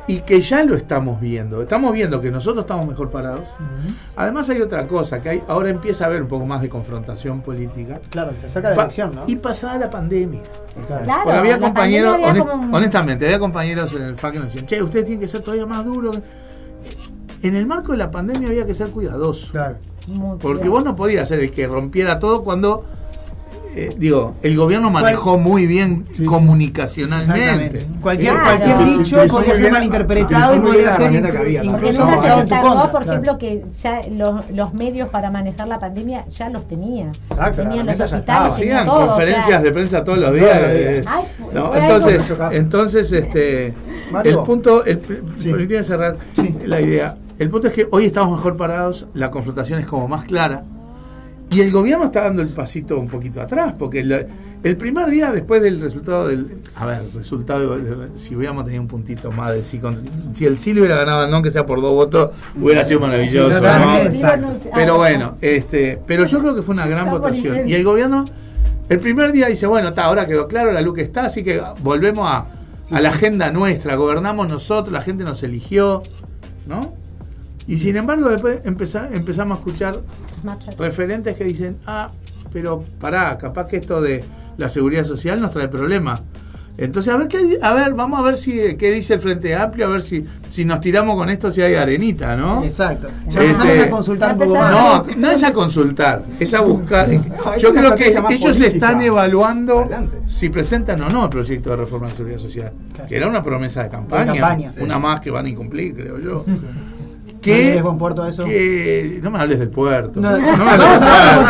y que ya lo estamos viendo. Estamos viendo que nosotros estamos mejor parados. Uh-huh. Además hay otra cosa, que hay, ahora empieza a haber un poco más de confrontación política. Claro, se acerca la pa- elección, ¿no? Y pasada la pandemia. Claro, Porque había la compañeros, pandemia había honest- como un- honestamente, había compañeros en el F A C que nos decían, che, ustedes tienen que ser todavía más duros. En el marco de la pandemia había que ser cuidadoso. Claro. Porque vos no podías ser el que rompiera todo cuando... Eh, digo, el gobierno manejó muy bien sí, comunicacionalmente. Cualquier, claro. cualquier dicho podría ser malinterpretado y podría ser incluso, incluso nunca se descargó, por ejemplo, que ya los, los medios para manejar la pandemia ya los tenía. Exacto, tenían los hospitales, hacían todo, conferencias claro. de prensa todos los días. Eh, Ay, no, entonces, entonces, este, Mario. el punto, el, sí. permíteme cerrar sí. la idea. El punto es que hoy estamos mejor parados, la confrontación es como más clara. Y el gobierno está dando el pasito un poquito atrás, porque el, el primer día después del resultado del... A ver, resultado, si hubiéramos tenido un puntito más de sí, con, si el sí le hubiera ganado al no, que sea por dos votos, hubiera sido maravilloso. Sí, ¿no? Pero bueno, este, pero yo creo que fue una gran votación. Y el gobierno, el primer día dice, bueno, está, ahora quedó claro, la luz que está, así que volvemos a, a la agenda nuestra, gobernamos nosotros, la gente nos eligió, ¿no? Y sin embargo después empezá, empezamos a escuchar referentes que dicen, ah, pero pará, capaz que esto de la seguridad social nos trae problemas. Entonces, a ver, qué, a ver, vamos a ver si qué dice el Frente Amplio, a ver si, si nos tiramos con esto, si hay arenita, ¿no? Exacto. Ya empezamos este, a consultar un poco más. No, no es a consultar, es a buscar. No, yo creo que ellos política. están evaluando Adelante. si presentan o no el proyecto de reforma de la seguridad social, claro. que era una promesa de campaña, de campaña una sí. más que van a incumplir, creo yo. ¿Qué? ¿No buen puerto eso? Que no me hables del puerto. No, no, no me hables del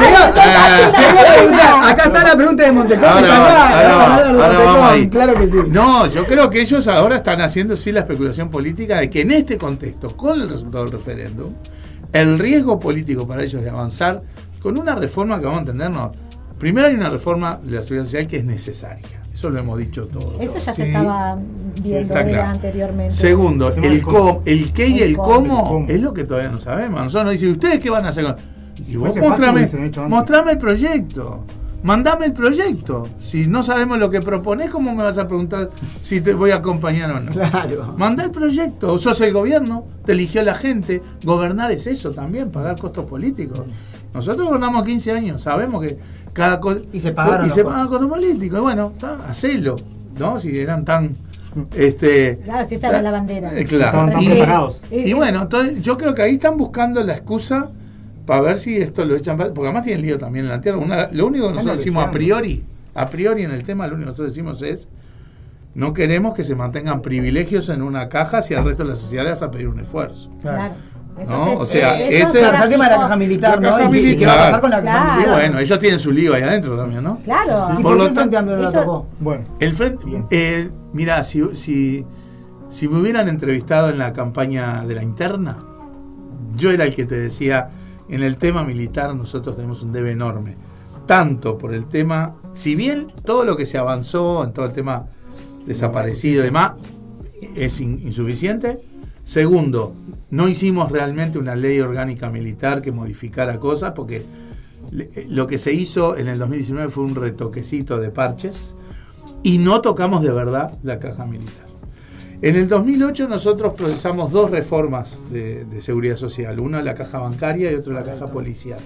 puerto. Acá está la pregunta de Montecón. Ahora, ahora, ahora vamos ahí. Claro que sí. No, yo creo que ellos ahora están haciendo sí la especulación política de que en este contexto, con el resultado del referéndum, el riesgo político para ellos de avanzar con una reforma que vamos a entendernos. Primero hay una reforma de la seguridad social que es necesaria. Eso lo hemos dicho todos. Eso ya sí. se estaba viendo sí, claro. anteriormente. Segundo, el, com, el qué y el, el cómo, cómo es lo que todavía no sabemos. Nosotros nos dicen, ¿ustedes qué van a hacer? Y vos mostrame, mostrame el proyecto. Mandame el proyecto. Si no sabemos lo que proponés, ¿cómo me vas a preguntar si te voy a acompañar o no? Claro. Mandá el proyecto. Sos el gobierno, te eligió la gente. Gobernar es eso también, pagar costos políticos. Nosotros gobernamos quince años, sabemos que cada cosa. Y se pagaron. Y se pagan costos políticos. Y bueno, tá, hacelo, ¿no? Si eran tan. Este, claro, si esa era la bandera. Eh, claro. Estaban tan y, preparados. Y bueno, entonces yo creo que ahí están buscando la excusa para ver si esto lo echan. Porque además tienen lío también en la tierra. Una, lo único que nosotros decimos a priori, a priori en el tema, lo único que nosotros decimos es: no queremos que se mantengan privilegios en una caja si al resto de la sociedad le vas a pedir un esfuerzo. Claro. Eso ¿no? es, o sea, eh, ese es el tema de la caja militar, la ¿no? Caja y militar. ¿qué va a pasar con la caja Claro. militar? Y bueno, ellos tienen su lío ahí adentro también, ¿no? Claro. ¿Y por por lo qué el Frente Amplio no lo eso- tocó? Bueno, El frente, eh, mira, si, si, si me hubieran entrevistado en la campaña de la interna, yo era el que te decía, en el tema militar nosotros tenemos un debe enorme. Tanto por el tema, si bien todo lo que se avanzó en todo el tema desaparecido y demás es in- insuficiente. Segundo, no hicimos realmente una ley orgánica militar que modificara cosas, porque le- lo que se hizo en el dos mil diecinueve fue un retoquecito de parches y no tocamos de verdad la caja militar. En el dos mil ocho nosotros procesamos dos reformas de, de seguridad social, una la caja bancaria y otra la caja policial,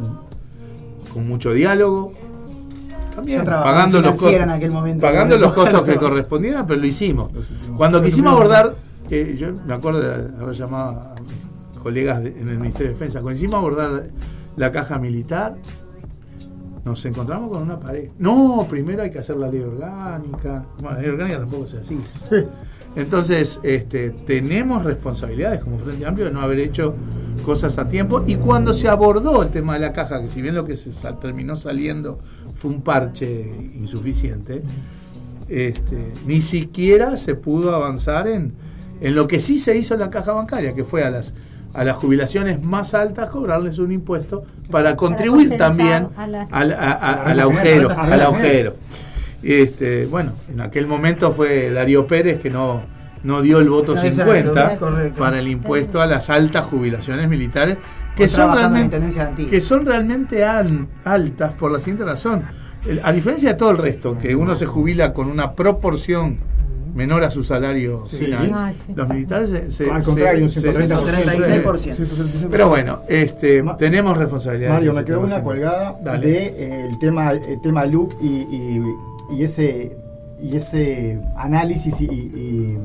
con mucho diálogo, también Yo trabajaba pagando en los financiera costos, en aquel momento. pagando No los costos que recuerdo. correspondieran, pero lo hicimos. Cuando quisimos abordar, eh, yo me acuerdo de haber llamado a mis colegas de- en el Ministerio de Defensa, cuando quisimos abordar la caja militar, nos encontramos con una pared. No, primero hay que hacer la ley orgánica. Bueno, la ley orgánica tampoco se así. Entonces, este, tenemos responsabilidades como Frente Amplio de no haber hecho cosas a tiempo. Y cuando se abordó el tema de la caja, que si bien lo que se sal- terminó saliendo fue un parche insuficiente, este, ni siquiera se pudo avanzar en, en lo que sí se hizo en la caja bancaria, que fue a las a las jubilaciones más altas cobrarles un impuesto para contribuir compensar también a las- al, a- a- al agujero, al agujero. Este, bueno, en aquel momento fue Darío Pérez que no, no dio el voto Exacto, cincuenta correcto. para el impuesto a las altas jubilaciones militares, que Pues son trabajando en la realmente, Intendencia de Antilles. que son realmente al- altas por la siguiente razón. El- a diferencia de todo el resto, que uno se jubila con una proporción menor a su salario Sí. final. Ay, sí. Los militares se, se- Al se- contrario, un se- ciento treinta por ciento. se- treinta y seis por ciento. Pero bueno, este, tenemos responsabilidades. Mario, en me ese quedó tema, una sí. colgada Dale. de eh, el tema el tema look y, y, y ese y ese análisis y, y-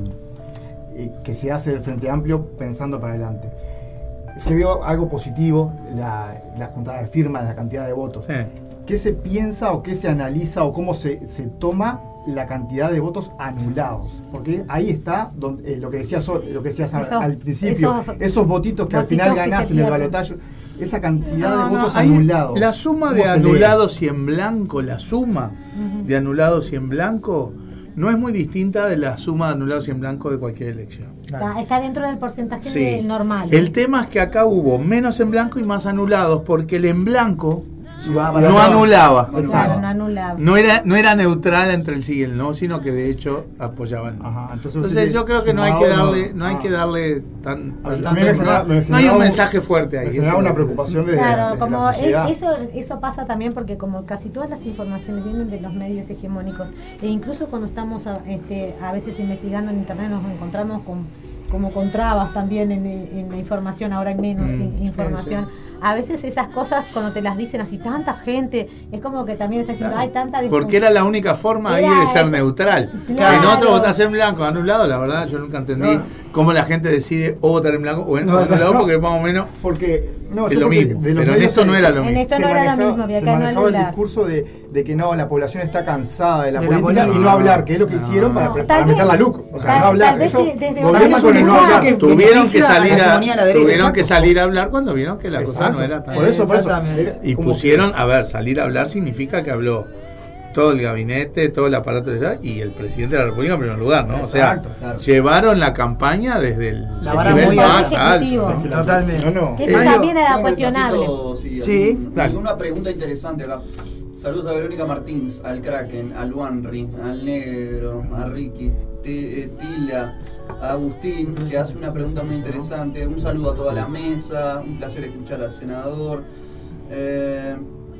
y que se hace del Frente Amplio pensando para adelante. Se vio algo positivo, la, la juntada de firmas, la cantidad de votos. Sí. ¿Qué se piensa o qué se analiza o cómo se, se toma la cantidad de votos anulados? Porque ahí está donde, eh, lo que decías, lo que decías al- Esos- al principio, esos esos, votitos que al votitos final que ganás se en el pierden. balotaje, esa cantidad No, de no, votos ahí anulados. La suma de ¿Cómo se lee? anulados y en blanco, la suma de anulados y en blanco, no es muy distinta de la suma de anulados y en blanco de cualquier elección. Está, está dentro del porcentaje Sí. de normal. El tema es que acá hubo menos en blanco y más anulados, porque el en blanco va- no va- anulaba. Claro, no anulado. No era, no era neutral entre el sí y el no, sino que de hecho apoyaban. entonces entonces usted yo creo que no hay que sumado, darle, no- no hay ah. que darle tan, A mí tan- me no, genera- me no hay generaba un un- mensaje fuerte ahí. me generaba eso una es lo que- preocupación desde, Claro, desde como la es- sociedad. eso, eso pasa también porque como casi todas las informaciones vienen de los medios hegemónicos e incluso cuando estamos a, este, a veces investigando en internet nos encontramos con como con trabas también en, en la información, ahora hay menos Mm, in- sí, información. A veces esas cosas cuando te las dicen así tanta gente, es como que también está diciendo, hay tanta Porque era la única forma ahí Era de ser eso. neutral. Claro. En otro votás en blanco, anulado, la verdad yo nunca entendí cómo la gente decide o votar en blanco o en No, o anulado, no. porque más o menos Porque no, es yo lo porque mismo. de los Pero en medios esto se- no era lo En mismo. esto se no era lo manejaba- mismo, había se que no manejaba el anular. discurso de, de que no, la población está cansada de la De la política y política. no hablar, que es lo que No. hicieron para, No, para tal meter vez- la look. O sea, tal- no hablar. tal vez Eso, sí, desde gobierno otra con el no perspectiva, hablar. que Tuvieron que beneficia a la salir a, hegemonía de la derecha, tuvieron que exacto. salir a hablar cuando vieron que la cosa Exacto. no era tan. Por eso, por eso. Exactamente. Y Como pusieron, a ver, salir a hablar significa que habló todo el gabinete, todo el aparato de Estado y el presidente de la República en primer lugar, ¿no? O sea, Exacto, claro. llevaron la campaña desde el La vara nivel muy más alta. alto. Totalmente. No, no. Que eso Mario, también era tengo un cuestionable. mensajito, sí, Sí, algún- dale. alguna pregunta interesante acá. Saludos a Verónica Martins, al Kraken, al Luanri, al Negro, a Ricky, T- eh, Tila, a Agustín, que hace una pregunta muy interesante. Un saludo a toda la mesa, un placer escuchar al senador. Eh,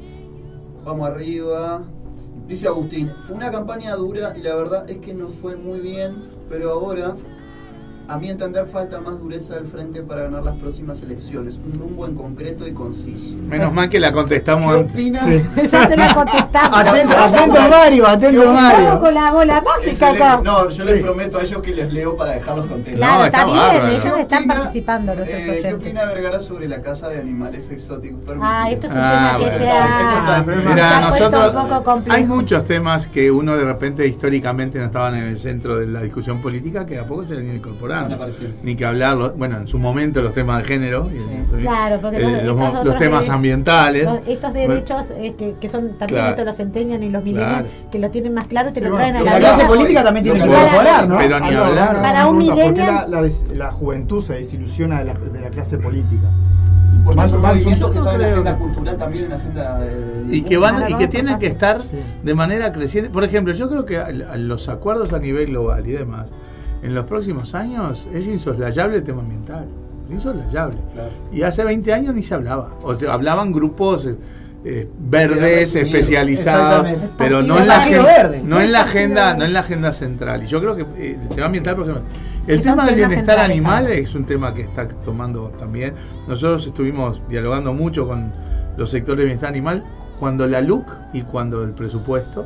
vamos arriba. Dice Agustín, fue una campaña dura y la verdad es que nos fue muy bien, pero ahora, a mi entender, falta más dureza del frente para ganar las próximas elecciones. Un rumbo en concreto y conciso. Menos mal que la contestamos ¿Qué antes. opina? Sí. Esa se la contestamos. Atento, atento Mario, atento Estamos Mario. con la bola mágica Excelente. acá. No, yo les prometo a ellos que les leo para dejarlos contentos. Claro, No, está, está bien, bárbaro. ellos ¿Qué están opina, participando nuestros Eh, ¿Qué oyentes. opina Vergara sobre la caza de animales exóticos? Ah, esto es un Ah, tema que bueno. se Eso está- ha, eso está- se Mira, ha puesto nosotros un poco complejo. hay muchos temas que uno de repente históricamente no estaban en el centro de la discusión política que a poco se han ido Van incorporando. apareciendo. Ni que hablarlo, bueno, en su momento los temas de género, y- Claro, porque eh, los- los, estos mo- otros los temas derechos- ambientales. Los- estos Bueno, derechos eh, que, que son también Claro. esto los centenian y los millennials Claro. que lo tienen más claro te Sí, lo bueno, traen a lo la La que mesa. clase política también tiene que Lo que- incorporar, ¿no? Pero ni Algo, hablar. ahora Para me un pregunta, ¿por qué millennial- la, la des- la juventud se desilusiona de la, de la clase política? Porque Van- son van- movimientos que yo están en la creo agenda que- cultural, también en la agenda de, y que van Claro, y que tienen que total. estar de manera creciente. Por ejemplo, yo creo que al- a los acuerdos a nivel global y demás, en los próximos años es insoslayable el tema ambiental. Insoslayable. Claro. Y hace veinte años ni se hablaba. O sea, hablaban grupos eh, eh, verdes, resumido. especializados, Exactamente. pero no El en la Partido agenda, Verde. no en la El Partido agenda, Verde. no en la agenda central. Y yo creo que eh, el tema ambiental, por ejemplo, el Que son tema del temas bienestar centrales animal ahora. es un tema que está tomando también. Nosotros estuvimos dialogando mucho con los sectores de bienestar animal cuando la L U C y cuando el presupuesto.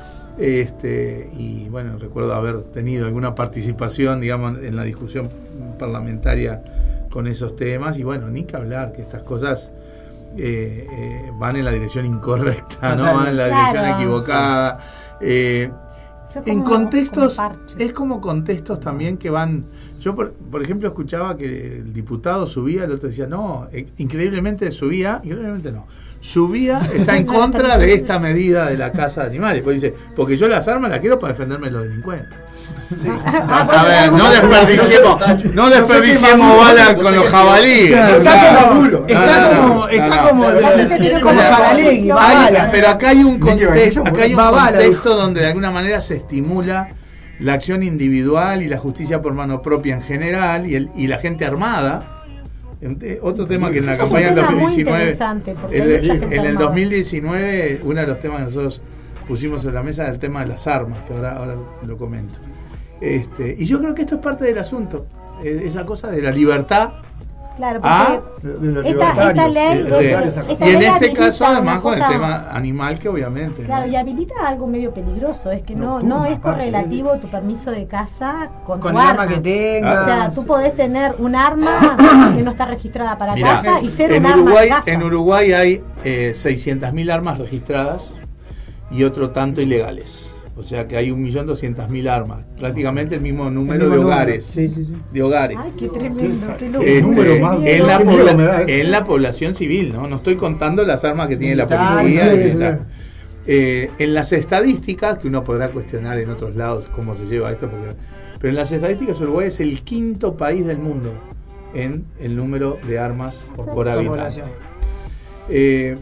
Este, y bueno, recuerdo haber tenido alguna participación, digamos, en la discusión parlamentaria con esos temas. Y bueno, ni que hablar que estas cosas eh, eh, van en la dirección incorrecta, ¿no? Van en la Claro. dirección equivocada. Eh, Eso en como- contextos, como parche. es como contextos también que van. Yo, por, por ejemplo, escuchaba que el diputado subía, el otro decía, no, eh, increíblemente subía, increíblemente no, subía, está en contra de esta medida de la caza de animales. Pues dice, porque yo las armas las quiero para defenderme de los delincuentes. Sí. A, a ver, no desperdiciemos, no desperdiciemos balas con los jabalíes. Claro, No, está no, como- no, está no, como- no, está no. como- Claro, como claro. Saralegui, va Hay- bala. pero acá hay un Ni que contexto, vaya, acá hay un va bala, contexto donde de alguna manera se estimula la acción individual y la justicia por mano propia en general y, el, y la gente armada. Eh, Otro tema que en la Eso es un campaña del tema muy dos mil diecinueve, interesante, porque el- hay mucha gente en el armada. dos mil diecinueve, uno de los temas que nosotros pusimos sobre la mesa es el tema de las armas, que ahora, ahora lo comento. Este, y yo creo que esto es parte del asunto, eh, esa cosa de la libertad. Claro, Ah, porque esta, esta ley. Eh, eh, esta y en ley este habilita caso, una además, con el cosa- tema animal, que obviamente. Claro, ¿no? y habilita algo medio peligroso, es que no, Nocturno, no es aparte, correlativo tu permiso de caza con, Con tu el arma. arma que tengas. O sea, tú podés tener un arma que no está registrada para Mirá, caza y ser en un arma Uruguay, de caza. en Uruguay hay eh, seiscientas mil armas registradas y otro tanto ilegales. O sea que hay un millón doscientas mil armas, prácticamente el mismo número El de mismo hogares. número, sí, sí, sí. De hogares. Ay, qué tremendo, qué loco. Este, número más- en, la qué pobla- miedo me da eso. en la población civil, ¿no? No estoy contando las armas que tiene la Militar, policía. sí, y sí, la- sí. Eh, en las estadísticas, que uno podrá cuestionar en otros lados cómo se lleva esto, porque, pero en las estadísticas Uruguay es el quinto país del mundo en el número de armas por, por habitante. población. Eh,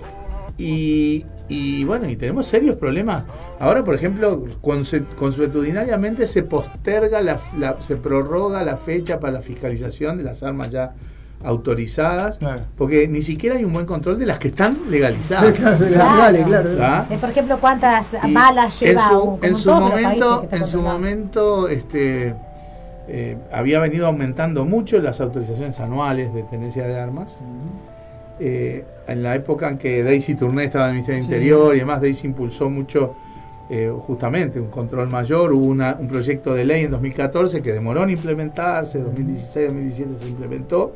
y, y bueno, y tenemos serios problemas. Ahora, por ejemplo, consu- consuetudinariamente se posterga, la, la- se prorroga la fecha para la fiscalización de las armas ya autorizadas, Claro. porque ni siquiera hay un buen control de las que están legalizadas. Sí, claro, Claro. legales, claro. ¿Ah? Eh, por ejemplo, ¿cuántas Y balas en lleva su, un- como en en su todos los países momento, que está en su controlado? momento, este, eh, había venido aumentando mucho las autorizaciones anuales de tenencia de armas. Eh, en la época en que Daisy Tourné estaba en el Ministerio del Sí. Interior y además Daisy impulsó mucho eh, justamente un control mayor, hubo una- un proyecto de ley en dos mil catorce que demoró en implementarse, dos mil dieciséis, dos mil diecisiete se implementó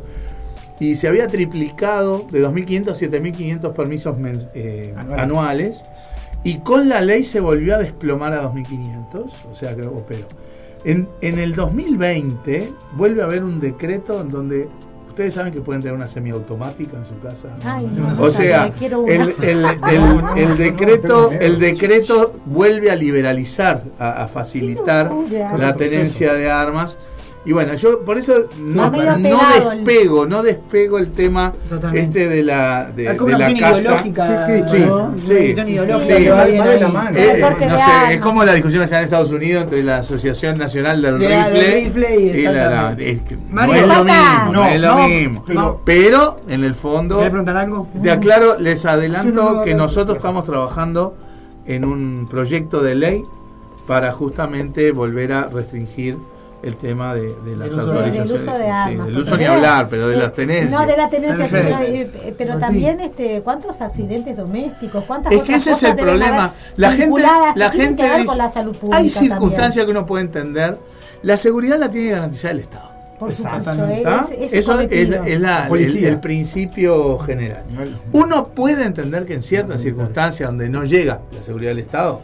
y se había triplicado de dos mil quinientos a siete mil quinientos permisos men- eh, Anuales. anuales y con la ley se volvió a desplomar a dos mil quinientos, o sea que operó. En, en el dos mil veinte vuelve a haber un decreto en donde ustedes saben que pueden tener una semiautomática en su casa. Ay, no, no O sea, sabía, quiero una. el, el- el- el decreto, el decreto vuelve a liberalizar, a, a facilitar la tenencia de armas. Y bueno, yo por eso no, Está medio no pegado el- despego, no despego el tema Totalmente. este de la de, Es como de una la cuestión casa. ideológica, Sí, ¿no? Una sí, cuestión ideológica sí. que va bien Va de ahí. la mano. Eh, El corte no de sé, es armas. como la discusión que se da en Estados Unidos entre la Asociación Nacional del De la- del Rifle, rifle y y la, la- exactamente. es que no Mario, es lo falta- mismo, no, No, es lo no, mismo. pero- Pero en el fondo, ¿Querés preguntar algo? te aclaro, les Sí, no, adelanto no, que no, nosotros no. estamos trabajando en un proyecto de ley para justamente volver a restringir el tema de, de las Del uso- autorizaciones. del uso de Sí, armas, del porque uso ni veo- hablar, pero de eh, las tenencias. No, de la tenencia, sí, Perfecto. no, eh, pero Martín. también este, ¿cuántos accidentes domésticos? ¿Cuántas Es que otras ese es cosas el deben problema. haber La gente, vinculadas que la tienen gente que ver dice, con la salud pública hay también? circunstancias que uno puede entender. La seguridad la tiene que garantizar el Estado. Por supuesto, Exactamente. es- ¿Ah? es- es Eso su es, cometido. es la- el, Policía. el principio general. Uno puede entender que en ciertas circunstancias donde no llega la seguridad del Estado,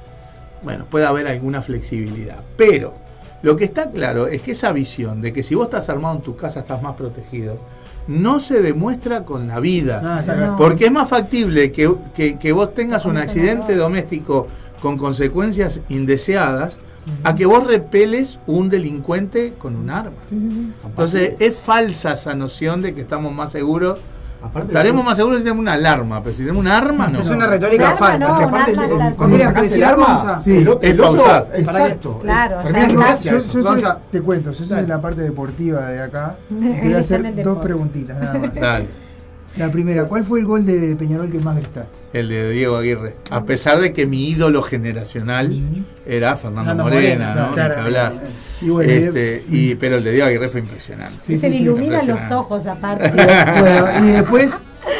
bueno, puede haber alguna flexibilidad. Pero lo que está claro es que esa visión de que si vos estás armado en tu casa estás más protegido, no se demuestra con la vida. Ah, claro. Porque es más factible que, que- que vos tengas un accidente doméstico con consecuencias indeseadas a que vos repeles un delincuente con un arma. Entonces es falsa esa noción de que estamos más seguros. Estaremos más seguros si tenemos una alarma, pero si tenemos un arma, no. Es una retórica Un arma falsa. no, que un aparte arma le- es algo. cuando Mira, sacás decir el algo, arma, vamos a- sí. el otro- Es el otro- pausar. Exacto. Claro, ya Termina está. gracias. Yo, yo soy- Vamos a- te cuento, yo soy de la parte deportiva de acá. y Te voy Él a está en hacer el dos deporte. preguntitas nada más. Dale. La primera, ¿cuál fue el gol de Peñarol que más gritaste? El de Diego Aguirre. A pesar de que mi ídolo generacional era Fernando Fernando Morena, Morena, ¿no? claro. Ni que hablar. Y bueno, Este, y, pero el de Diego Aguirre fue impresionante. Sí, se sí, le sí. iluminan los impresionante. ojos aparte. Bueno, y después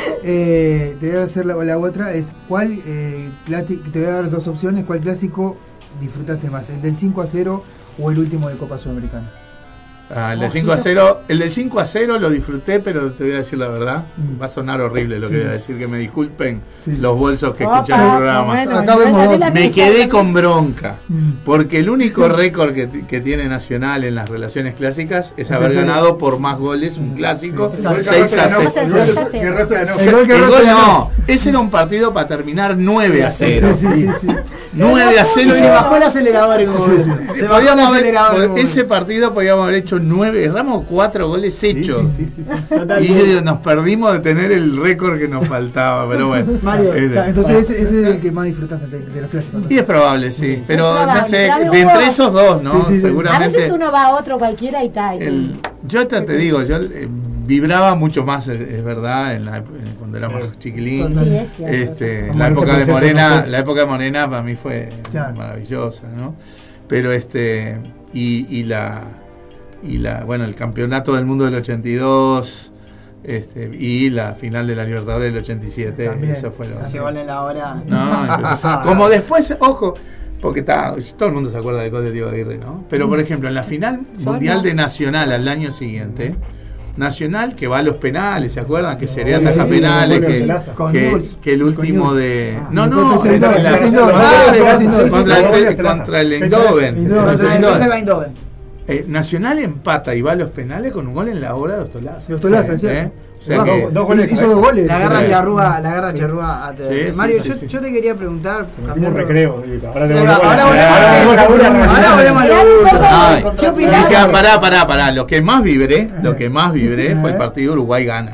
eh, te voy a hacer la, la otra, es ¿cuál, eh, clasi- te voy a dar dos opciones, ¿cuál clásico disfrutaste más? ¿El del cinco a cero o el último de Copa Sudamericana? Ah, el del cinco a cero, el del cinco a cero lo disfruté, pero te voy a decir la verdad, va a sonar horrible lo que Sí. voy a decir, que me disculpen Sí. los bolsos que Opa, escuchan el programa. bueno, Acá no, vemos dale dos. la Me misa, quedé la con misa. bronca, Mm. porque el único récord que, que tiene Nacional en las relaciones clásicas es haber Sí, sí. ganado por más goles un clásico, Sí. seis a cero. El gol que Que el resto ganó. El gol que El Roto gol ganó. no, ese era un partido para terminar nueve a cero. Sí, sí, sí, sí. nueve a cero. Y se bajó el acelerador en un momento. Se bajó el Podíamos haber- acelerador en un momento. ese partido podíamos haber hecho nueve, erramos cuatro goles hechos. Sí, sí, sí, sí. Y Totalmente. yo digo, nos perdimos de tener el récord que nos faltaba, pero bueno. Mario, Este, ta- entonces ese, ese es el que más disfrutaste de, de los clásicos. Y es probable, sí, pero Es probable, no sé, pero de hubo- entre esos dos, ¿no? Sí, sí, sí. A Seguramente. veces uno va a otro cualquiera y está. y- el- yo te, te digo, yo eh, vibraba mucho más, es, es verdad, en la, ep- eh, cuando era más chiquilín. Sí, es cierto. Este, Como la ese época de proceso, Morena, no sé. la época de Morena para mí fue Claro. maravillosa, ¿no? Pero este, y, y la, y la, bueno, el campeonato del mundo del ochenta y dos, este, y la final de la Libertadores del ochenta y siete, También. eso fue lo. Casi gol en la hora. No, entonces, como después, ojo, porque está, todo el mundo se acuerda del gol de Diego Aguirre, ¿no? Pero por ejemplo, en la final mundial de Nacional al año siguiente, Nacional que va a los penales, ¿se acuerdan? Que sería Sí, ataja sí, penales, sí, que, Plaza. que, que el último de. No, no, no, no, en la- no, en la- no, contra no, el- no, contra no, el- no, contra el no, Eindhoven. no, no, Contra el no, Ese va Eindhoven. Eindhoven. Eh, Nacional empata y va a los penales con un gol en la hora de Ostolaza. De Ostolaza, ¿Eh? ¿cierto? O sea Dos- que- dos goles, hizo dos goles. La garra Sí. charrúa, la garra charrúa a T D R. Sí, sí, Mario, sí, yo, sí. yo te quería preguntar. Como un recreo. y Ahora Sí, tengo va, bola. ahora volvemos Ahora a- volvemos a la ahora realidad. volvemos a lo Ay, ¿Qué opinás? y que, pará, pará, pará. Lo que más vibré, lo que más vibré fue el partido Uruguay gana.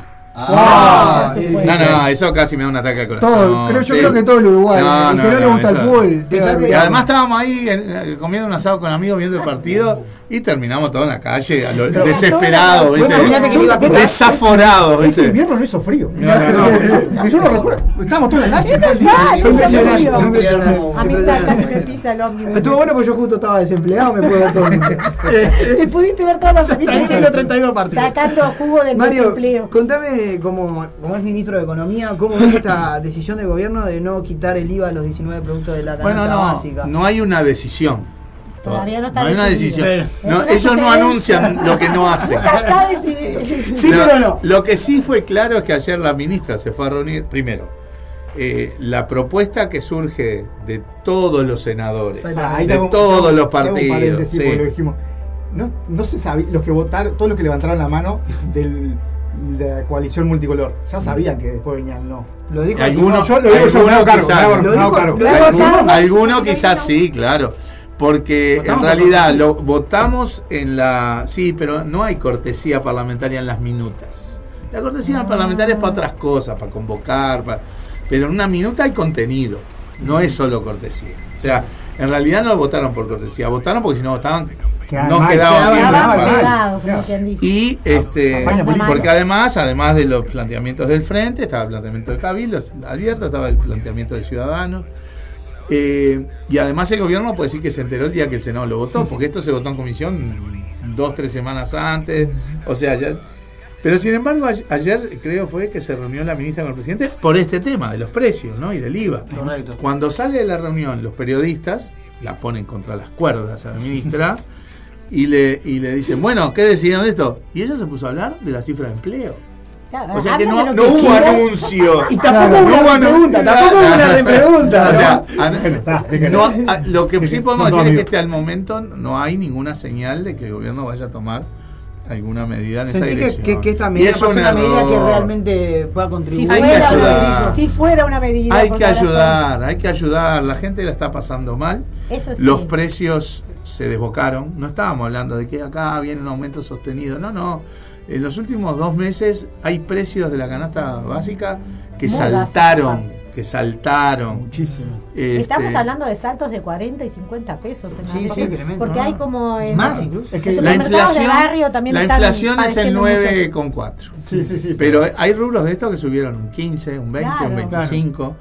Ah, sí, sí. No, no, eso casi me da un ataque al corazón. Todo, creo, yo sí. creo que todo el Uruguay. No, el no, que no, le no, gusta el eso- fútbol. te- Y te- además estábamos ahí eh, comiendo un asado con amigos viendo el partido y terminamos todos en la calle, a lo- Pero- desesperados, Bueno, ¿viste? imagínate que iba a pegar. Desaforados, Ese ¿viste? invierno no hizo frío. No, no, Yo no recuerdo. Estábamos todos en la Es calle. verdad, Fue no se impresionante, murió. fue impresionante. A mí me casi me pisa el ómnibus. Estuvo bueno porque yo justo estaba desempleado, me pude ver todo el mundo. Te pudiste ver todos los Salí de los treinta y dos partidos. sacando jugo del Mario, desempleo. contame, como, como es ministro de Economía, ¿cómo ves esta decisión del gobierno de no quitar el I V A a los diecinueve productos de la canasta Bueno, no, básica? no hay una decisión. Todavía no está No hay una decidido. decisión. Pero- No, Es una ellos no sugerencia. anuncian lo que no hacen. Está decidido. Sí, lo, pero no. Lo que sí fue claro es que ayer la ministra se fue a reunir. Primero, eh, la propuesta que surge de todos los senadores, Ah, ahí de tengo- todos tengo- los tengo un partidos. paréntesis, sí. porque lo dijimos. No, no se sabía, los que votaron, todos los que levantaron la mano del, de la coalición multicolor, ya sabían que después venía el no. Lo dijo Algunos, yo lo digo yo, me hago cargo, me hago- algunos me hago cargo. algunos- algunos quizás sí, claro. Porque en Votamos por realidad cortesía. lo votamos en la. Sí, pero no hay cortesía parlamentaria en las minutas. La cortesía parlamentaria es para otras cosas, para convocar, para, pero en una minuta hay contenido. No es solo cortesía. O sea, en realidad no votaron por cortesía, votaron porque si no votaban, Quedaban no mal, quedaban quedaban bien. mal, preparados. Pegados, como quien dice. Y este Campaña política. porque además, además de los planteamientos del frente, estaba el planteamiento de Cabildo abierto, estaba el planteamiento de Ciudadanos. Eh, y además el gobierno puede decir que se enteró el día que el Senado lo votó, porque esto se votó en comisión dos, tres semanas antes. O sea, ya. Pero sin embargo, a- ayer creo fue que se reunió la ministra con el presidente por este tema de los precios, ¿no? Y del I V A. Correcto. Cuando sale de la reunión, los periodistas la ponen contra las cuerdas a la ministra y le, y le dicen, bueno, ¿qué decidieron de esto? Y ella se puso a hablar de la cifra de empleo. O sea que Habla no, de no lo que hubo quiera. anuncio. Y tampoco hubo una repregunta, tampoco hubo una repregunta. O sea, ¿no? an- no, a- lo que sí podemos Son decir es dos que hasta el momento no hay ninguna señal de que el gobierno vaya a tomar alguna medida en esa Sentí que, dirección. que, que esta Y medida es va a ser un una medida que error. realmente pueda Si contribuir. Hay que fuera, ayudar. una, si fuera una medida. Hay porque que ahora son- ayudar, hay que ayudar. La gente la está pasando mal. Eso sí. Los precios se desbocaron. No estábamos hablando de que acá viene un aumento sostenido. No, no. En los últimos dos meses hay precios de la canasta básica que Muy saltaron. básicos. Que saltaron. Muchísimo. Este, Estamos hablando de saltos de cuarenta y cincuenta pesos en Sí, las sí, cosas, tremendo. porque No, hay no. como en Más los- incluso. Es que los la supermercados de inflación, barrio también la están inflación es el padeciendo nueve mucho. coma cuatro. Sí, sí, sí. Pero hay rubros de estos que subieron un quince, un veinte, Claro. un veinticinco.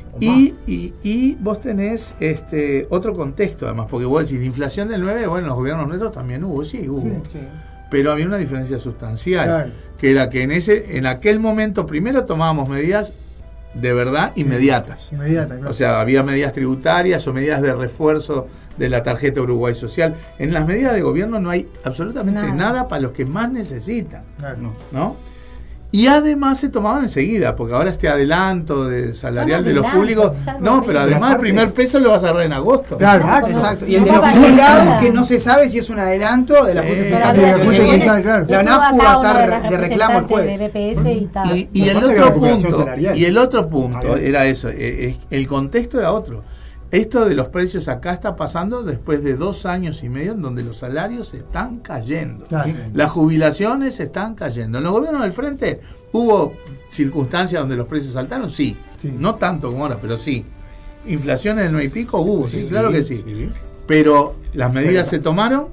Y, y, y vos tenés este otro contexto además, porque vos decís, la inflación del nueve, bueno, en los gobiernos nuestros también hubo, sí, hubo. Sí. Pero había una diferencia sustancial, Claro. que era que en ese en aquel momento primero tomábamos medidas de verdad inmediatas. Inmediata, claro. O sea, había medidas tributarias o medidas de refuerzo de la tarjeta Uruguay Social. En las medidas de gobierno no hay absolutamente Nada. nada, para los que más necesitan, Claro. No. ¿no? Y además se tomaban enseguida, porque ahora este adelanto de salarial Son de los adelantos, públicos, es algo no, pero horrible. además el Aparte- primer peso lo vas a agarrar en agosto. Claro, Exacto. exacto. Y el de No los va a jubilados, cambiar. que no se sabe si es un adelanto de la Sí. Junta Todavía Fiscal, de la se Junta viene. Fiscal, claro. La Estuvo ANAFU acá va a una de estar las de reclamo el representantes jueves. de B P S y tal. Y, y Nos el falta otro la recuperación punto, salarial. y el otro punto Había. era eso, eh, eh, el contexto era otro. Esto de los precios acá está pasando después de dos años y medio en donde los salarios están cayendo. Claro. Las jubilaciones están cayendo. En los gobiernos del frente hubo circunstancias donde los precios saltaron, sí. Sí. No tanto como ahora, pero sí. Inflación en el nueve y pico hubo, sí, Sí, claro que sí. Pero las medidas se tomaron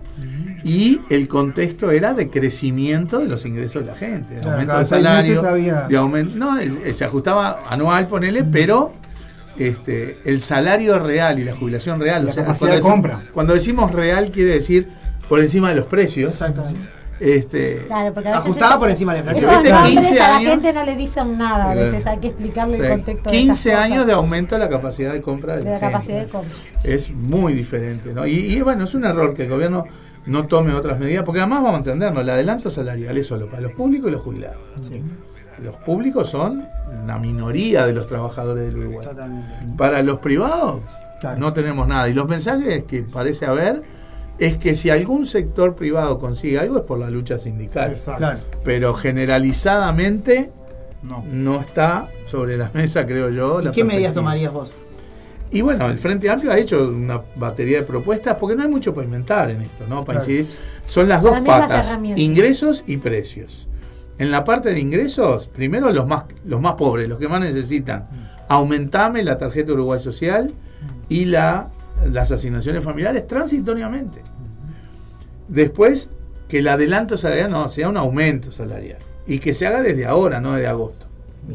y el contexto era de crecimiento de los ingresos de la gente, de Claro, aumento cada de seis salario, meses había- de aumento, no, eh, se ajustaba anual, ponele, pero este, el salario real y la jubilación real. La o sea, capacidad cuando de decimos, compra. Cuando decimos real quiere decir por encima de los precios. Exactamente. Este, Claro, porque a veces Ajustada ese- por encima de la esos inflación. Viste, nombres quince a la años. gente no le dicen nada, a veces hay que explicarle o el sea, contexto de quince esas años cosas, de aumento de la capacidad de compra de, de la gente. capacidad de compra. Es muy diferente, ¿no? Y, y bueno, es un error que el gobierno no tome otras medidas, porque además vamos a entendernos, el adelanto salarial es solo para los públicos y los jubilados. Sí. Los públicos son la minoría de los trabajadores del Uruguay. Totalmente. Para los privados Claro. no tenemos nada. Y los mensajes que parece haber es que si algún sector privado consigue algo es por la lucha sindical. Exacto. Claro. Pero generalizadamente No. no está sobre la mesa, creo yo. ¿Y la qué medidas perspectiva. tomarías vos? Y bueno, el Frente Amplio ha hecho una batería de propuestas porque no hay mucho para inventar en esto, ¿no? Para Claro. incidir. Son las dos Para mí las patas, herramientas. ingresos y precios. En la parte de ingresos, primero los más, los más pobres, los que más necesitan. Aumentame la tarjeta Uruguay Social y la, las asignaciones familiares transitoriamente. Después, que el adelanto salarial no sea un aumento salarial. Y que se haga desde ahora, no desde agosto.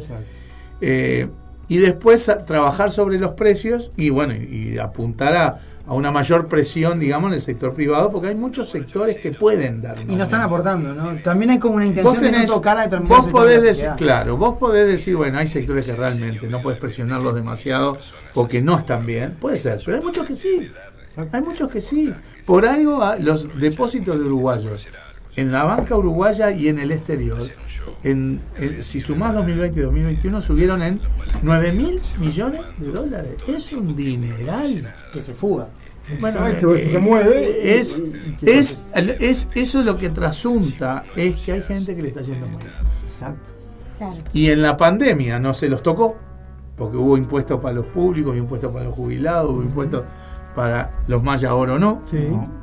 Eh, y después a, trabajar sobre los precios y bueno, y, y apuntar a, a una mayor presión, digamos, en el sector privado, porque hay muchos sectores que pueden dar. Y no están aportando, ¿no? También hay como una Vos, intención de tenés, no tocar a determinados vos podés sectores de la decir, sociedad. claro, vos podés decir, bueno, hay sectores que realmente no puedes presionarlos demasiado porque no están bien, puede ser, pero hay muchos que sí, hay muchos que sí. Por algo a- los depósitos de uruguayos en la banca uruguaya y en el exterior, en, en- si sumás dos mil veinte y dos mil veintiuno, subieron en nueve mil millones de dólares. Es un dineral. Que se fuga. Bueno, Exacto, eh, que se mueve. Es, es, es, eso lo que trasunta es que hay gente que le está yendo muy bien. Exacto. Claro. Y en la pandemia no se los tocó, porque hubo impuestos para los públicos, hubo impuestos para los jubilados, hubo impuestos para los maya oro no. Sí.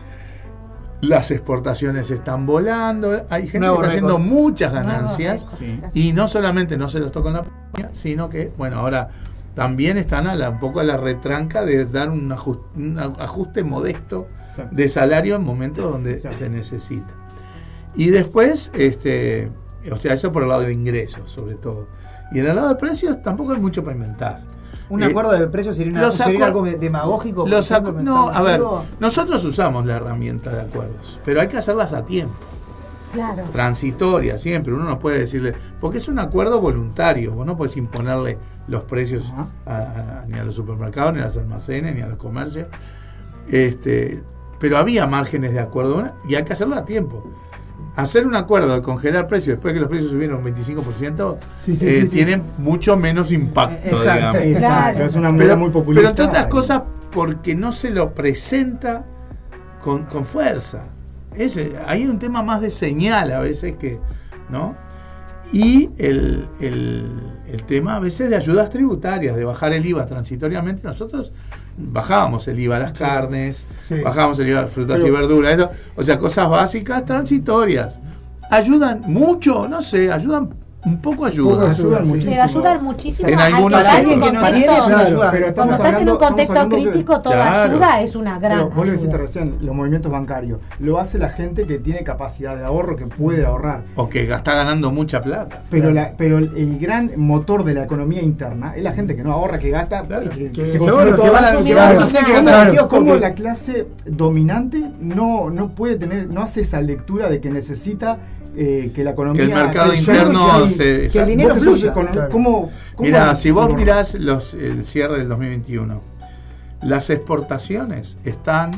Las exportaciones están volando, hay gente Nuevo que está haciendo récord. muchas Nuevo ganancias récord. y no solamente no se los tocó en la pandemia, sino que, bueno, ahora también están a la, un poco a la retranca de dar un ajuste, un ajuste modesto de salario en momentos donde se necesita. Y después, este, o sea, eso por el lado de ingresos, sobre todo. Y en el lado de precios tampoco hay mucho para inventar. Un Eh, acuerdo de precios sería, una, los sería acuer- algo de- demagógico. por Los ejemplo, acu- no, a ver, establecido. nosotros usamos la herramienta de acuerdos, pero hay que hacerlas a tiempo. Claro. Transitoria siempre, uno no puede decirle, porque es un acuerdo voluntario, vos no puedes imponerle los precios a, a- ni a los supermercados, ni a los almacenes, ni a los comercios, este, pero había márgenes de acuerdo y hay que hacerlo a tiempo. Hacer un acuerdo de congelar precios después que los precios subieron un veinticinco por ciento Sí, sí, eh, sí, sí. tiene mucho menos impacto, Exacto, digamos. exacto. Es una medida Pero, muy pero populista. entre otras cosas porque no se lo presenta con, con fuerza. Ese, hay un tema más de señal a veces que, ¿no? Y el, el, el tema a veces de ayudas tributarias, de bajar el I V A transitoriamente. Nosotros bajábamos el I V A a las carnes, Sí. bajábamos el I V A a frutas Pero- y verduras, eso, o sea, cosas básicas transitorias. Ayudan mucho, no sé, ayudan un poco ayudan. ayudan muchísimo. Pero ayudan muchísimo. En al algunos que está en un sectores. Alguien que no contexto- tiene, es una Claro, ayuda. pero Cuando estamos estás en un hablando- contexto estamos hablando que- crítico, toda Claro. ayuda es una gran Pero vos lo dijiste ayuda. recién, los movimientos bancarios. Lo hace la gente que tiene capacidad de ahorro, que puede ahorrar. O que está ganando mucha plata. Pero, la, pero el, el gran motor de la economía interna es la gente que no ahorra, que gasta y que, Que se seguro, consume que todo. van a- que Claro. van a- ¿Cómo- que ganan en el kiosco, cómo que- la clase dominante no, no puede tener, no hace esa lectura de que necesita eh, que la economía... Que el mercado que interno sí, se- que el dinero vos que fluya. sos Con- claro. ¿cómo- cómo- Mira, si vos cómo- mirás los, el cierre del dos mil veintiuno, las exportaciones están,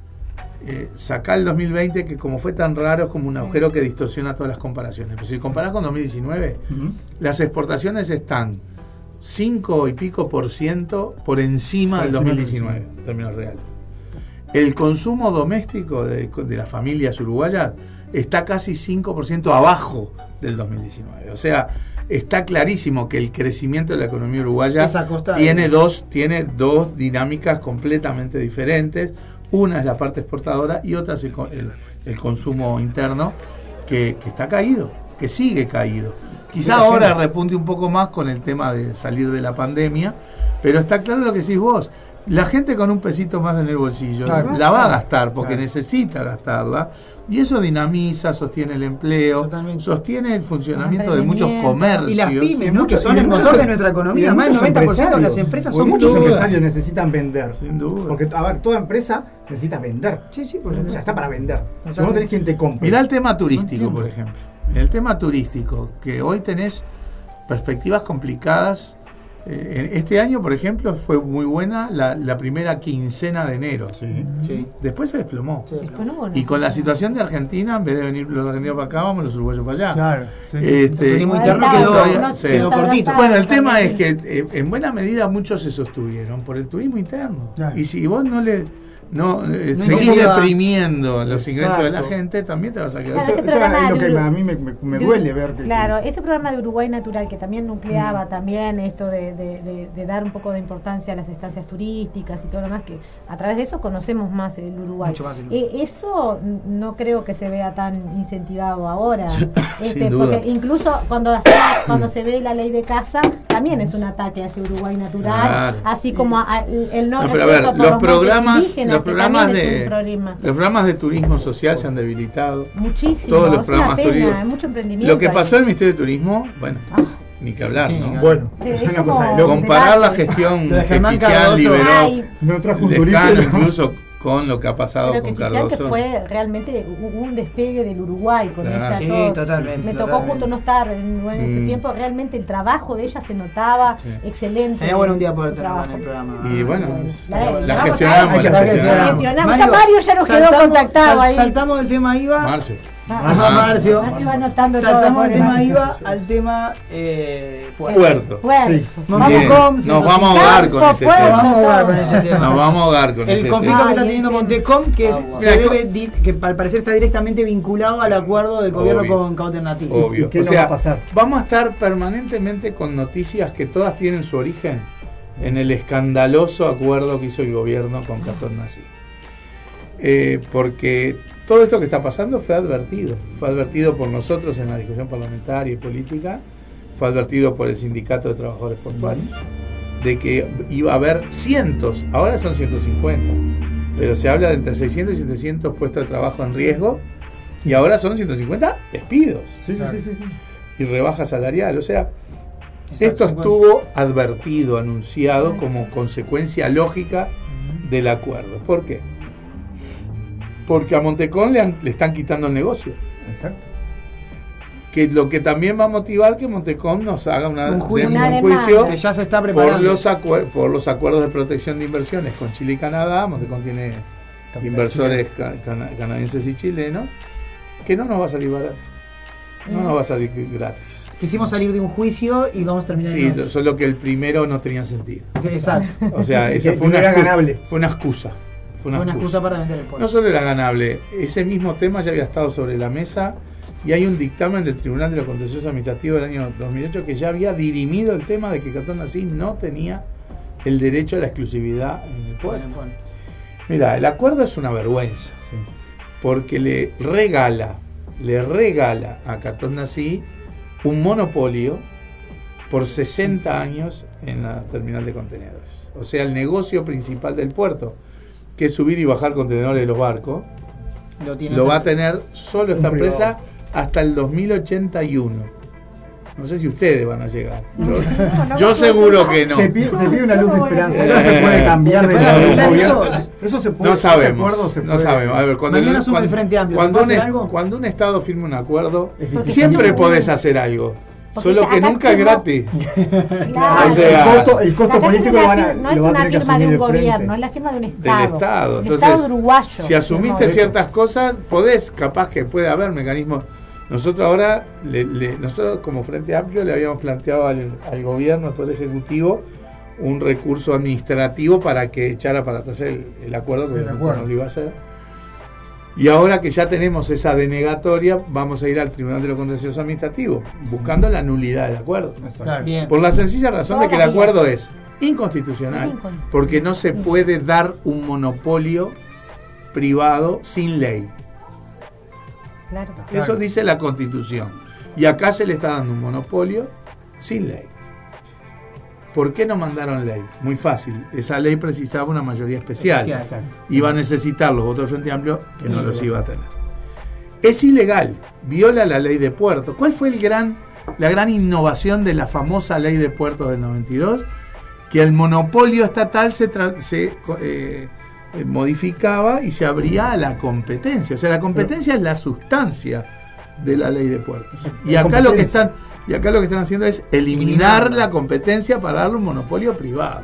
eh, sacá el dos mil veinte, que como fue tan raro, es como un agujero que distorsiona todas las comparaciones. Pero si comparás con dos mil diecinueve, Ujú. las exportaciones están cinco y pico por ciento por encima del Por dos encima mil del diecinueve, en términos reales. El consumo doméstico de, de las familias uruguayas está casi cinco por ciento abajo del dos mil diecinueve. O sea, está clarísimo que el crecimiento de la economía uruguaya Es a costa de- tiene dos, tiene dos dinámicas completamente diferentes. Una es la parte exportadora y otra es el, co- el- el consumo interno, que, que está caído, que sigue caído. Quizá Mira, ahora Gemma. repunte un poco más con el tema de salir de la pandemia, pero está claro lo que decís vos. la gente con un pesito más en el bolsillo Claro. la va a gastar porque Claro. necesita gastarla. Y eso dinamiza, sostiene el empleo, sostiene el funcionamiento de muchos comercios. Y las pymes, Y ¿no? muchos- que son y el muchos- motor de nuestra economía. y Más del muchos noventa por ciento de las empresarios. empresas Porque son muchos dudas. empresarios necesitan vender. Sin duda. Porque, a ver, toda empresa necesita vender. Sí, sí, por O sea, supuesto. está para vender. Si vos no tenés quien te compre. Mirá el tema turístico, No por entiendo. ejemplo. En el tema turístico, que hoy tenés perspectivas complicadas. Eh, en este año, por ejemplo, fue muy buena la, la primera quincena de enero. Sí. Después se desplomó. Después no hubo Y con la nada. situación de Argentina, en vez de venir los argentinos para acá, vamos los uruguayos para allá. Claro, sí. Este, El turismo interno todavía- quedó- sí. quedó cortito. Bueno, el tema es que eh, en buena medida muchos se sostuvieron por el turismo interno. Claro. Y si vos no le no, eh, No seguís incentiva. deprimiendo los ingresos de la Exacto. gente, también te vas a quedar. Claro, ese Eso programa es lo de que Uru- a mí me, me- me de- duele ver. Que, Claro, ese programa de Uruguay Natural que también nucleaba también esto de, de- de- de dar un poco de importancia a las estancias turísticas y todo lo más, que a través de eso conocemos más el Uruguay. Mucho más el Uruguay. Eh, eso n- no creo que se vea tan incentivado ahora. Este, Sin duda. porque incluso cuando, hace- cuando se ve la ley de casa, también es un ataque hacia Uruguay Natural, Claro. así como a- a- el no, No, pero a ver, respeto por los montes programas, indígenas, los que programas también es de un problema. los programas de turismo social se han debilitado. Muchísimo, Todos los es programas una pena, turísticos. hay mucho emprendimiento. Lo que ahí. pasó en el Ministerio de Turismo, bueno, ni que hablar, Sí, ¿no? ni que Bueno, Sí, es es una como- cosa de loco. Comparar la debate. gestión Lo de que Germán Chichán Cardoso. liberó, Ay, No trajo un Lescano turismo. incluso con lo que ha pasado Pero que con Chichante Cardoso. fue realmente un un despegue del Uruguay con Claro. ella. Sí, Yo- totalmente, Me tocó totalmente. justo no estar en, en ese Mm. tiempo. Realmente el trabajo de ella se notaba Sí. excelente. Sería bueno un día poder el tenerla en trabajo. el programa. Y bueno, La- la, la- gestionamos, hay que la ver que gestionamos. gestionamos. Ya Mario ya nos quedó contactado ahí. Saltamos del tema I V A. Marcio. Ah, Ajá, Marcio. Marcio va anotando todo, Saltamos del pobre tema Marcio. I V A al tema eh, puerto. Puerto. Puerto. Sí. Vamos Bien, con- nos vamos a ahogar con este Puerto, tema. Vamos a ahogar con este tema. Nos vamos a ahogar con El este conflicto tema. que está Ay, teniendo este- Montecom, que Ah, se Mira, debe, di- que al parecer está directamente vinculado al acuerdo del gobierno Obvio. con Cauter Nativo. Obvio. ¿Y qué O nos sea, va a pasar? vamos a estar permanentemente con noticias que todas tienen su origen en el escandaloso acuerdo que hizo el gobierno con Catón Nací. Eh, porque todo esto que está pasando fue advertido. Fue advertido por nosotros en la discusión parlamentaria y política, fue advertido por el Sindicato de Trabajadores Portuarios, de que iba a haber cientos, ahora son ciento cincuenta, pero se habla de entre seiscientos y setecientos puestos de trabajo en riesgo, y ahora son ciento cincuenta despidos. Sí, sí, sí, sí, sí. Y rebaja salarial. O sea, Exacto, esto cincuenta. estuvo advertido, anunciado como consecuencia lógica del acuerdo. ¿Por qué? Porque a Montecón le, han- le están quitando el negocio. Exacto. Que lo que también va a motivar que Montecón nos haga una, Un juicio. den Una un demanda. juicio Que ya se está por preparando. los, acuer- por los acuerdos de protección de inversiones con Chile y Canadá. Montecón tiene Capital inversores ca- cana- canadienses y chilenos, que no nos va a salir barato. No nos va a salir gratis. Quisimos salir de un juicio y vamos a terminar Sí, en otro. solo que el primero no tenía sentido. Exacto. O sea, Que- esa que fue no una, era excusa, ganable. fue una excusa. Fue una, Fue una excusa. excusa para vender el puerto. No solo era ganable, ese mismo tema ya había estado sobre la mesa y hay un dictamen del Tribunal de lo Contencioso Administrativo del año dos mil ocho que ya había dirimido el tema de que Catón Nací no tenía el derecho a la exclusividad en el puerto. Bueno, bueno. Mira, el acuerdo es una vergüenza Sí. porque le regala, le regala a Catón Nací un monopolio por sesenta años en la terminal de contenedores. O sea, el negocio principal del puerto, que es subir y bajar contenedores de los barcos, Lo, tiene lo va a hasta- tener solo esta Un empresa hasta el dos mil ochenta y uno. No sé si ustedes van a llegar. Yo, no yo me seguro acuerdo. que no. Te pide, te pide una luz de esperanza. Eh, Eso se puede cambiar de ¿se puede lado de un arreglar gobierno. eso? Eso se puede. No ese sabemos, acuerdo se no puede- sabemos. A ver, cuando, Mañana el, sube el cuando, Frente Amplio, ¿se cuando puede un, hacer algo? cuando un Estado firma un acuerdo, Es difícil. siempre No, podés no. hacer algo. Porque Solo que acá nunca es firmó- gratis. Claro. O sea, el costo, el costo Acá político tiene lo una van a, fir- no es lo va a una tener que firma de asumir un de frente. gobierno, es la firma de un Del Estado. Estado. El Entonces, Estado uruguayo. si asumiste eso. ciertas cosas, podés, capaz que puede haber mecanismos. Nosotros ahora, le- le- nosotros como Frente Amplio le habíamos planteado al, al gobierno, al Poder Ejecutivo, un recurso administrativo para que echara para atrás el, el acuerdo, que El obviamente acuerdo. no lo iba a hacer. Y ahora que ya tenemos esa denegatoria, vamos a ir al Tribunal de lo Contencioso Administrativo, buscando la nulidad del acuerdo. Exacto. Bien. Por la sencilla razón de que el Toda la vida. acuerdo es inconstitucional, Inconstitucional. porque no se puede dar un monopolio privado sin ley. Claro. Eso dice la Constitución. Y acá se le está dando un monopolio sin ley. ¿Por qué no mandaron ley? Muy fácil. Esa ley precisaba una mayoría especial. Especial. Iba a necesitar los votos del Frente Amplio, que no los iba a tener. Es ilegal, viola la ley de puertos. ¿Cuál fue el gran, la gran innovación de la famosa ley de puertos del noventa y dos? Que el monopolio estatal se, tra- se eh, modificaba y se abría a la competencia. O sea, la competencia es la sustancia de la ley de puertos. Y acá lo que están, y acá lo que están haciendo es eliminar la competencia para darle un monopolio privado.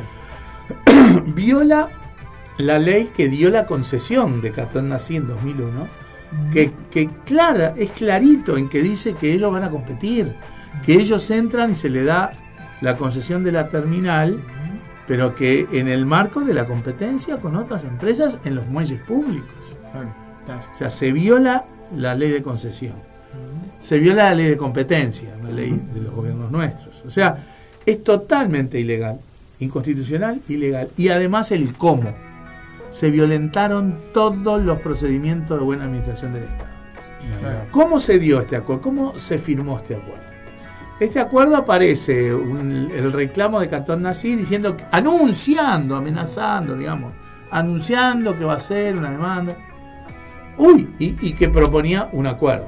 Viola la ley que dio la concesión de Catón Nací en dos mil uno, que, que clara, es clarito en que dice que ellos van a competir, que ellos entran y se le da la concesión de la terminal, pero que en el marco de la competencia con otras empresas en los muelles públicos. O sea, se viola la ley de concesión, se viola la ley de competencia, la ley de los gobiernos nuestros. O sea, es totalmente ilegal, inconstitucional, ilegal. Y además el cómo. Se violentaron todos los procedimientos de buena administración del Estado. ¿Cómo se dio este acuerdo? ¿Cómo se firmó este acuerdo? Este acuerdo aparece un, el reclamo de Catón Nací diciendo, anunciando, amenazando, digamos, anunciando que va a ser una demanda. Uy, y, y que proponía un acuerdo.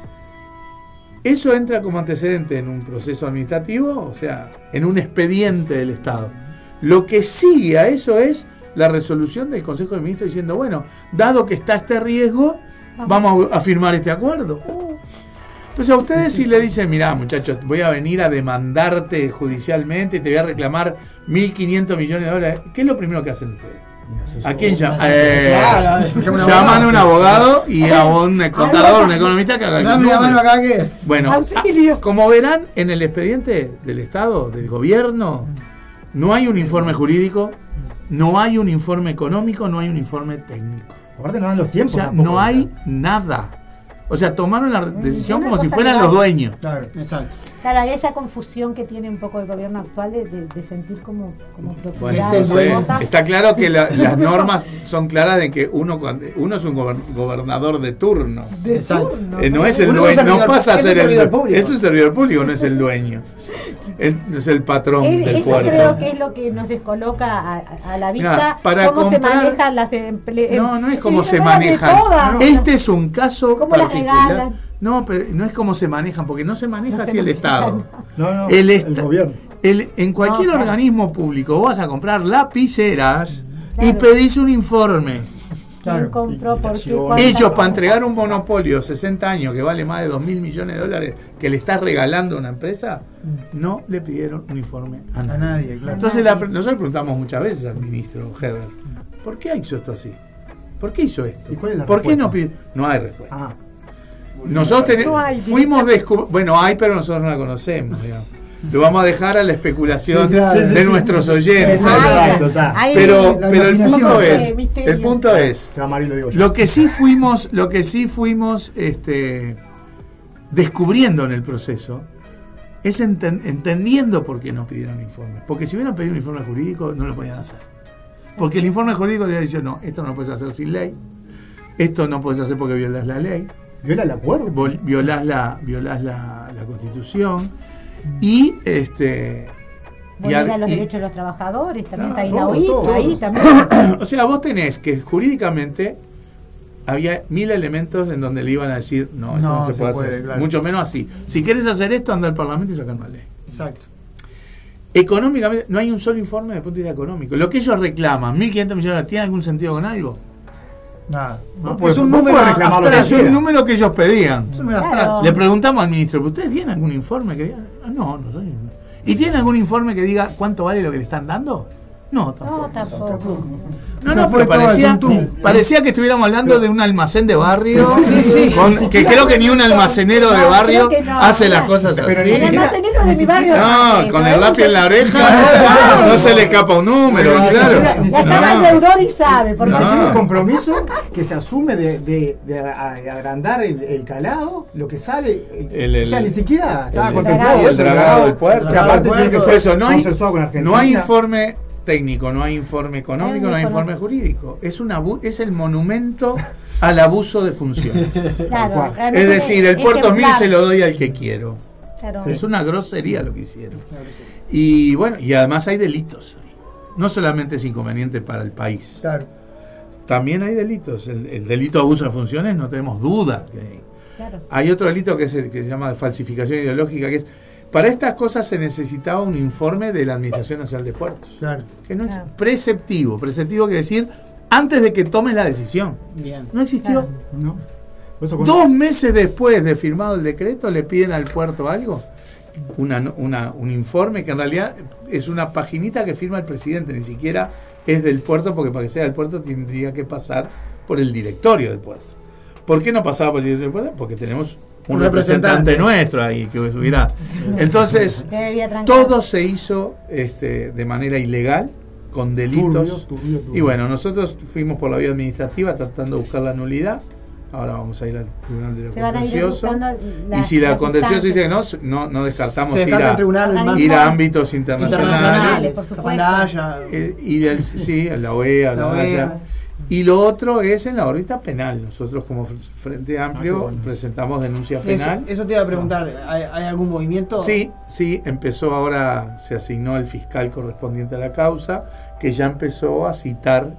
Eso entra como antecedente en un proceso administrativo, o sea, en un expediente del Estado. Lo que sigue a eso es la resolución del Consejo de Ministros diciendo, bueno, dado que está este riesgo, vamos a, a firmar este acuerdo. Entonces a ustedes si le dicen, mirá muchachos, voy a venir a demandarte judicialmente, te voy a reclamar mil quinientos millones de dólares, ¿qué es lo primero que hacen ustedes? ¿A quién llaman? Eh, llaman a un abogado y a un contador, un economista que haga el Dame la mano acá que. Bueno, a, como verán en el expediente del Estado, del gobierno, no hay un informe jurídico, no hay un informe económico, no hay un informe técnico. Aparte no dan los tiempos. O sea, tampoco, no hay nada. O sea, tomaron la decisión como si fueran los dueños. Claro, exacto. Claro, hay esa confusión que tiene un poco el gobierno actual de, de, de sentir como, como Bueno, propiedad. no sé. Está claro que la, las normas son claras de que uno cuando uno es un gober- gobernador de turno. De turno. Eh, no es el Uno dueño, es un no servidor- pasa a es un ser servidor el público. es un servidor público, no es el dueño. Es, es el patrón Es- del eso puerto. creo que es lo que nos descoloca a, a- a la vista. Mirá, para cómo comprar- se manejan las empleadas. No, no es como se manejan. Este es un caso ¿Cómo las particular. regalan? No, pero no es como se manejan, porque no se maneja No así se el maneja, Estado. No, no, el, el esta- gobierno. el- en cualquier No, claro. organismo público vos vas a comprar lapiceras y pedís un informe. ¿Quién compró? ¿Por qué? ¿Cuántas? Ellos, para entregar un monopolio sesenta años que vale más de dos mil millones de dólares que le estás regalando a una empresa, no le pidieron un informe a nadie. A nadie, claro. Entonces la- nosotros preguntamos muchas veces al ministro Heber, ¿por qué hizo esto así? ¿Por qué hizo esto? ¿Y cuál es la ¿Por qué respuesta? no pidió? No hay respuesta. Ah. Nosotros ten- No hay, fuimos descu- bueno, hay, pero nosotros no la conocemos, digamos. Lo vamos a dejar a la especulación Sí, claro. de Sí, sí, sí. nuestros oyentes. Exacto, está. Ahí Pero, la pero el imaginación. punto Eh, es, misterio. el punto es, Se va a morir, lo digo yo. lo que sí fuimos, lo que sí fuimos este, descubriendo en el proceso es enten- entendiendo por qué nos pidieron informes. Porque si hubieran pedido un informe jurídico, no lo podían hacer. Porque el informe jurídico le hubiera dicho, no, esto no lo puedes hacer sin ley, esto no puedes hacer porque violas la ley, ¿Viola el acuerdo? vol- violás la, violás la, la Constitución y este y Vulnera ad- los y- derechos de los trabajadores, también No, está ahí todo, la O I T, todo. ahí también. O sea, vos tenés que jurídicamente había mil elementos en donde le iban a decir, no, esto no, No, se, se puede puede, hacer, claro. mucho menos así. Si quieres hacer esto, anda al Parlamento y sacar una ley. Exacto. Económicamente, no hay un solo informe desde el punto de vista económico. Lo que ellos reclaman, mil quinientos millones de dólares, ¿tiene algún sentido con algo? Nada. No, No, pues es un vos número podés reclamar lo que es un quiera. número que ellos pedían. Es un número Claro. abstracto. Le preguntamos al ministro, ¿ustedes tienen algún informe que diga? Ah, no, no soy. ¿Y tienen algún informe que diga cuánto vale lo que le están dando? No, tampoco. No, tampoco. No, Se no, fue pero todo parecía, al tuntún. parecía que estuviéramos hablando de un almacén de barrio, Sí, sí. con- que creo que ni un almacenero de No, barrio creo que no. hace las cosas Pero así. ni El siquiera- almacenero de mi barrio. No, hace con eso, el lápiz eso en la se- oreja no se le escapa un número, Pero ni claro. siquiera- ni Ya llama al No. deudor y sabe. Porque Ni No. siquiera un compromiso que se asume de, de, de a- a- agrandar el, el calado, lo que sale. el- El- el- o sea, ni siquiera estaba el- contemplado. el eso, dragado del puerto. Que aparte tiene que ser Eso, no hay, consensuado con Argentina. no hay informe técnico, no hay informe económico, Ay, no hay me informe conoce. jurídico. Es un abu- es el monumento al abuso de funciones. Claro, cual. realmente Es decir, el puerto es mío y ejemplar. se lo doy al que quiero. Claro. Es una grosería lo que hicieron. Y bueno, y además hay delitos. No solamente es inconveniente para el país. Claro. También hay delitos. El, el delito de abuso de funciones no tenemos duda que hay. Claro. Hay otro delito que es el que se llama falsificación ideológica, que es para estas cosas se necesitaba un informe de la Administración Nacional de Puertos. Claro. Que no es Claro. preceptivo. Preceptivo quiere decir antes de que tomes la decisión. Bien. No existió. No. Por eso cuando- Dos meses después de firmado el decreto le piden al puerto algo. Una, una, un informe que en realidad es una paginita que firma el presidente, ni siquiera es del puerto, porque para que sea del puerto tendría que pasar por el directorio del puerto. ¿Por qué no pasaba por el directorio del puerto? Porque tenemos un, Un representante, representante. nuestro ahí que subirá. Entonces, Que debía trancar. todo se hizo este, de manera ilegal, con delitos. Turbio, turbio, turbio. Y bueno, nosotros fuimos por la vía administrativa tratando de buscar la nulidad. Ahora vamos a ir al Tribunal de lo Se van a ir Contencioso. buscando Y las- si la las Contencioso dice que no, instancias. no, no descartamos Se ir descarta a, el tribunal más ir a ámbitos internacionales. Internacionales, por supuesto. La Haya. Eh, y el, sí, a la O E A, la, La O E A. Haya. Y lo otro es en la órbita penal. Nosotros como Frente Amplio Ah, qué bueno. presentamos denuncia Eso, penal. eso te iba a preguntar, ¿hay, hay algún movimiento? Sí, sí, empezó ahora, se asignó el fiscal correspondiente a la causa, que ya empezó a citar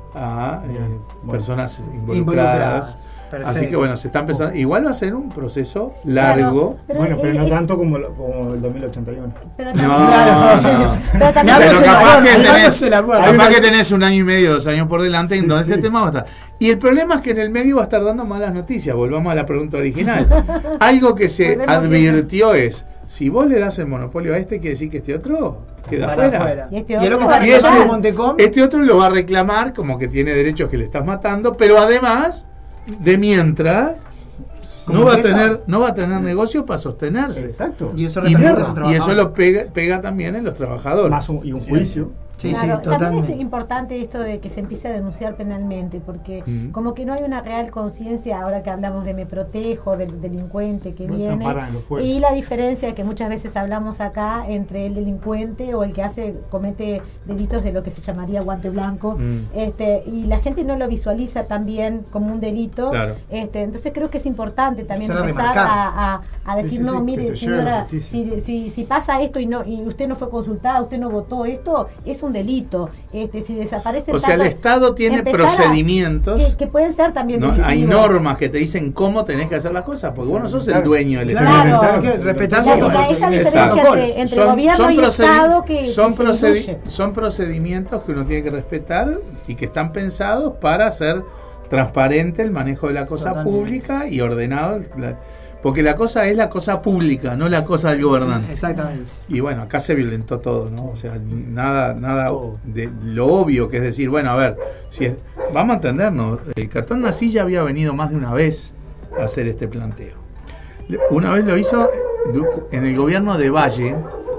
a eh, Bien, bueno. personas involucradas. Involucradas. Perfecto. Así que bueno, se está empezando. Igual va a ser un proceso largo. Pero bueno, pero es- no es- tanto como, lo- como el dos mil ochenta y uno. Pero No, también- no. Pero también- Pero Dándose la capaz cuerda, que tenés, dándose la cuerda. capaz Hay una- que tenés un año y medio, dos años por delante en Sí, donde sí. este tema va a estar. Y el problema es que en el medio va a estar dando malas noticias. Volvamos a la pregunta original. Algo que se Volvemos advirtió es, si vos le das el monopolio a este, quiere decir que este otro queda Para afuera. afuera. Y este Y es lo que otro está Y este- reclamando Montecom. Este otro lo va a reclamar como que tiene derechos que le estás matando, pero además, de mientras, Como no va, a empresa. tener, no va a tener negocio para sostenerse. Exacto. Y eso Y, repercute a sus y eso trabajadores. lo pega, pega también en los trabajadores. Más un, y un juicio. Sí, Claro, sí, también totalmente. es importante esto de que se empiece a denunciar penalmente, porque Mm. como que no hay una real conciencia, ahora que hablamos de me protejo, del delincuente que No se viene, amparan en lo fuerte. y la diferencia que muchas veces hablamos acá entre el delincuente o el que hace comete delitos de lo que se llamaría guante blanco, Mm. este y la gente no lo visualiza también como un delito. Claro. este Entonces creo que es importante también Empezar a empezar remarcar. a, a- a Sí, decir, sí, no, sí, que mire se lleve la señora, justicia. si, si, si pasa esto y no y usted no fue consultada, usted no votó esto, es un delito. Este, si desaparece O sea, el tanto- Estado tiene empezar a- procedimientos. que, que pueden ser también No, hay definitivos. normas que te dicen cómo tenés que hacer las cosas, porque vos no sos el Claro. dueño del Claro. Estado. Hay que respetar La- ciertos la- esa procedimientos. diferencia Exacto. entre, entre gobierno y procedi- Estado que, son, que se procedi- diluye. son procedimientos que uno tiene que respetar y que están pensados para hacer transparente el manejo de la cosa Totalmente. pública y ordenado. el- la- porque la cosa es la cosa pública, no la cosa del gobernante. Exactamente. Y bueno, acá se violentó todo, ¿no? O sea, nada, nada de lo obvio que es decir, bueno, a ver, si es- vamos a entendernos, el Catón Nací ya había venido más de una vez a hacer este planteo. Una vez lo hizo en el gobierno de Valle,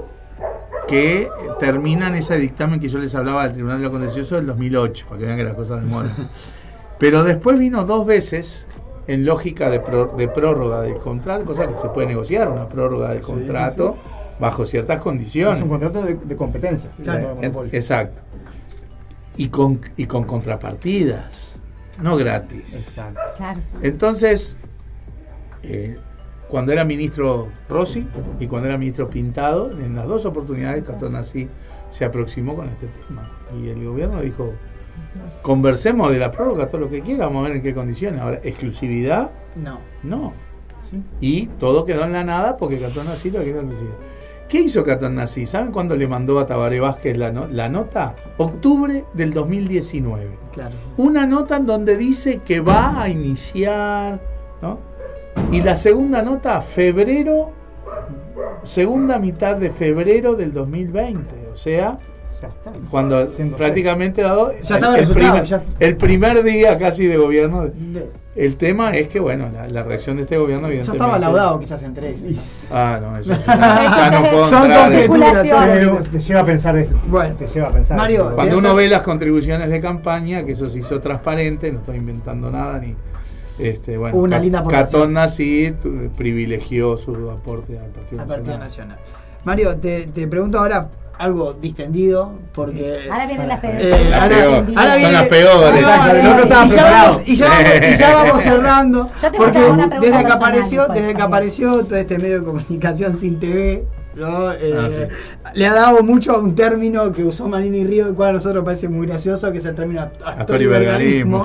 que terminan ese dictamen que yo les hablaba del Tribunal de lo Contencioso del dos mil ocho, para que vean que las cosas demoran. Pero después vino dos veces en lógica de, pro- de prórroga del contrato, cosa que se puede negociar, una prórroga del contrato bajo ciertas condiciones. Es un contrato de, de competencia. Claro. no de monopolio. Exacto. Y con, y con contrapartidas, no gratis. Exacto. Claro. Entonces, eh, cuando era ministro Rossi y cuando era ministro Pintado, en las dos oportunidades Catón Nací se aproximó con este tema. Y el gobierno dijo, conversemos de la prórroga todo lo que quiera, vamos a ver en qué condiciones. Ahora, exclusividad, No. no. Sí. Y todo quedó en la nada porque Catón Nací lo quería exclusividad. ¿Qué hizo Catón Nací? ¿Saben cuándo le mandó a Tabaré Vázquez la, no- la nota? Octubre del dos mil diecinueve. Claro. Una nota en donde dice que va a iniciar, ¿no? Y la segunda nota, febrero, segunda mitad de febrero del dos mil veinte. O sea, Ya está. cuando Siendo prácticamente dado Ya estaba el el, resultado, primer, ya- el primer día casi de gobierno. De- El tema es que, bueno, la, la reacción de este gobierno, Ya evidentemente. estaba laudado quizás entre ellos. Ah, no, eso ya, ya no puedo Son entrar en- conjeturas, son Pero conjeturas. te lleva a pensar eso. Bueno. Te lleva a pensar. Mario, eso. Cuando Eso- uno ve las contribuciones de campaña, que eso se hizo transparente, no estoy inventando nada, ni este, bueno, Una Ca- linda aportación. Catón Nací tu- privilegió su aporte al Partido al Nacional. Partido Nacional. Mario, te, te pregunto ahora, algo distendido, porque... Ahora vienen las peores. Eh, Las ahora, peor. ahora Son viene- las peores. ahora, El otro estaba y, ya preparado. vamos, y, ya vamos, y ya vamos cerrando, Yo te porque contaba una pregunta desde que personal, apareció, después, desde que también. apareció todo este medio de comunicación sin T V, ¿no? Eh, Ah, sí. le ha dado mucho a un término que usó Manini Río, el cual a nosotros parece muy gracioso, que es el término Astoriverganismo.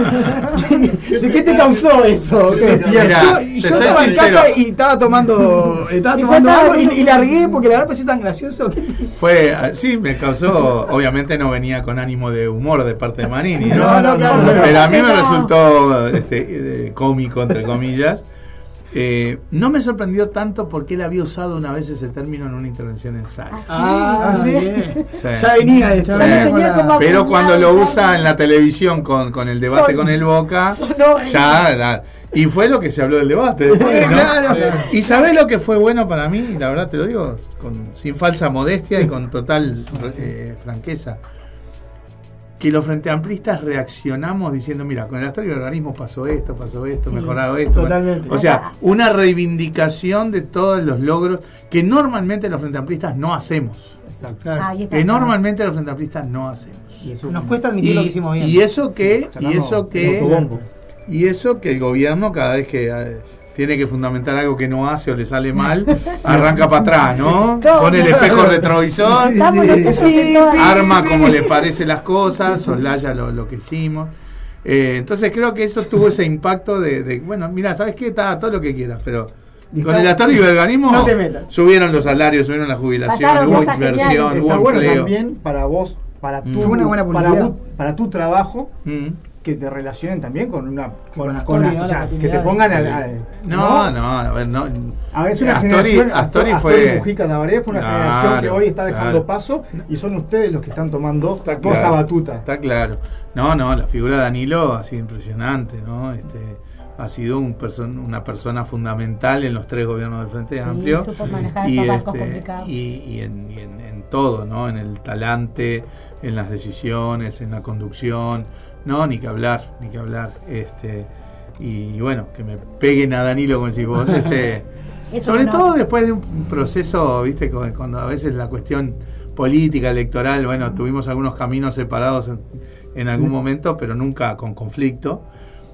¿De qué te causó eso? Mira, yo te yo soy estaba en sincero. casa y estaba tomando, estaba Y tomando fue algo todo- y, y largué porque la verdad pareció tan gracioso que... Fue, sí, me causó, obviamente no venía con ánimo de humor de parte de Manini, ¿no? No, no, claro, no. Pero a mí me No. resultó este, eh, cómico, entre comillas. Eh, no me sorprendió tanto porque él había usado una vez ese término en una intervención en sala. Ah, ¿sí? bien. Sí. Ya venía esto. Sí. ya venía con tenía la- como- Pero cuando lo acuñado, usa en la televisión con, con el debate Son- con el Boca, sonó horrible. ya, ya. Y fue lo que se habló del debate después, ¿no? Claro. Y sabés lo que fue bueno para mí, y la verdad te lo digo con, sin falsa modestia y con total eh, franqueza, que los frente amplistas reaccionamos diciendo, mira, con el astoriverganismo pasó esto, pasó esto, Sí, mejorado esto. totalmente. O sea, una reivindicación de todos los logros que normalmente los frente amplistas no hacemos. Claro. Ahí está. Que normalmente los frente amplistas no hacemos. Nos cuesta admitir lo que hicimos bien. Y eso que, y Sacando eso que, autobombo. y eso que el gobierno cada vez que eh, tiene que fundamentar algo que no hace o le sale mal, arranca para atrás, ¿no? Todo. Pone el espejo retrovisor, Estamos los tuyos en todas- arma como le parece las cosas, soslaya lo, lo que hicimos. Eh, entonces creo que eso tuvo ese impacto de, de bueno, mira, ¿sabes qué? Está todo lo que quieras, pero con el astoriverganismo No te metas. subieron los salarios, subieron las jubilaciones, Pasaron hubo cosas inversión, geniales. Está hubo bueno empleo. también para vos, para tu, Fue una buena para, publicidad. tu, para tu trabajo, Mm. que te relacionen también con una con, con con Astori, la- ¿no? o sea, La que te continuidad. pongan a, a- No, no, a ver, no. a ver, es una Astori, generación. Astori Astori fue. Mujica Tabaré fue una Claro, generación que hoy está dejando claro. paso y son ustedes los que están tomando Está toda esa claro, batuta. Está claro. No, no, la figura de Danilo ha sido impresionante, ¿no? Este, ha sido un person- una persona fundamental en los tres gobiernos del Frente Sí, Amplio supo manejar y, esos barcos este, complicados. y, y en, y en- en todo, ¿no? En el talante, en las decisiones, en la conducción, no, ni que hablar, ni que hablar, este, y, bueno, que me peguen a Danilo como decís vos, este, Es sobre un honor. todo después de un proceso, viste, cuando cuando a veces la cuestión política, electoral, bueno, tuvimos algunos caminos separados en, en algún momento, pero nunca con conflicto.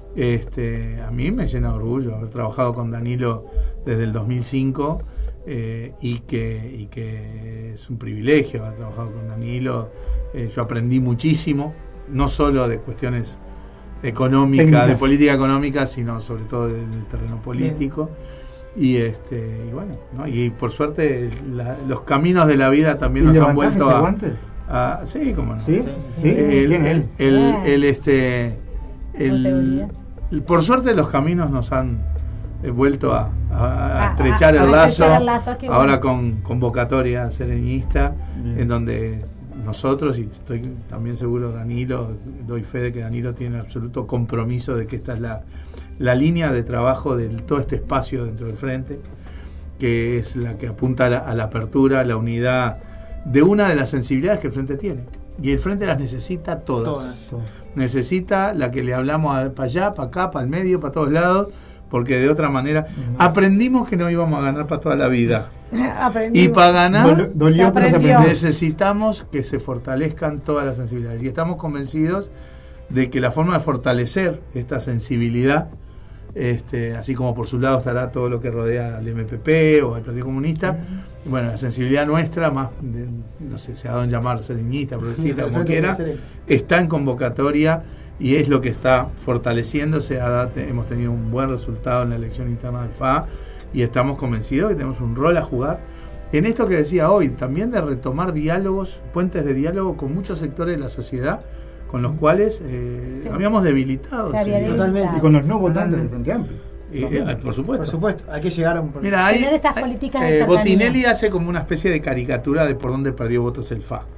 Este, a mí me llena de orgullo haber trabajado con Danilo desde el dos mil cinco eh, y, que, y que es un privilegio haber trabajado con Danilo. Eh, yo aprendí muchísimo, no solo de cuestiones económicas, Técnicas. de política económica, sino sobre todo del terreno político. Y este y bueno, ¿no? Y por suerte la- los caminos de la vida también ¿Y nos han levantás vuelto ese a, guante? a- sí, cómo no. ¿Sí? ¿Sí? El, Bien, el, ¿eh? el- Bien. el, este el- seguridad. el- por suerte los caminos nos han eh, vuelto a, a- a A- estrechar a- el a lazo, estrechar el lazo, qué ahora bueno. con convocatoria sereñista, Bien. en donde nosotros, y estoy también seguro Danilo, doy fe de que Danilo tiene absoluto compromiso de que esta es la, la línea de trabajo de todo este espacio dentro del Frente, que es la que apunta a la, a la apertura, a la unidad de una de las sensibilidades que el Frente tiene. Y el Frente las necesita todas. Todas. Necesita la que le hablamos para allá, para acá, para el medio, para todos lados, porque de otra manera aprendimos que no íbamos a ganar para toda la vida. Aprendimos. Y para ganar Dol- dolió, Se pero se aprendió. aprendió. necesitamos que se fortalezcan todas las sensibilidades. Y estamos convencidos de que la forma de fortalecer esta sensibilidad, este, así como por su lado estará todo lo que rodea al M P P o al Partido Comunista, bueno, la sensibilidad nuestra, más, de- no sé, se ha dado en llamar sereñista, progresista, como quiera, está en convocatoria y es lo que está fortaleciéndose. Ha dado- hemos tenido un buen resultado en la elección interna del F A y estamos convencidos que tenemos un rol a jugar en esto que decía hoy, también de retomar diálogos, puentes de diálogo con muchos sectores de la sociedad con los cuales eh, Sí. habíamos debilitado. Se había sí. debilitado. Totalmente. Y con los no votantes del Frente Amplio. Eh, eh, por supuesto. Por supuesto, hay que llegar a un... Mira, hay, Tener estas hay- políticas de eh, cercanía. Botinelli hace como una especie de caricatura de por dónde perdió votos el F A.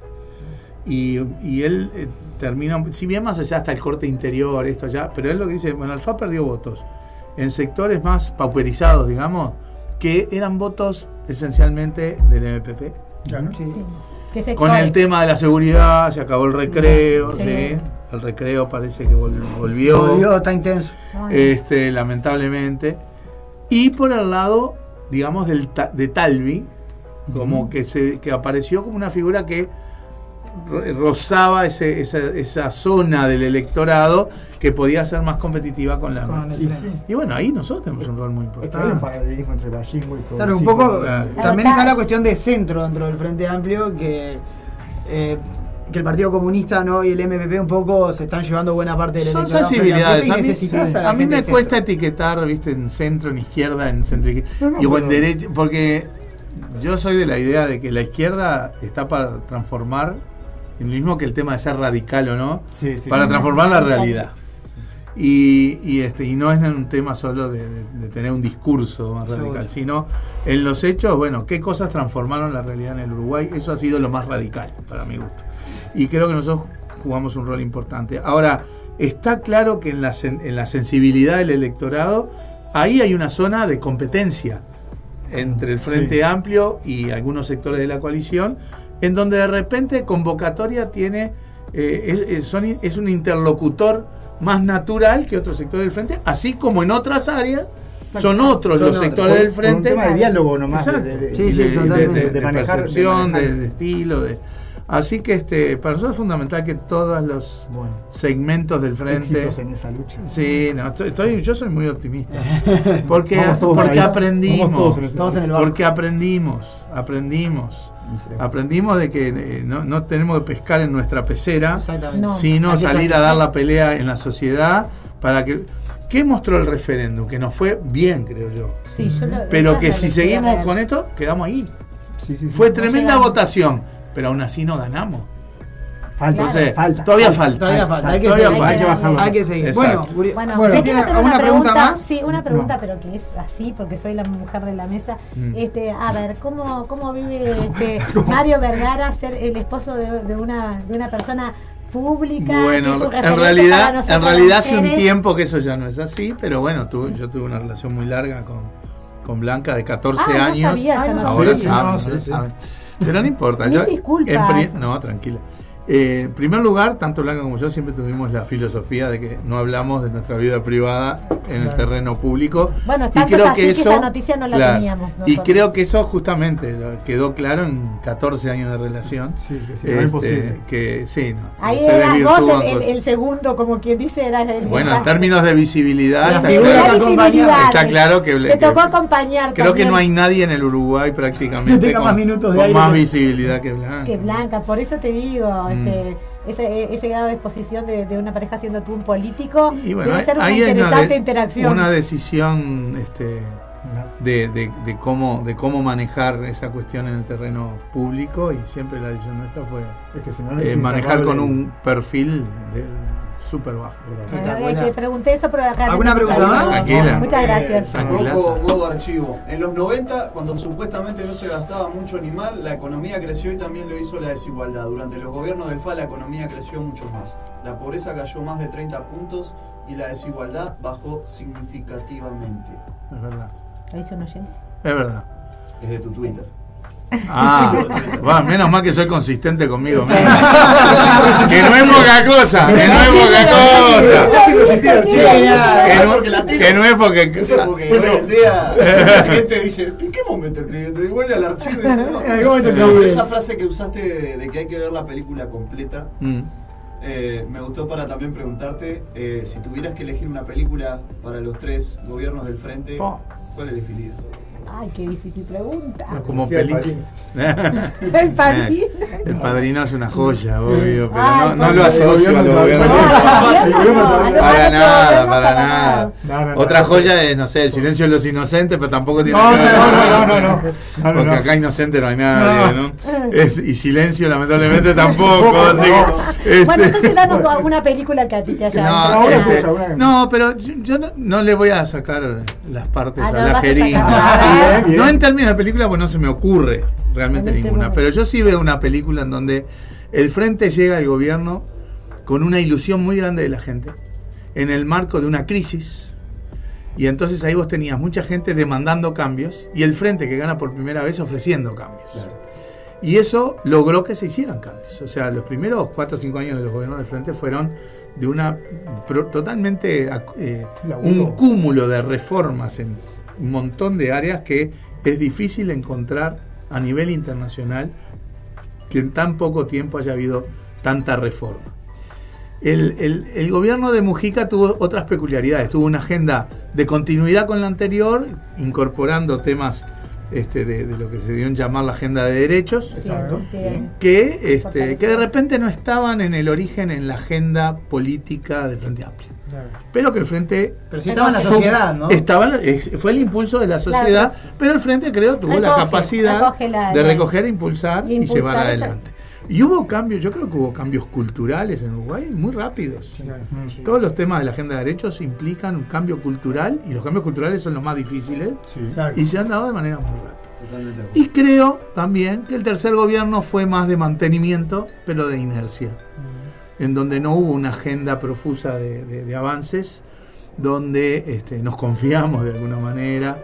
Y, y él eh, termina, si bien más allá está el corte interior, esto ya, pero él lo que dice, bueno, el F A perdió votos en sectores más pauperizados, digamos, que eran votos esencialmente del M P P. Claro, sí. Sí. ¿Qué sector? Con el tema de la seguridad, se acabó el recreo, Sí. ¿sí? El recreo parece que vol- volvió. Volvió, está intenso. Ay, Este, lamentablemente. Y por el lado, digamos, del ta- de Talvi, como que se que apareció como una figura que rozaba ese, esa, esa zona del electorado que podía ser más competitiva con la Con nuestra. el frente. Y bueno, ahí nosotros tenemos un rol muy Es que hay importante. un paralelismo entre Vallismo y Claro, un progresismo. poco. Claro. También está la cuestión de centro dentro del Frente Amplio, que, eh, que el Partido Comunista, ¿no?, y el M P P un poco se están llevando buena parte del Son electorado. sensibilidades. Y A mí, necesitas a la a mí gente me de cuesta centro. etiquetar, viste, en centro, en izquierda, en centro No, no, y o en pero- derecha, porque yo soy de la idea de que la izquierda está para transformar, lo mismo que el tema de ser radical o no, Sí, sí. para transformar la realidad. Y, y este y no es un tema solo de, de- de tener un discurso más Seguro. radical, sino en los hechos, bueno, qué cosas transformaron la realidad en el Uruguay. Eso ha sido lo más radical para mi gusto. Y creo que nosotros jugamos un rol importante. Ahora, está claro que en la, sen- en la sensibilidad del electorado, ahí hay una zona de competencia entre el Frente Sí. Amplio y algunos sectores de la coalición, en donde de repente convocatoria tiene eh, es, es- son- es un interlocutor más natural que otros sectores del Frente, así como en otras áreas son otros Son los otros. sectores Por- del por un Frente. tema de diálogo nomás, de- Exacto. de- de- Sí, sí, de, de- totalmente. de- de De manejar- de percepción, de, manejar. de estilo, de así que este para nosotros es fundamental que todos los Bueno, segmentos del Frente. éxitos en esa lucha. Sí, no, estoy, estoy- yo soy muy optimista. Porque, Vamos todos porque ahí. aprendimos. Vamos todos en ese- Todos en el barco. Porque aprendimos, aprendimos. Aprendimos de que eh, no, no tenemos que pescar en nuestra pecera, Exactamente. No. sino Hay que salir salir. a dar la pelea en la sociedad para que... ¿Qué mostró el referéndum? Que nos fue bien, creo yo. Sí, yo lo- Pero esa que es la si lectura seguimos real. con esto, quedamos ahí. Sí, sí, sí. Fue No tremenda llegamos. votación, pero aún así no ganamos. Falta, Entonces, falta. todavía falta. Todavía falta, hay que Todavía seguir. falta. Hay que bajarlo. Hay que seguir. Exacto. Bueno, Uri- Bueno, ¿usted yo tiene quiero hacer alguna una pregunta más? Sí, una pregunta, pero que es así, porque soy la mujer de la mesa. Mm. Este, a ver, ¿cómo, cómo vive este Mario Vergara ser el esposo de, de una, de una persona pública? que es un Bueno, en referente para realidad, nosotras en realidad hace un mujeres? tiempo que eso ya no es así, pero bueno, tu- yo tuve una relación muy larga con, con Blanca de catorce Ah, no años. sabía esa noticia. Ahora Sí, saben, no, ahora sí, sí. saben. Pero no importa. Mil Yo, disculpas. en pri- no, tranquila. Eh, en primer lugar, tanto Blanca como yo siempre tuvimos la filosofía de que no hablamos de nuestra vida privada en el terreno público. Bueno, Y tanto es creo así que que eso, esa noticia no la claro, teníamos y nosotros. creo que eso justamente lo quedó claro en catorce años de relación. Sí, que sí, no es posible. Que sí, no. Ahí se eras vos desvirtúan el, el- cosas. el segundo, como quien dice, era el Bueno, en términos de visibilidad, La está figura claro, que visibilidad. está claro que, Te que- tocó acompañar creo que también no hay nadie en el Uruguay prácticamente Que tenga con, más minutos de con aire más que- visibilidad que Blanca. que Blanca, por eso te digo, Mm. este, ese, ese grado de exposición de, de una pareja siendo tú un político, Y bueno, debe ser una ahí hay interesante de- interacción. una decisión este, de, de- de cómo, de cómo manejar esa cuestión en el terreno público, y siempre la decisión nuestra fue Es que si no es eh, manejar insalvable. con un perfil de- súper bajo. Eh, te pregunté eso, pero acá ¿Alguna tenemos pregunta algo. más? Tranquila. Muchas gracias. Tranquilaza. Rocco, modo archivo. En los noventa, cuando supuestamente no se gastaba mucho animal, la economía creció y también lo hizo la desigualdad. Durante los gobiernos del F A la economía creció mucho más. La pobreza cayó más de treinta puntos y la desigualdad bajó significativamente. Es verdad. Ahí hizo un oyente. Es verdad. Es de tu Twitter. Ah, bueno, menos mal que soy consistente conmigo mismo. Que no es poca cosa, que no es poca cosa. Que no, que no es porque. Eso porque hoy en día la gente dice, ¿en qué momento escribí? Te devuelve al archivo y dice, no. ¿En qué momento Pero escribí? esa frase que usaste de, de que hay que ver la película completa, Mm. eh, me gustó para también preguntarte, eh, si tuvieras que elegir una película para los tres gobiernos del frente, Po. ¿cuál elegirías? Ay, qué difícil pregunta. Como ¿Qué, el película. El padrino. El padrino es una joya, obvio, pero Ay, no, no por lo Dios. asocio a los gobiernos. No, fácil, no, gobierno no, también. no, Para no, nada, no, para nada. No, no, no. Otra joya es, no sé, el silencio de los inocentes, pero tampoco tiene No, que no, ver. no, no, no, no, no. No, no, Porque no. acá inocente no hay nadie, ¿no? No. Es- y silencio, lamentablemente, tampoco. Así que, este, Bueno, entonces danos alguna película que a ti te haya no, Una este, tuya, una- no, pero yo, yo no, no le voy a sacar las partes Ah, a no la vas a jeringa. sacar. Bien, bien. No en términos de película, pues no se me ocurre realmente En este ninguna. momento. Pero yo sí veo una película en donde el frente llega al gobierno con una ilusión muy grande de la gente, en el marco de una crisis. Y entonces ahí vos tenías mucha gente demandando cambios y el frente que gana por primera vez ofreciendo cambios. Y eso logró que se hicieran cambios. O sea, los primeros cuatro o cinco años de los gobiernos del frente fueron de una pro- totalmente eh, un cúmulo de reformas en un montón de áreas que es difícil encontrar a nivel internacional que en tan poco tiempo haya habido tanta reforma. El, el, el gobierno de Mujica tuvo otras peculiaridades, tuvo una agenda de continuidad con la anterior, incorporando temas este, de, de lo que se dio en llamar la agenda de derechos, Exacto. Sí, sí. que, este, que de repente no estaban en el origen en la agenda política del Frente Amplio. Claro. Pero que el Frente... Pero sí estaba en la sociedad, ¿no? Estaba, fue el impulso de la sociedad, claro. Pero el Frente, creo, tuvo recoge, la capacidad la, de recoger, impulsar y, y llevar adelante. Esa. Y hubo cambios, yo creo que hubo cambios culturales en Uruguay muy rápidos. Sí, sí. Todos los temas de la agenda de derechos implican un cambio cultural, y los cambios culturales son los más difíciles, sí, claro. Y se han dado de manera muy rápida. Totalmente. Y creo también que el tercer gobierno fue más de mantenimiento, pero de inercia, mm. en donde no hubo una agenda profusa de, de, de avances, donde este, nos confiamos de alguna manera.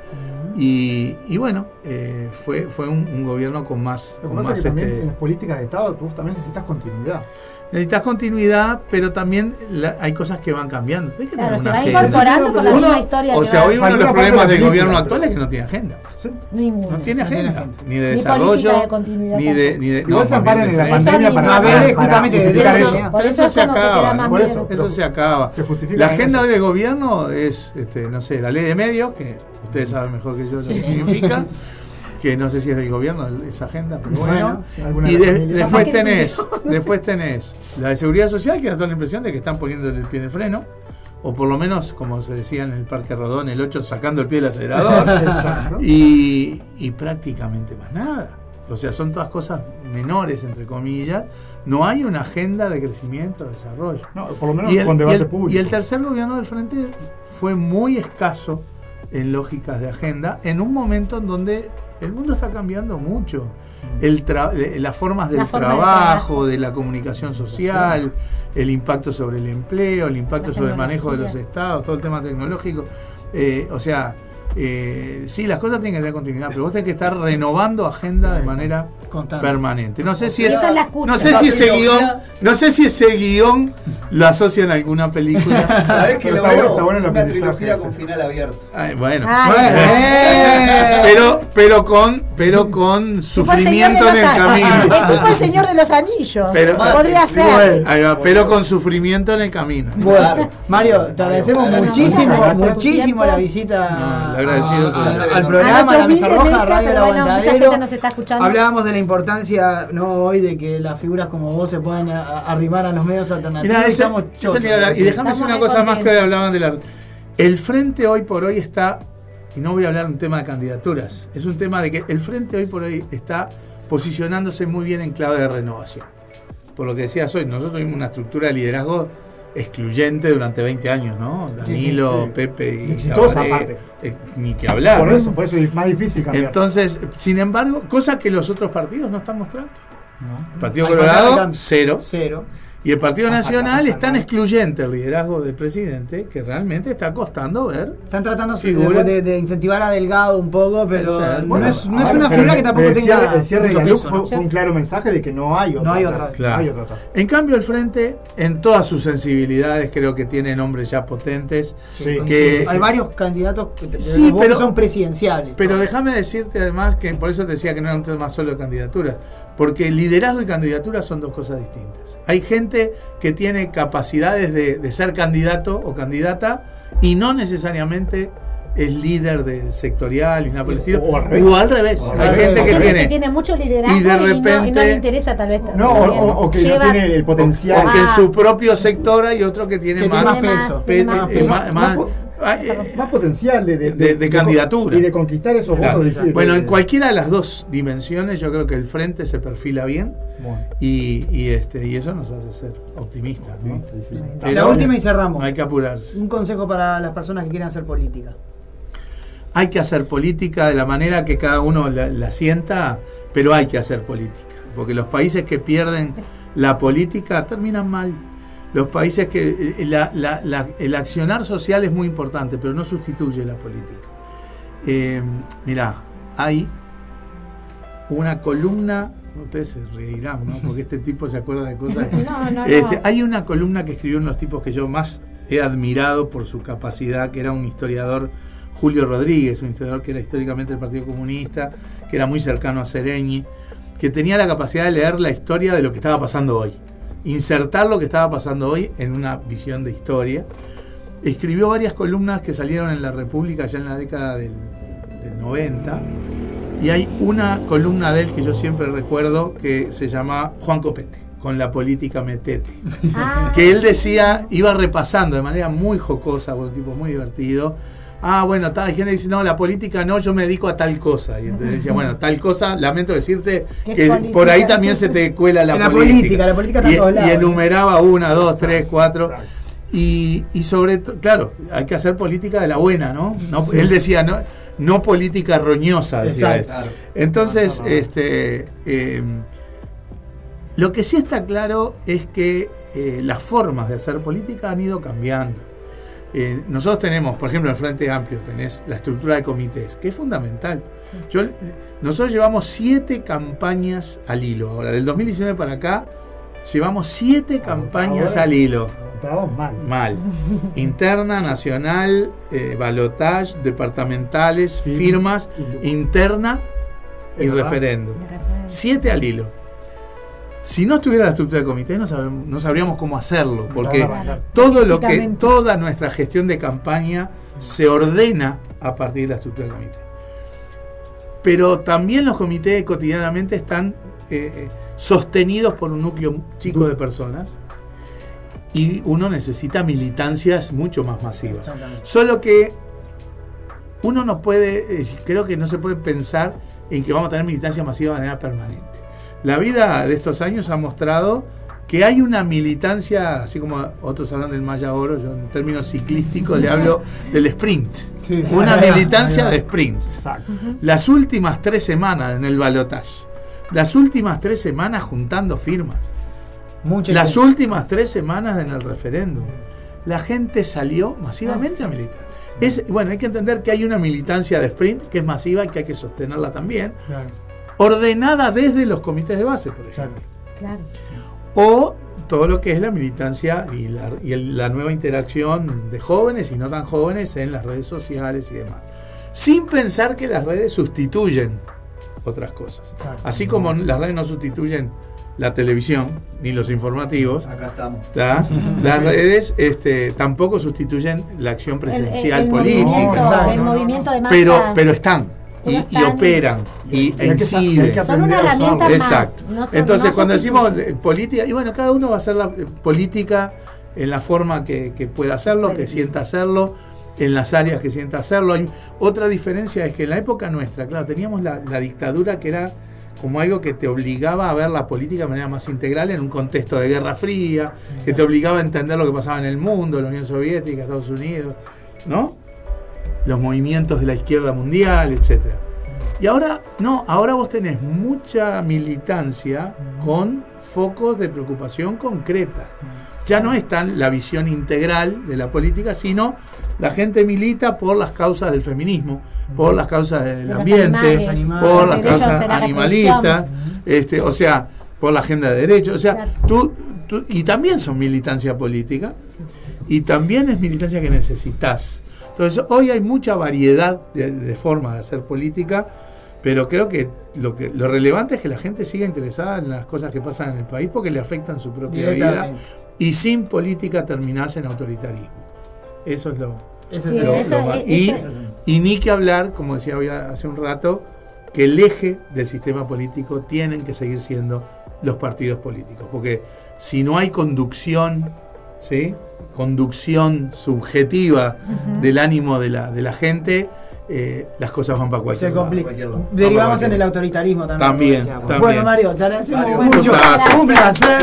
Y, y bueno, eh, fue, fue un, un gobierno con más... Lo con que pasa más es que este, también en las políticas de Estado vos también necesitas continuidad. Necesitas continuidad, pero también la, hay cosas que van cambiando. Hay que claro, tener se una va agenda. incorporando por la Uno, misma historia. O que sea, va hoy uno de los problemas del gobierno actual es que no tiene agenda. ¿Sí? Ninguno. No tiene agenda, No tiene ni de ni desarrollo, de ni de... Ni de no, se amparan en la de pandemia para, para, para, justamente para de eso. eso. Por eso, eso se acaba. Por eso, eso se acaba. Se la agenda hoy de gobierno es, este, no sé, la ley de medios, que ustedes saben mejor que yo lo que significa. Que no sé si es del gobierno esa agenda, pero bueno. bueno sí, y de, después tenés, después tenés la de seguridad social, que da toda la impresión de que están poniéndole el pie en el freno, o por lo menos, como se decía en el Parque Rodón, el ocho sacando el pie del acelerador, y, y prácticamente más nada. O sea, son todas cosas menores, entre comillas. No hay una agenda de crecimiento, de desarrollo. No, por lo menos y el, con debate y el, público. Y el tercer gobierno del Frente fue muy escaso en lógicas de agenda, en un momento en donde el mundo está cambiando mucho. El tra las formas del la forma trabajo, de, de la comunicación social, el impacto sobre el empleo, el impacto sobre el manejo de los estados, todo el tema tecnológico. Eh, o sea, eh, sí, las cosas tienen que tener continuidad, pero vos tenés que estar renovando agenda de manera Contando. permanente. No sé si es, no sé si ese guión, no sé si ese guión lo asocian a alguna película. ¿Sabés que lo está veo? Bueno, está bueno una trilogía con final abierto. Ay, bueno. Ay, bueno. eh. Pero, pero con, pero con sufrimiento en el camino. Es tipo el Señor de los Anillos. Pero, podría ser. Ahí va, pero con sufrimiento en el camino. Bueno, Mario, te agradecemos Mario, muchísimo, Mario, muchísimo la visita no, agradecido a, a, al programa, a la Mesa Roja, Radio El Aguantadero. Nos está escuchando. Hablábamos de la importancia, no hoy, de que las figuras como vos se puedan a, a arrimar a los medios alternativos. Mirá, ese, estamos chochos, y déjame decir una cosa más que hablaban de la... El Frente hoy por hoy está, y no voy a hablar de un tema de candidaturas, es un tema de que el Frente hoy por hoy está posicionándose muy bien en clave de renovación. Por lo que decías hoy, nosotros tuvimos una estructura de liderazgo excluyente durante veinte años, ¿no? Danilo, sí, sí, sí. Pepe y exitosa aparte. Eh, ni que hablar. Por eso, por eso es más difícil cambiar. Entonces, sin embargo, cosa que los otros partidos no están mostrando. No. El Partido Colorado, cero. Cero. Y el Partido Nacional es tan excluyente el liderazgo del presidente que realmente está costando ver. Están tratando de, de, de incentivar a Delgado un poco, pero no, bueno, es, no es una figura que tampoco el tenga. Cierre, el cierre de la luz fue, fue un claro mensaje de que no hay otra. No hay otra. Claro. No hay otra. En cambio, el Frente, en todas sus sensibilidades, creo que tiene nombres ya potentes. Sí, que, hay varios candidatos que, sí, pero, son presidenciables. Pero todo. Déjame decirte además que por eso te decía que no era un tema solo de candidaturas. Porque liderazgo y candidatura son dos cosas distintas. Hay gente que tiene capacidades de, de ser candidato o candidata y no necesariamente es líder de sectorial y nada por el estilo. O al revés. O al revés. O al Hay revés. gente que tiene, que tiene mucho liderazgo y de repente, y no, y no le interesa tal vez. No, o, o que lleva, no tiene el potencial. O, o que en su propio sector hay otro que tiene, que más, tiene más peso. Pe, más, eh, más, más, más, más potencial de, de, de, de, de candidatura y de conquistar esos claro. votos difíciles. Bueno, en cualquiera de las dos dimensiones yo creo que el Frente se perfila bien bueno. y, y, este, y eso nos hace ser optimistas, ¿no? Sí, sí. Pero la última y cerramos. No hay que apurarse. Un consejo para las personas que quieren hacer política. Hay que hacer política de la manera que cada uno la, la sienta, pero hay que hacer política, porque los países que pierden la política terminan mal. Los países que la, la, la, el accionar social es muy importante, pero no sustituye la política. Eh, mirá, hay una columna, ustedes se reirán, ¿no? Porque este tipo se acuerda de cosas. No, no, este, no. Hay una columna que escribió uno de los tipos que yo más he admirado por su capacidad, que era un historiador, Julio Rodríguez, un historiador que era históricamente del Partido Comunista, que era muy cercano a Seregni, que tenía la capacidad de leer la historia de lo que estaba pasando hoy, insertar lo que estaba pasando hoy en una visión de historia. Escribió varias columnas que salieron en La República ya en la década del, del noventa, y hay una columna de él que yo siempre recuerdo que se llama Juan Copete, con la política metete. Ah. Que él decía, iba repasando de manera muy jocosa, un tipo muy divertido. Ah, bueno, tal, hay gente que dice, no, la política no, yo me dedico a tal cosa. Y entonces decía, bueno, tal cosa, lamento decirte que política? Por ahí también se te cuela la, la política. política. La política está y, todos lados, y enumeraba una, dos, tres, cuatro. Y, y sobre todo, claro, hay que hacer política de la buena, ¿no? no sí. Él decía, no, no política roñosa, decía él. Entonces, este, eh, lo que sí está claro es que eh, las formas de hacer política han ido cambiando. Eh, nosotros tenemos, por ejemplo, en el Frente Amplio tenés la estructura de comités, que es fundamental. Sí. Yo, nosotros llevamos siete campañas al hilo. Ahora, del dos mil diecinueve para acá, llevamos siete campañas al hilo. Mal. Mal. Interna, nacional, eh, balotage, departamentales, sí. firmas, interna y referéndum. Siete al hilo. Si no estuviera la estructura de comité, no, sabemos, no sabríamos cómo hacerlo, porque todo lo que, toda nuestra gestión de campaña se ordena a partir de la estructura de comité. Pero también los comités cotidianamente están eh, sostenidos por un núcleo chico de personas, y uno necesita militancias mucho más masivas. Solo que uno no puede, eh, creo que no se puede pensar en que vamos a tener militancia masiva de manera permanente. La vida de estos años ha mostrado que hay una militancia, así como otros hablan del Maya Oro, yo en términos ciclísticos le hablo del sprint. Sí. Una militancia de sprint. Exacto. Las últimas tres semanas en el balotaje, las últimas tres semanas juntando firmas, Mucha las gente. últimas tres semanas en el referéndum, la gente salió masivamente a militar. Es, bueno, hay que entender que hay una militancia de sprint que es masiva y que hay que sostenerla también. Claro. Ordenada desde los comités de base, por ejemplo. Claro. O todo lo que es la militancia y la, y el, la nueva interacción de jóvenes y no tan jóvenes en las redes sociales y demás. Sin pensar que las redes sustituyen otras cosas. Claro. Así como las redes no sustituyen la televisión ni los informativos. Acá estamos. ¿tá? Las redes este, tampoco sustituyen la acción presencial el, el, el política. Movimiento, el movimiento de masa. Pero, pero están. Y, y operan y, y inciden. Son una herramienta Exacto. más. No son, Entonces, no cuando decimos política, y bueno, cada uno va a hacer la eh, política en la forma que, que pueda hacerlo, que sienta hacerlo, en las áreas que sienta hacerlo. Hay otra diferencia es que en la época nuestra, claro, teníamos la, la dictadura que era como algo que te obligaba a ver la política de manera más integral en un contexto de Guerra Fría, que te obligaba a entender lo que pasaba en el mundo, la Unión Soviética, Estados Unidos, ¿no? Los movimientos de la izquierda mundial, etcétera. Y ahora, no, ahora vos tenés mucha militancia con focos de preocupación concreta. Ya no es tan la visión integral de la política, sino la gente milita por las causas del feminismo, por las causas del ambiente, animales, por las causas animalistas, este, o sea, por la agenda de derechos. O sea, tú, tú, y también son militancia política, y también es militancia que necesitas. Entonces, hoy hay mucha variedad de, de formas de hacer política, pero creo que lo, que lo relevante es que la gente siga interesada en las cosas que pasan en el país porque le afectan su propia vida, y sin política terminás en autoritarismo. Eso es lo, Ese es sí, lo, eso, lo eso, y, eso. y ni que hablar, como decía hoy hace un rato, que el eje del sistema político tienen que seguir siendo los partidos políticos, porque si no hay conducción, ¿sí? conducción subjetiva uh-huh. del ánimo de la, de la gente, eh, las cosas van para cualquier lado. Derivamos en el autoritarismo también. También, también. Bueno, Mario, te agradecemos Mario, mucho. Un placer.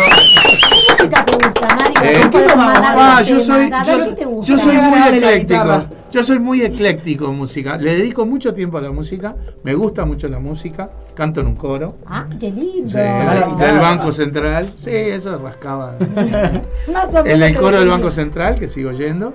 ¿Qué música te gusta, Mario? Eh, ¿Cómo podemos mandar ah, los yo temas? soy, A ver, yo, ¿qué te gusta? yo soy muy de la ecléctico. guitarra. Yo soy muy ecléctico en música. Le dedico mucho tiempo a la música. Me gusta mucho la música. Canto en un coro. Ah, qué lindo. Sí, del Banco Central. Sí, eso rascaba. Más o menos En el coro del que Banco Central, que sigo yendo.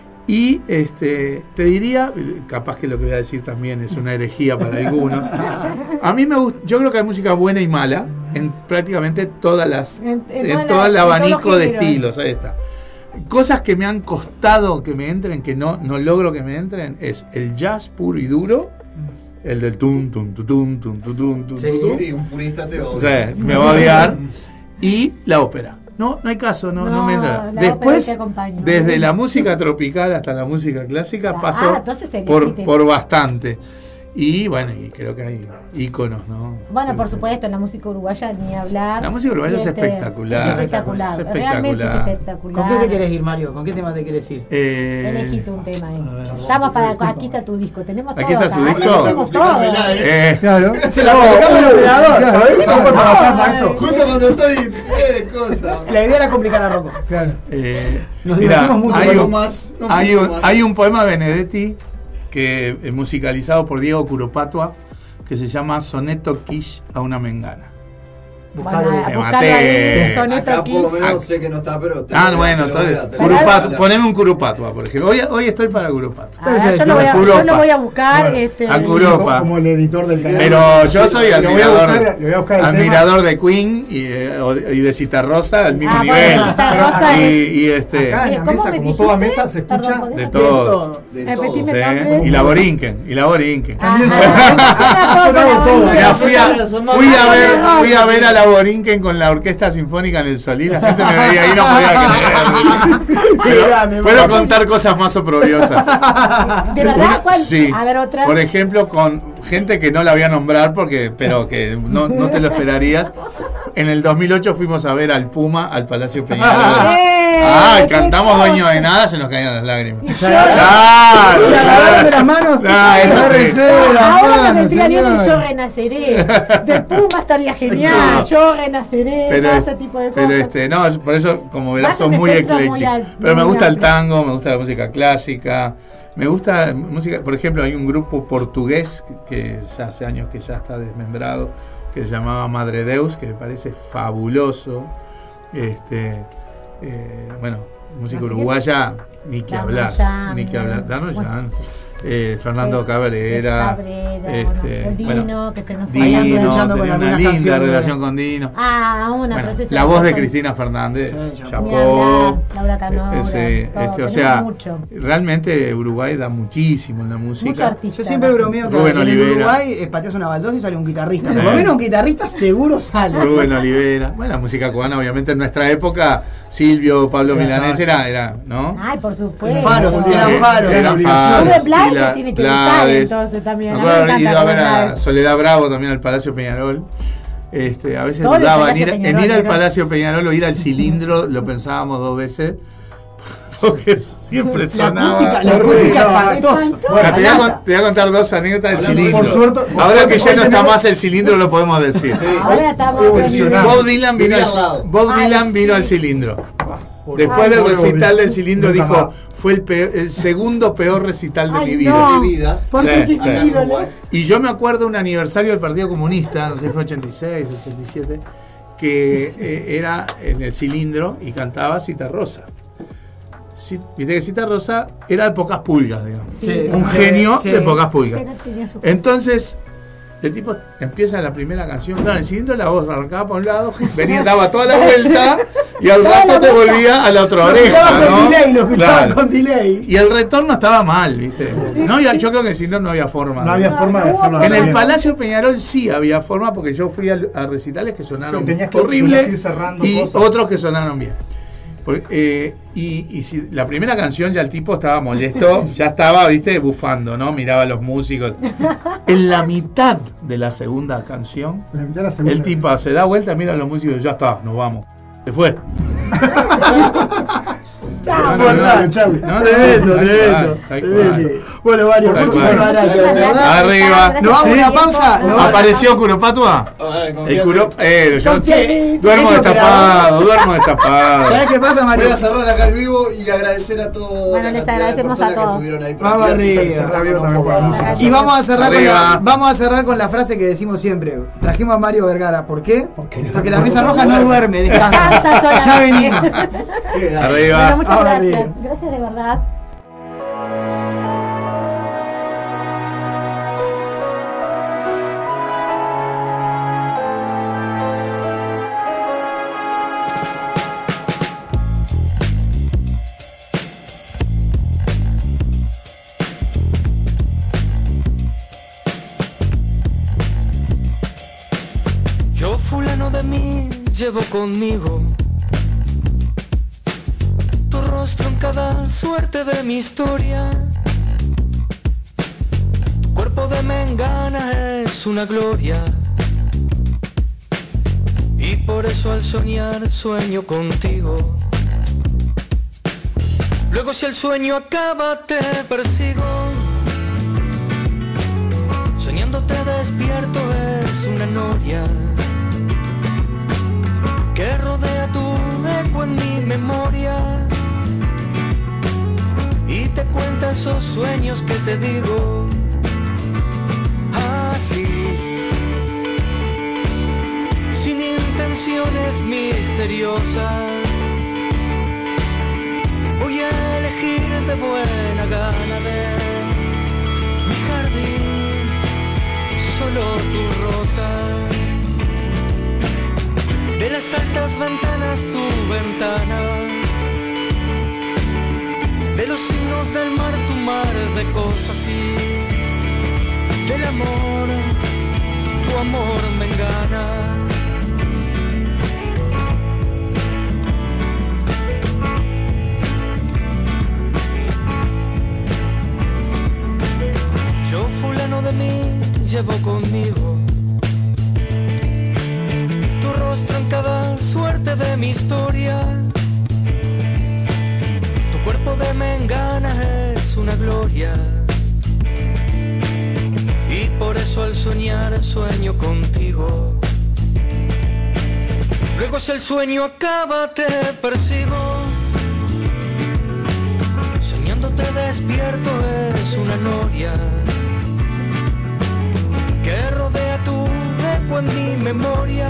Y este, te diría, capaz que lo que voy a decir también es una herejía para algunos. A mí me gusta, yo creo que hay música buena y mala en prácticamente todas las, en, en, en todo el abanico de estilos. Ahí está. Cosas que me han costado que me entren, que no, no logro que me entren, es el jazz puro y duro, el del tum, tum, tum, tum, tum, tum, tum, tum, Sí, tum. sí, un purista te odia. O sea, me va a odiar. Y la ópera. No, no hay caso, no, no, No, me entra. la ópera Después, te acompaña. desde la música tropical hasta la música clásica, Ah, pasó entonces elegiste. por, por bastante. Y bueno, y creo que hay íconos, ¿no? Bueno, por supuesto, en la música uruguaya ni hablar. La música uruguaya Y es espectacular. Es espectacular, Es realmente es espectacular. espectacular. ¿Con qué te querés ir, Mario? ¿Con qué tema te querés ir? Eh, Elegiste un tema ahí. Estamos para. Aquí está tu disco. Tenemos todo. ¿Aquí está acá. su Aquí disco? tenemos todo. Eh, Claro. Se la complicamos al operador. Claro, ¿Sabés? ¿sabés cómo trabajar para esto? Justo cuando estoy. Eh, cosa. La idea era complicar a Rocco. Claro. eh, Nos mirá, divertimos mucho. hay, No un, más, no hay, puedo un, más. hay un poema de Benedetti que es musicalizado por Diego Curopatua que se llama Soneto Quiche a una mengana. Bueno, Te buscalo maté. ahí, soneto Acá por lo Quiche. menos sé que no está, pero. te Ah, lo- bueno, te lo entonces, voy a- te lo voy a Curupatua, regalar. poneme un Curupatua, por ejemplo. Hoy, hoy estoy para Curupatua. Ah, yo, lo voy a, yo lo voy a buscar. Este, A Curopa. Como el editor del canal. Pero yo soy Le voy a admirador, buscar- le voy a buscar el admirador de Queen y, eh, o de- y de Citarrosa al mismo Ah, bueno, nivel. Citarrosa y, es- y este Acá en la ¿Cómo mesa, me como dijiste? toda mesa, se escucha Perdón, ¿podés de repetir? todo. De Repetime Sí, el nombre. y la Borinquen, y la Borinquen. También Ajá. suena- ha sonado todo. Mira, fui a, fui a ver, Ah, fui a ver a la Borinquen con la orquesta sinfónica en el Solí, la gente me veía ahí, no podía creer. Pero puedo contar cosas más oprobiosas. ¿De verdad? Una- ¿Cuál? Sí. A ver, otra. Por ejemplo, con gente que no la voy a nombrar porque, pero que no, no te lo esperarías. En el dos mil ocho fuimos a ver al Puma al Palacio Peñarol. ¡Eh! Ah, ¡Qué cantamos cosa! Dueño de Nada, se nos caían las lágrimas. Y yo- Claro, Se agarraron de las manos. Ah, eso sí. Agárrese de las Ahora me manos, vendría bien el señor. Yo Renaceré. Del Puma estaría genial. Yo Renaceré. Pero, todo ese tipo de pero cosas. este, no, por eso, como verás, Vas son un muy espectro muy eclécticos. al- Pero me muy gusta el amplio. tango, me gusta la música clásica, me gusta música, por ejemplo, hay un grupo portugués que ya hace años que ya está desmembrado, que se llamaba Madre Deus, que me parece fabuloso. Este, eh, bueno, música La uruguaya, ni que Dano hablar, Jan, ni que hablar. Dano bueno, Jan, eh, Fernando Cabrera, Cabrera, este, el Dino, bueno, que se nos fue. Ahí ando Dino, luchando con tenía una algunas linda canciones. relación con Dino. Ah, una Bueno, preciosa la voz de canción. Cristina Fernández, Sí, Ni Chapó. hablar, Laura Canora, Eh, sí, todo, este, o tenemos sea, mucho. realmente Uruguay da muchísimo en la Mucho música. artista. Yo siempre bromeo que Rubén en el Olivera. Uruguay eh, pateas una baldosa y sale un guitarrista. Por Sí. lo menos un guitarrista seguro sale. Rubén Olivera. Bueno, la música cubana, obviamente en nuestra época, Silvio, Pablo Milanés era, era, ¿no? Ay, por supuesto. Faros, Eh, eran faros. eran Rubén faros. Rubén Blades Y la- tiene que gustar Blades. entonces también. Me A mí me acuerdo haber encanta ido a ver Rubén a Blades. Soledad Bravo también al Palacio Peñarol. Este, a veces Todo el dudaba en ir, Palacio en Peñarol, ir al era- Palacio Peñarol o ir al Cilindro, lo pensábamos dos veces. Porque siempre La sonaba. acústica, la acústica espantosa. Mira, te, voy a, con- te voy a contar dos anécdotas del Hablando de- cilindro. por suerte- por Ahora suerte, que ya hoy no está tenemos- más el cilindro, lo podemos decir. Ahora estamos Evolucionando. Bob Dylan vino, Vivía al lado. al, Bob Ay, Dylan vino sí. al cilindro. Por- Después del Pobre Bob recital Dylan. del cilindro Nunca dijo, más. fue el, peor- el segundo peor recital de Ay, mi vida. no. Mi vida. Porque Sí, qué sí. querido, ¿no? Y yo me acuerdo un aniversario del Partido Comunista, no sé si fue ochenta y seis, ochenta y siete, que eh, era en el cilindro y cantaba Citarrosa. Ci- Viste que Citarrosa era de pocas pulgas, digamos. Sí, Un sí, genio sí. de pocas pulgas. Pero tenía su- Entonces, el tipo empieza la primera canción, claro, el cilindro la voz arrancaba por un lado, venía, daba toda la vuelta y al Toda rato la te vuelta. volvía a la otra Lo oreja, escuchaba con ¿no? delay, lo escuchaba Claro. con delay. Y el retorno estaba mal, ¿viste? No había- yo creo que en el cilindro no había forma. No había forma de hacerlo. En el bien. Palacio Peñarol sí había forma porque yo fui a, a recitales que sonaron Tenías que- horrible tenías que ir cerrando y cosas. otros que sonaron bien. Por- eh, y y si la primera canción ya el tipo estaba molesto, ya estaba, viste, bufando, ¿no? Miraba a los músicos. En la mitad de la segunda canción, La mitad de la segunda. el tipo se da vuelta, mira a los músicos y ya está, nos vamos. Se fue. Chao. No, no, no. Charlie. No, no, Tremendo, tal tremendo. cual, tal tremendo. cual. Bueno, Mario, Tal muchísimas cual. gracias. Muchísimas gracias. Arriba. Gracias Nos vamos a por una el pausa. tiempo. Nos ¿Apareció Curopatua? Ay, confía El en Curop... Eh, yo Confía en mí. duermo Este destapado, duermo destapado. ¿Sabes qué pasa, Voy Mario? a cerrar acá el vivo y agradecer a todos. Bueno, les agradecemos a todos. Vamos arriba. Y vamos a cerrar con la, Arriba. vamos a cerrar con la frase que decimos siempre. Trajimos a Mario Vergara. ¿Por qué? Porque la mesa roja no duerme, descansa. Descansa solamente. Ya venimos. Arriba. Bueno, muchas Vamos gracias. arriba. Gracias de verdad. mí llevo conmigo tu rostro en cada suerte de mi historia. Tu cuerpo de mengana es una gloria, y por eso al soñar sueño contigo. Luego si el sueño acaba te persigo, soñándote despierto es una noria que rodea tu eco en mi memoria y te cuenta esos sueños que te digo así, sin intenciones misteriosas. Voy a elegir de buena gana de mi jardín solo tus rosas, de las altas ventanas tu ventana, de los signos del mar tu mar de cosas y del amor tu amor me engana. Yo fulano de mí llevo conmigo tu rostro en cada suerte de mi historia. Tu cuerpo de mengana es una gloria, y por eso al soñar sueño contigo. Luego si el sueño acaba te persigo, soñándote despierto es una noria que rodea tu eco en mi memoria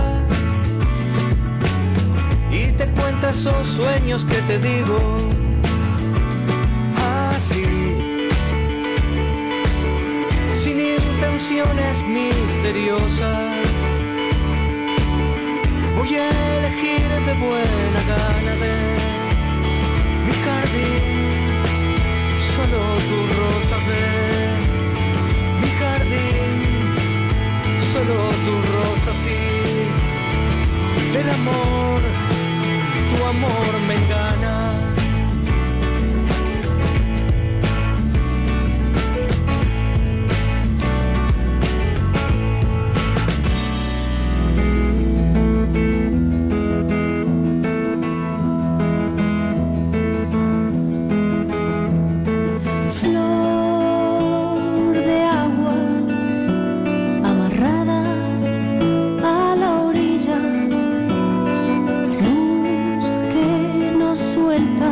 y te cuenta esos sueños que te digo así, sin intenciones misteriosas. Voy a elegir de buena gana de mi jardín solo tus rosas, de mi jardín solo tus rosas y del amor, tu amor me engana. Suelta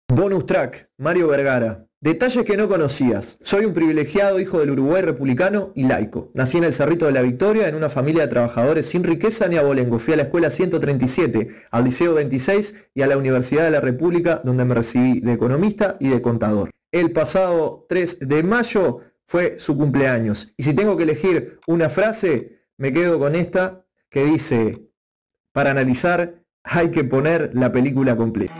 Bonus track, Mario Vergara. Detalles que no conocías. Soy un privilegiado hijo del Uruguay republicano y laico. Nací en el Cerrito de la Victoria en una familia de trabajadores sin riqueza ni abolengo. Fui a la escuela ciento treinta y siete, al Liceo veintiséis y a la Universidad de la República, donde me recibí de economista y de contador. El pasado tres de mayo fue su cumpleaños. Y si tengo que elegir una frase, me quedo con esta que dice, para analizar hay que poner la película completa.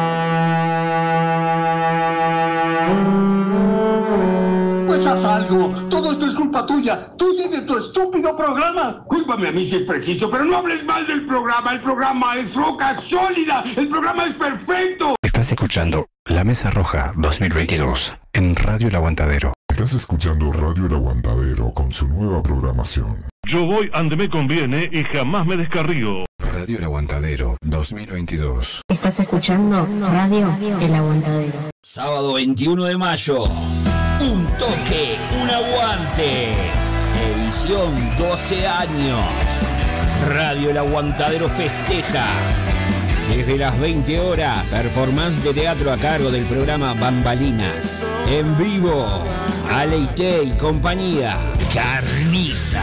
Pues haz algo. Todo esto es culpa tuya. Tuya y de tu estúpido programa. Cúlpame a mí si es preciso, pero no hables mal del programa. El programa es roca sólida. El programa es perfecto. Estás escuchando La Mesa Roja dos mil veintidós en Radio El Aguantadero. Estás escuchando Radio El Aguantadero con su nueva programación. Yo voy donde me conviene y jamás me descarrío. Radio El Aguantadero dos mil veintidós. Estás escuchando Radio El Aguantadero. Sábado veintiuno de mayo. Un toque, un aguante. Edición doce años. Radio El Aguantadero festeja. Desde las veinte horas, performance de teatro a cargo del programa Bambalinas. En vivo, Aleite y compañía. Carniza.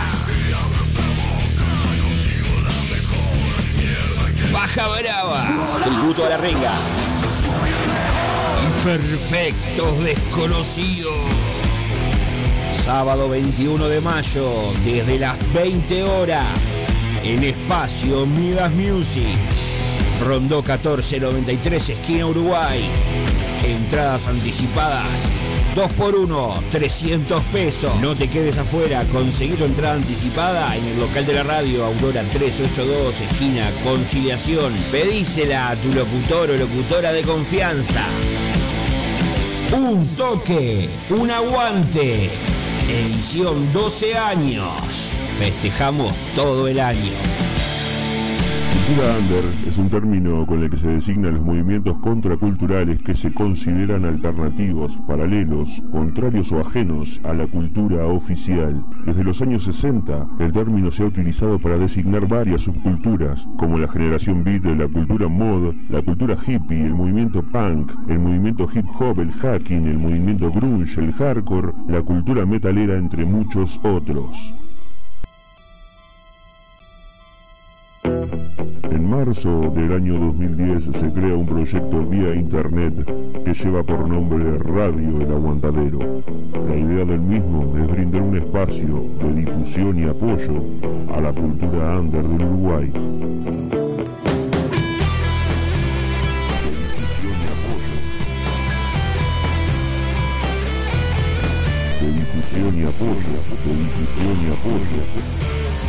Baja Brava. Tributo a la Renga. Y Perfectos Desconocidos. Sábado veintiuno de mayo, desde las veinte horas, en Espacio Midas Music. Rondó catorce noventa y tres, esquina Uruguay. Entradas anticipadas dos por uno, trescientos pesos. No te quedes afuera, conseguí tu entrada anticipada en el local de la radio, Aurora trescientos ochenta y dos, esquina Conciliación. Pedísela a tu locutor o locutora de confianza. Un toque, un aguante. Edición doce años. Festejamos todo el año. Cultura under es un término con el que se designan los movimientos contraculturales que se consideran alternativos, paralelos, contrarios o ajenos a la cultura oficial. Desde los años sesenta, el término se ha utilizado para designar varias subculturas, como la generación beat, la cultura mod, la cultura hippie, el movimiento punk, el movimiento hip hop, el hacking, el movimiento grunge, el hardcore, la cultura metalera, entre muchos otros. En marzo del año dos mil diez se crea un proyecto vía internet que lleva por nombre Radio El Aguantadero. La idea del mismo es brindar un espacio de difusión y apoyo a la cultura under del Uruguay. De difusión y apoyo, de difusión y apoyo.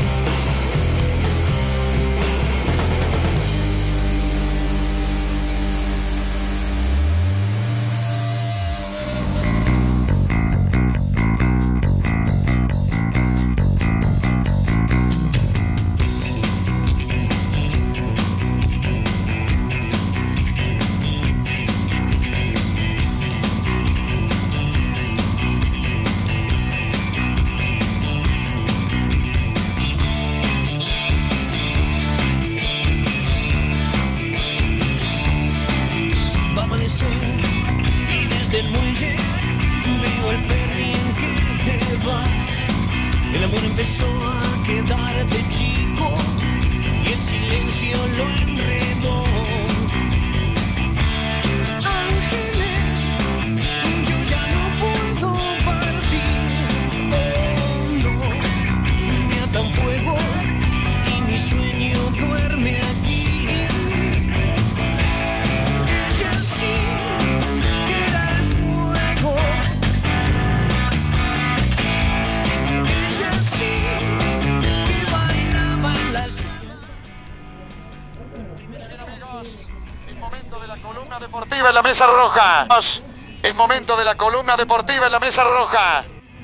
Mesa Roja. Es momento de la columna deportiva en la Mesa Roja.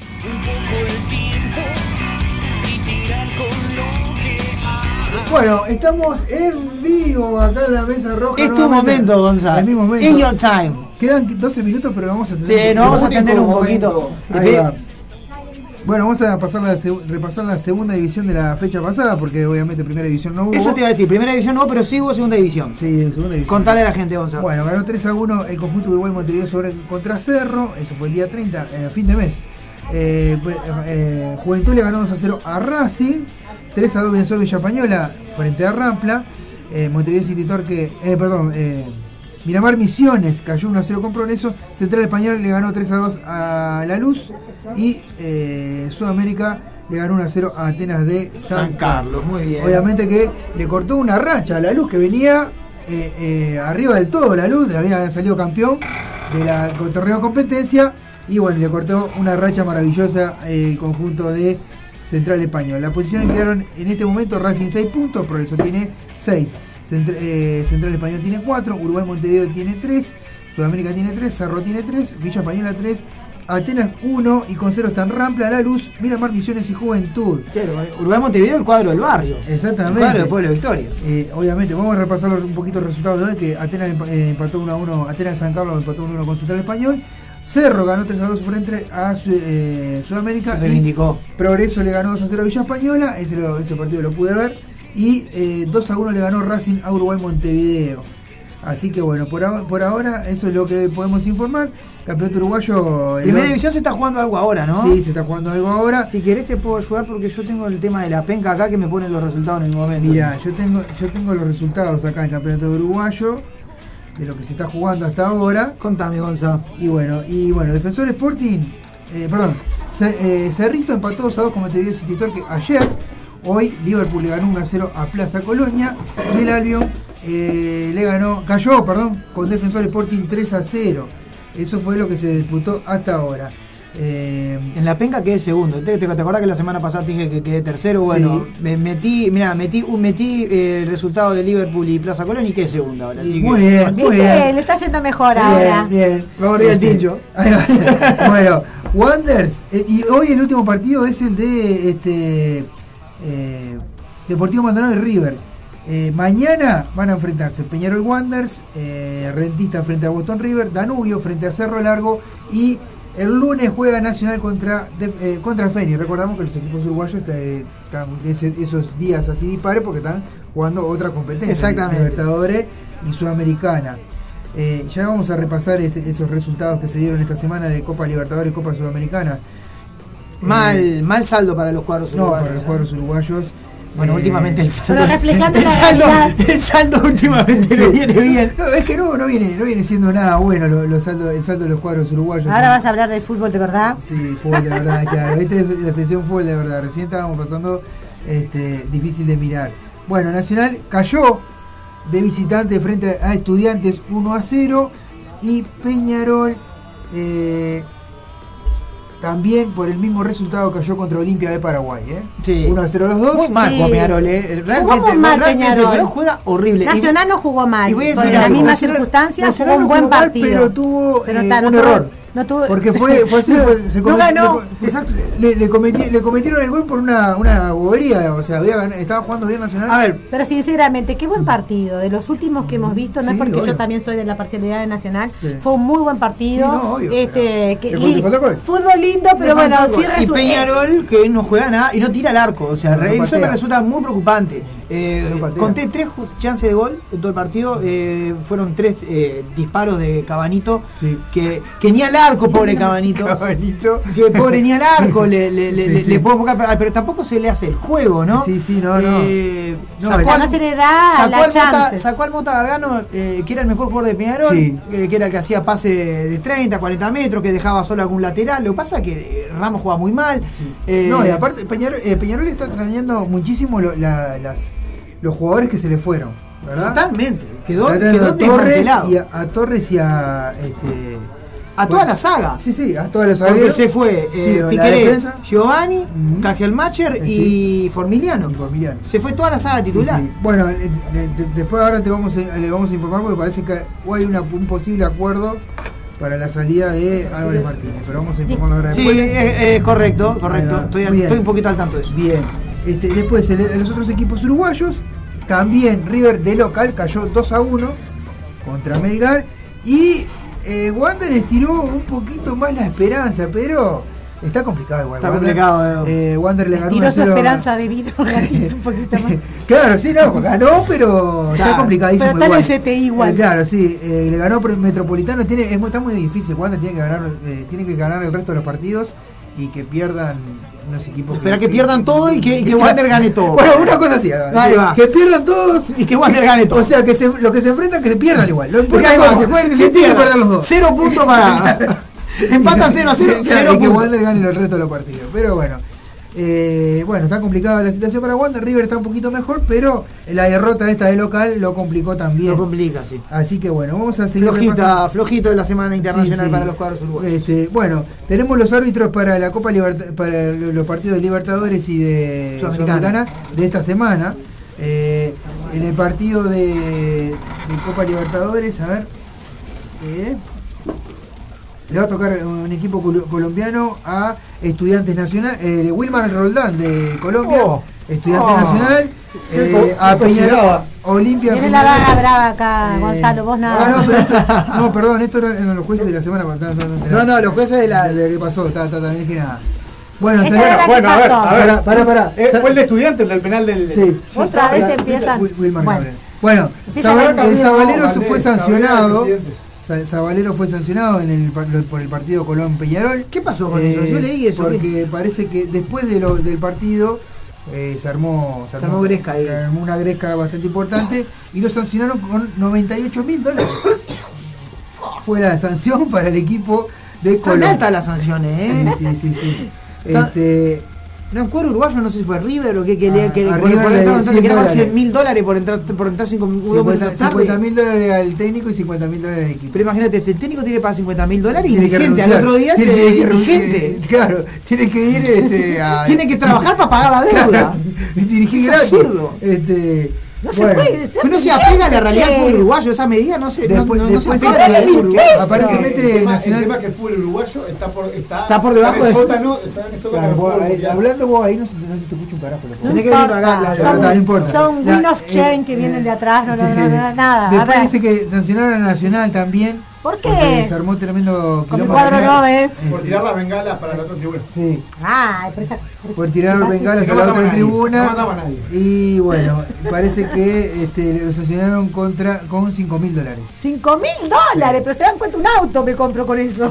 Bueno, estamos en vivo acá en la Mesa Roja. Es tu momento, Gonzalo. Es mi momento. In your time. Quedan doce minutos, pero vamos a tener sí, un, nos vamos a atender un poquito. Ahí va. Bueno, vamos a pasar la, repasar la segunda división de la fecha pasada, porque obviamente primera división no hubo. Eso te iba a decir, primera división no, pero sí hubo segunda división. Sí, segunda división. Contale a la gente, Gonzalo. Bueno, ganó tres a uno el conjunto Uruguay Montevideo sobre contra Cerro, eso fue el día treinta, eh, fin de mes. Eh, eh, Juventud le ganó dos a cero a Racing, tres a dos venció Villa Española frente a Rampla, eh, Montevideo City Torque, eh, perdón, eh, Miramar Misiones cayó uno a cero con Progreso, Central Español le ganó tres a dos a La Luz y eh, Sudamérica le ganó uno a cero a Atenas de San, San Carlos. Muy bien. Obviamente que le cortó una racha a La Luz que venía eh, eh, arriba del todo. La Luz había salido campeón de la torneo de competencia y bueno, le cortó una racha maravillosa eh, el conjunto de Central Español. Las posiciones quedaron en este momento: Racing seis puntos, Progreso tiene seis. Central, eh, Central Español tiene cuatro, Uruguay Montevideo tiene tres, Sudamérica tiene tres, Cerro tiene tres, Villa Española tres, Atenas uno y con cero están Rampla, La Luz, Miramar Misiones y Juventud. Claro, Uruguay Montevideo, el cuadro del barrio. Exactamente. El cuadro del pueblo de Victoria. Eh, obviamente, vamos a repasar un poquito los resultados de hoy, que Atenas eh, empató uno a uno, Atenas San Carlos empató uno a uno con Central Español. Cerro ganó tres a dos frente a eh, Sudamérica. Se reivindicó. Progreso le ganó dos a cero a Villa Española, ese, lo, ese partido lo pude ver. Y eh, dos a uno le ganó Racing a Uruguay Montevideo. Así que bueno, por, a, por ahora eso es lo que podemos informar. Campeonato uruguayo. Primera división se está jugando algo ahora, ¿no? Sí, se está jugando algo ahora. Si querés te puedo ayudar porque yo tengo el tema de la penca acá que me ponen los resultados en el momento. Mira, yo tengo, yo tengo los resultados acá en el Campeonato Uruguayo de lo que se está jugando hasta ahora. Contame, Gonzalo. Y bueno, y bueno, Defensor Sporting, eh, perdón, C- eh, Cerrito empató dos a dos con Montevideo City Torque ayer. Hoy Liverpool le ganó uno a cero a Plaza Colonia y el Albion eh, le ganó, cayó, perdón, con Defensor Sporting tres a cero. Eso fue lo que se disputó hasta ahora. Eh, en la penca quedé segundo. ¿Te, te, te acordás que la semana pasada te dije que quedé tercero? Bueno, sí. me metí, mirá, metí, un, metí eh, el resultado de Liverpool y Plaza Colonia y quedé segundo ahora. Así muy que, bien, muy bien. bien. Le está yendo mejor bien, ahora. Bien, vamos arriba el tincho. Bueno, Wanderers, eh, y hoy el último partido es el de este eh, Deportivo Maldonado y River. Eh, mañana van a enfrentarse Peñarol Wanderers, eh, Rentista frente a Boston River, Danubio frente a Cerro Largo y el lunes juega Nacional contra de, eh, contra Fénix. Recordamos que los equipos uruguayos están, están ese, esos días así dispares porque están jugando otra competencia. Exactamente. Libertadores y Sudamericana. Eh, ya vamos a repasar ese, esos resultados que se dieron esta semana de Copa Libertadores y Copa Sudamericana. Mal, eh, mal saldo para los cuadros uruguayos. No, para los cuadros uruguayos. Bueno, eh, últimamente el saldo. Pero reflejando el la saldo, realidad. el saldo últimamente no viene bien. No, es que no, no viene, no viene siendo nada bueno lo, lo saldo, el saldo de los cuadros uruguayos. Ahora ¿no? vas a hablar de fútbol, ¿de verdad? Sí, fútbol de verdad, claro. Esta es la sesión fútbol de verdad. Recién estábamos pasando este, difícil de mirar. Bueno, Nacional cayó de visitante frente a Estudiantes uno a cero y Peñarol eh, también por el mismo resultado cayó contra Olimpia de Paraguay, ¿eh? Sí. uno a cero los dos. Muy mal Sí. jugó Peñarol, ¿eh? Realmente, Jugó mal realmente Peñarol. Peñarol juega horrible. Nacional no jugó mal. Y voy a Por decir las algo. mismas Nacional- circunstancias Nacional jugó un no buen jugó mal, partido. pero tuvo Pero eh, está, no un tuvo- error. no tuvo- Porque fue, fue así, fue- se No come- ganó. le- exacto, le, le cometi- le cometieron el gol por una, una bobería, o sea, había gan- estaba jugando bien Nacional. A ver, Pero sinceramente, qué buen partido. De los últimos que hemos visto, no Sí, es porque obvio. yo también soy de la parcialidad de Nacional, Sí. fue un muy buen partido. Sí, no, obvio, este, que, ¿Te faltó- te faltó gol? fútbol lindo, pero me bueno, faltó sí gol. Y resu- Peñarol que no juega nada y no tira al arco. O sea, No, no eso patea. me resulta muy preocupante. Eh, No patea. conté tres ju- chances de gol en todo el partido. Eh, fueron tres eh, disparos de Cabanito. Sí. Que, que ni al arco, pobre Cabanito. Cabanito. Que pobre ni al arco le, le, le, Sí, le- sí. le puedo buscar, pero tampoco se le hace el juego, ¿no? Sí, sí, no, no. Eh, No, sacó, el- al, no se le da sacó, la al Mota, chance. sacó al Mota Gargano, eh, que era el mejor jugador de Peñarol, Sí. eh, que era el que hacía pase de treinta, cuarenta metros, que dejaba solo algún lateral. Lo que pasa es que eh, Ramos juega muy mal. Eh, No, y aparte Peñarol, eh, Peñarol está extrañando muchísimo lo- la- las, los jugadores que se le fueron, ¿verdad? Totalmente. Quedó, Está extrañando quedó a Torres desmantelado. y a, a Torres y a este A toda la saga. Sí, sí, a toda la saga. Porque se fue eh, la Piquerés, defensa. Giovanni, Ujú. Cajelmacher Sí. y Formiliano. Y Formiliano. Se fue toda la saga titular. Sí, sí. Bueno, eh, de- de- después ahora te vamos a, le vamos a informar porque parece que hay una, un posible acuerdo para la salida de Álvarez Martínez, pero vamos a informarlo ahora Sí, después. es, es correcto, correcto. Ahí va. Estoy, al- Muy bien. estoy un poquito al tanto de eso. Bien. Este, después, el- los otros equipos uruguayos, también River de local cayó dos a uno contra Melgar y eh, Wander estiró un poquito más la esperanza, pero Está complicado igual. Está Wander, complicado, eh, Wander le ganó Tiró su uno a cero. esperanza de vida un ratito, un poquito más. Claro, sí, no, ganó, pero está Claro, complicadísimo. pero está en igual. el C T I igual. Eh, claro, sí, eh, le ganó pero Metropolitano, tiene, es muy, está muy difícil. Wander tiene que ganar, eh, tiene que ganar el resto de los partidos y que pierdan unos equipos. Espera que pierdan todo y que, y que Wander gane todo. Bueno, una cosa así. Ahí que, va. que pierdan todos y que Wander gane todo. O sea, que se, lo que se enfrentan que se pierdan igual. Lo Porque importante ahí es va, que que jueguen y se se tienen que pierdan. perder los dos. Cero puntos para. Empatan cero a cero, Claro, cero y que puntos. Wander gane el resto de los partidos. Pero bueno. Eh, bueno, está complicada la situación para Wander. River está un poquito mejor, pero la derrota esta de local lo complicó también. Lo complica, sí. Así que bueno, vamos a seguir. Flojita, repasando. flojito de la semana internacional Sí, sí. para los cuadros uruguayos. Este, bueno, tenemos los árbitros para la Copa Liberta- para los partidos de Libertadores y de Sudamericana. Sudamericana de esta semana. Eh, en el partido de, de Copa Libertadores, a ver. Eh, le va a tocar un equipo col- colombiano a Estudiantes Nacional, eh, Wilmar Roldán de Colombia, Oh. Estudiantes Oh. Nacional, Qué eh, co- a qué Peñarol, cocinaba. Olimpia. Viene la Peñarol. vaga brava acá, Gonzalo, vos nada. Ah, no, pero esto, no, perdón, esto eran eran los jueces de la semana pasada. No, no, los jueces de la- de la que pasó, está, está, está, no dije nada. Bueno, Esa salió- era la que Bueno, a ver, pasó. a ver. Pará, pará, pará. Eh, Sa- fue el de estudiantes, el del penal del. Sí. Otra vez Wil- empiezan. Wil- Wilmar Bueno. Cabrera. Bueno, Empieza Zabal- la- el Zabalero Valdés, fue Cabrera, sancionado. presidente. Sa- Zabalero fue sancionado en el, par- por el partido Colón Peñarol. ¿Qué pasó con eso? Yo leí eso. Porque parece que después de lo, del partido eh, se armó Se armó gresca ahí. se armó una gresca bastante importante y lo sancionaron con noventa y ocho mil dólares. Fue la sanción para el equipo de Están Colón. altas las sanciones, ¿eh? Sí, sí, sí. sí. Está- Este, No, en cuero uruguayo no sé si fue River o qué, que, Ah, le, que a por, River por le entrar, dio le quería dar cien cien mil dólares por entrar por entrar cinco minutos cincuenta mil dólares al técnico y cincuenta mil dólares al equipo. Pero imagínate, si el técnico tiene para cincuenta mil dólares y Tiene que gente al renunciar. otro día Tiene te que dirigente. renunciar. Claro, tiene que ir este, a, Tiene que trabajar para pagar la deuda. dirigir Es gratis. absurdo. Este, No se bueno. puede ser. Pero no se apega a la realidad del fútbol uruguayo, esa medida no se, no- Después, no, no se después apega a la eh, realidad uruguaya. aparentemente el, tema, Nacional. el tema es que el fútbol uruguayo está por, está, Está por debajo en el de- sótano, está en el sótano Claro, del vos, fútbol ahí, mundial. hablando vos ahí no se, no se te escucha un carajo. loco. No Tenés que venir para acá, importa, la- son, la verdad, no importa. son La- win of eh, chain que eh, vienen de atrás, no, no, sí. no, no, nada. A Después ver. dice que sancionaron a Nacional también. ¿Por porque qué? se armó tremendo Con mi quilombo cuadro nacional. no, ¿eh? Por tirar las bengalas para la otra tribuna. Sí. Ah, pero esa- Por tirar ¿qué bengalas No a la mataba otra a nadie, tribuna. no mataba a nadie. Y bueno, parece que este, lo sancionaron contra, con cinco mil dólares. Cinco mil dólares, pero se dan cuenta un auto me compro con eso.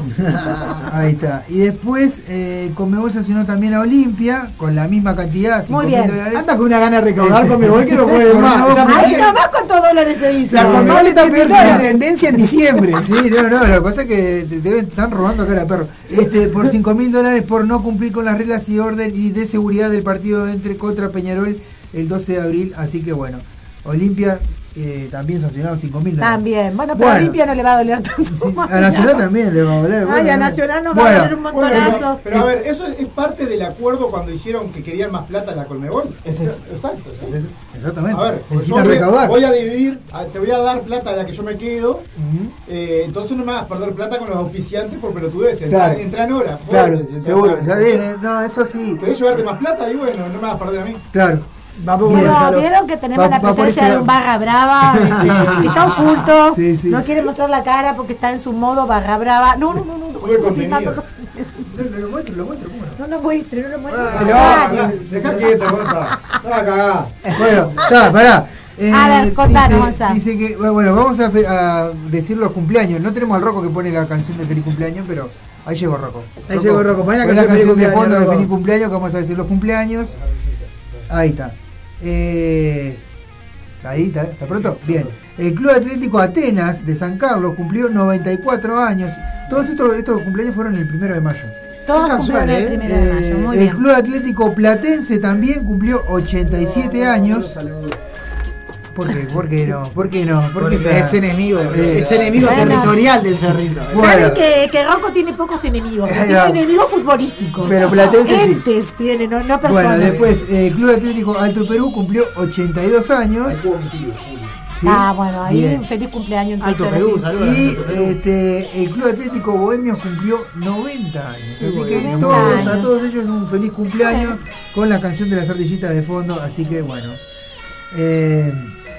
Ahí está. Y después eh, Conmebol sancionó también a Olimpia con la misma cantidad, cinco Muy mil bien. dólares. Anda con una gana de recaudar Este, con mi gol que no puede por más. no, Está por Ahí qué? nomás cuántos dólares se hizo. La Conmebol está Conmebol perdiendo está- la tendencia en diciembre. Sí, no, no, lo que pasa es que te deben, están robando cara de perro. Este, por cinco mil dólares por no cumplir con las reglas y orden y de seguridad del partido entre contra Peñarol el doce de abril. Así que bueno, Olimpia eh, también sancionado cinco mil dólares. También. Bueno, pero Bueno. a Olimpia no le va a doler tanto. A Nacional también le va a doler. Ay, bueno, a no. Nacional nos va Bueno, a doler un montonazo. Pero a ver, eso es parte del acuerdo cuando hicieron que querían más plata a la Colmebol. Es- Exacto, sí. Exactamente. A ver, pues yo necesita voy, recaudar. voy a dividir, a- te voy a dar plata de la que yo me quedo, Ujú. eh, entonces no me hagas perder plata con los auspiciantes por pelotudeces. Claro. Entra, entra en hora. Claro, joder, seguro. entra- Está bien, eh, no, eso sí. ¿Querés llevarte más plata? Y bueno, no me vas a perder a mí. Claro. Vamos, Bien. Bueno, Gonzalo. vieron que tenemos Va- la va por presencia ese de un lado. barra brava, este, que está oculto, Sí, sí. no quiere mostrar la cara porque está en su modo barra brava. No, no, no, no, no, Muy no, contenido. no, no, Lo, lo muestro, lo muestro, ¿cómo no? no lo muestre, no lo muestre. Ah, Pero, Ah, ah, dejá quieto, Gonza. No va a cagar. Bueno, está, pará. Eh, A ver, contanos, dice, Gonza. dice que, bueno, vamos a, fe- a decir los cumpleaños. No tenemos al Rocco que pone la canción de feliz cumpleaños, pero ahí llegó Rocco. Ahí llegó Rocco, pon la pon canción de feliz de cumpleaños, fondo de Rocco. feliz cumpleaños, que vamos a decir los cumpleaños. Ahí está. Eh, ahí está, ¿está pronto? Bien. El Club Atlético Atenas de San Carlos cumplió noventa y cuatro años. Todos estos, estos cumpleaños fueron el primero de mayo. Todos Qué cumplieron casual, el ¿eh? primero de mayo, muy el bien. Club Atlético Platense también cumplió ochenta y siete años. ¿Por qué? ¿Por qué no? ¿Por qué no? ¿Por qué Porque esa- es enemigo, Eh, es enemigo bueno. territorial del Cerrito. Bueno. ¿Saben que, que Rocco tiene pocos enemigos? Ahí Tiene va. enemigos futbolísticos. Pero Platense sí. Entes tiene, no, no personas. Bueno, después el Club Atlético Alto Perú cumplió ochenta y dos años. ¿sí? Ah, bueno, ahí Bien. feliz cumpleaños. entonces, Alto ahora Perú, sí. saludos. Y Alto Perú. este, el Club Atlético Bohemios cumplió noventa años. Así que noventa todos, a años. todos ellos un feliz cumpleaños con la canción de las ardillitas de fondo. Así que bueno. Eh,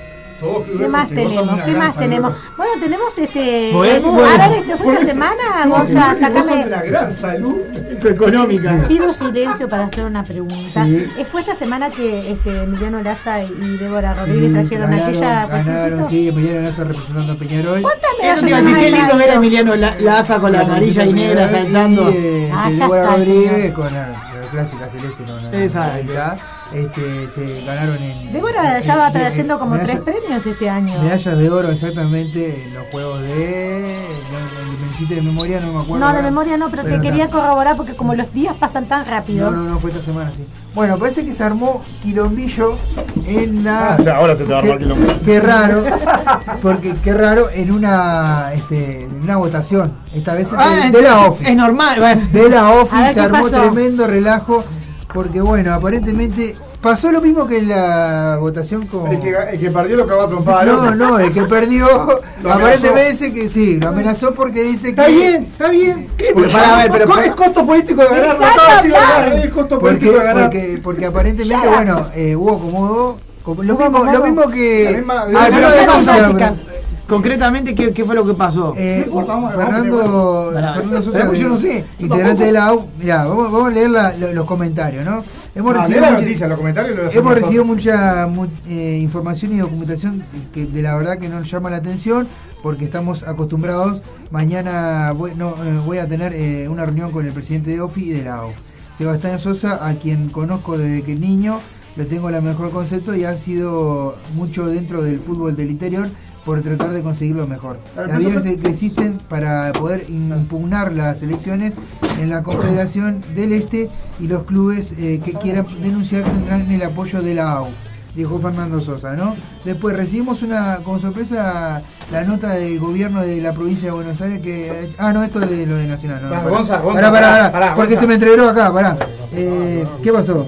¿Qué más tenemos? ¿Qué más tenemos? Bueno, tenemos este. Bueno, a bueno, ver, este fue esta pues, semana, no, Gonza, vos sos sacame. de una gran salud económica. Pido silencio para hacer una pregunta. Sí. Eh, ¿Fue esta semana que este, Emiliano Laza y Débora Rodríguez Sí, trajeron ganaron, aquella ganaron, postrecito? sí, Emiliano Laza representando a Peñarol. ¿Cuántas Eso te iba a decir, qué lindo ver a Emiliano La- Laza con la amarilla y negra saltando. Y, eh, Ah, este, ya Débora está, Rodríguez señor. con la, la clásica celeste, no, no, no, Exacto. ahí está. Este, se ganaron en. Débora en- ya va en- trayendo como medalla- tres premios este año. Medallas de oro exactamente en los juegos de. No, me hiciste de memoria, no me acuerdo. No, de ahora. memoria no, pero, te no. quería corroborar porque como los días pasan tan rápido. No, no, no, fue esta semana, sí. Bueno, parece que se armó quilombillo en la. Ah, o sea, ahora se te va a armar qué- quilombo. Qué raro, porque qué raro en una este, en una votación. Esta vez es Ah, de, es- de la OFI. es normal, bueno. De la A OFI ver, se ¿qué armó pasó? tremendo relajo. Porque bueno, aparentemente pasó lo mismo que en la votación con. El que, el que perdió lo cagó a trompada al No, otro. no, el que perdió Lo aparentemente amenazó. dice que sí, lo amenazó porque dice Está que. bien, está bien. ¿Qué? Porque- para ver, pero- Co- es costo político de ganar. No, Dejá no, sí, hablar. ganar, es costo Porque, político de ganar. porque, porque aparentemente, Ya. bueno, eh, hubo como dos. como- lo, Hubo mismo, como lo dos. mismo que. La misma- Ah, la pero misma de temática. Massa, Concretamente, ¿qué, ¿qué fue lo que pasó? Eh, No importa, vamos- Fernando, vamos a tener- Fernando Sosa, Pero yo de- no sé. integrante de la A U. Mirá, vamos, vamos a leer la- lo- los comentarios, ¿no? Hemos Ah, recibido lee la mucha- noticia, los comentarios lo hacemos Hemos nosotros. recibido mucha mu- eh, información y documentación que de la verdad que nos llama la atención porque estamos acostumbrados. Mañana voy, no, eh, voy a tener eh, una reunión con el presidente de OFI y de la A U. Sebastián Sosa, a quien conozco desde que niño, le tengo el mejor concepto y ha sido mucho dentro del fútbol del interior por tratar de conseguir lo mejor. Las vías que existen para poder impugnar las elecciones en la Confederación del Este y los clubes eh, que quieran denunciar tendrán el apoyo de la A U F, dijo Fernando Sosa, ¿no? Después recibimos una con sorpresa la nota del gobierno de la provincia de Buenos Aires que... Ah, no, esto es de lo de Nacional. No, Va, no, Gonza, pará, Gonza, pará, pará, pará, pará, porque Gonza. se me entreveró acá, pará. Eh, ¿Qué pasó?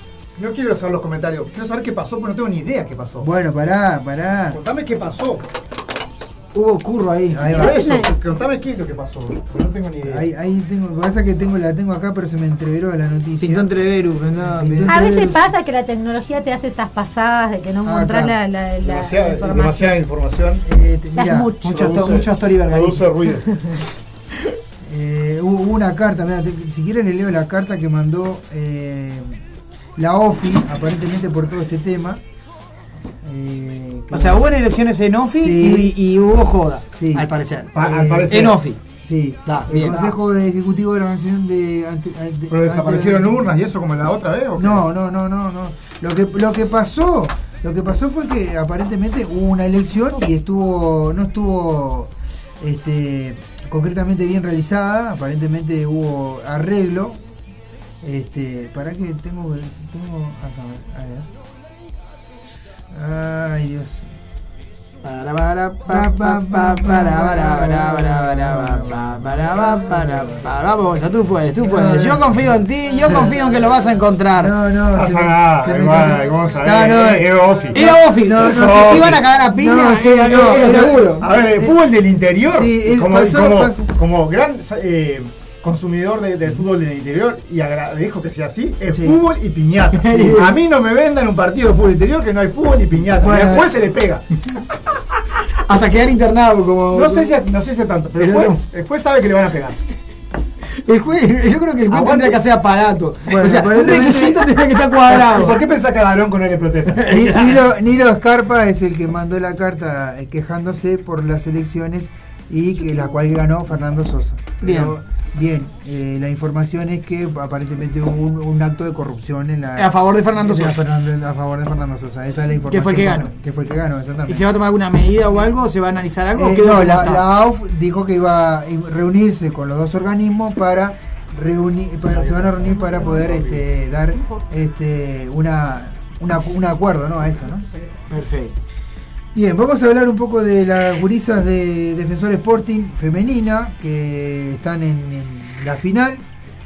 No quiero saber los comentarios. Quiero saber qué pasó, pero no tengo ni idea qué pasó. Bueno, pará, pará. Contame qué pasó. Hubo curro ahí. Ahí Por va. eso, contame qué es lo que pasó. porque no tengo ni idea. Ahí, ahí tengo, lo que pasa es que tengo, la tengo acá, pero se me entreveró la noticia. Pintó entreveru, no, A veces pasa que la tecnología te hace esas pasasadas de que no encontrás la, la, la Demasiada, información. demasiada información. Eh, te- Ya es mirá, mucho. Mucho, sto- Produce- mucho story vergarín. produce ruido. Eh, hubo, hubo una carta, mirá, te- si quieres le leo la carta que mandó eh, la OFI, aparentemente por todo este tema. Eh, que- O sea, hubo elecciones en OFI Sí. y, y hubo joda, Sí. al parecer. Pa- al parecer. En OFI. Sí, Da, el bien. Consejo de Ejecutivo de la Organización de... ante- ante- ¿Pero desaparecieron ante la- urnas y eso como la otra vez? ¿o qué? No, no, no, no, no. Lo que, lo que pasó, lo que pasó fue que aparentemente hubo una elección y estuvo, no estuvo este, concretamente bien realizada, aparentemente hubo arreglo. Este, para que tengo tengo acá, a ver. Ay, Dios. Para, para, pa, pa, pa, para, para, para, para, para, para, para, para, para. Vamos, Gonza, tú puedes, tú puedes. Yo confío en ti, yo confío en que lo vas a encontrar. No, no, Pasa se me- nada, se me igual, encontró- Gonza, No, eh, no, eh, es Ofi. Era Ofi, No, no, si no, se iban a cagar a piña, No, sí, era- no, era era- seguro. A ver, el fútbol del interior, Sí, es- como, pasó- como, pasó. como gran eh, consumidor de- del fútbol del interior, y agradezco que sea así, es Sí. fútbol y piñata. A mí no me vendan un partido de fútbol interior que no hay fútbol y piñata. Bueno, y después se le pega. Hasta quedar internado como. No sé si, no sé si tanto, pero Pero después, no. después sabe que le van a pegar. El juez, yo creo que el juez Aguante. tendría que hacer aparato. Bueno, o sea, un aparentemente- requisito tendría que estar ¿Y cuadrado. por qué pensás que a Darón con él le protesta? Ni- Nilo, Nilo Escarpa es el que mandó la carta eh, quejándose por las elecciones y que la cual ganó Fernando Sosa. Pero, bien, eh, la información es que aparentemente hubo un, un acto de corrupción en la, A favor de Fernando en la Sosa. Fernando- a favor de Fernando Sosa. Esa es la información. Que fue el que ganó. Que fue el que ganó, exactamente. ¿Y se va a tomar alguna medida o algo? ¿Se va a analizar algo? Eh, ¿Qué es lo no, que la, está? la A U F dijo que iba a reunirse con los dos organismos para reunir, para- se van a reunir para poder este, dar este, una, una, un acuerdo, ¿no? A esto, ¿no? Perfecto. Bien, vamos a hablar un poco de las gurisas de Defensor Sporting femenina que están en, en la final.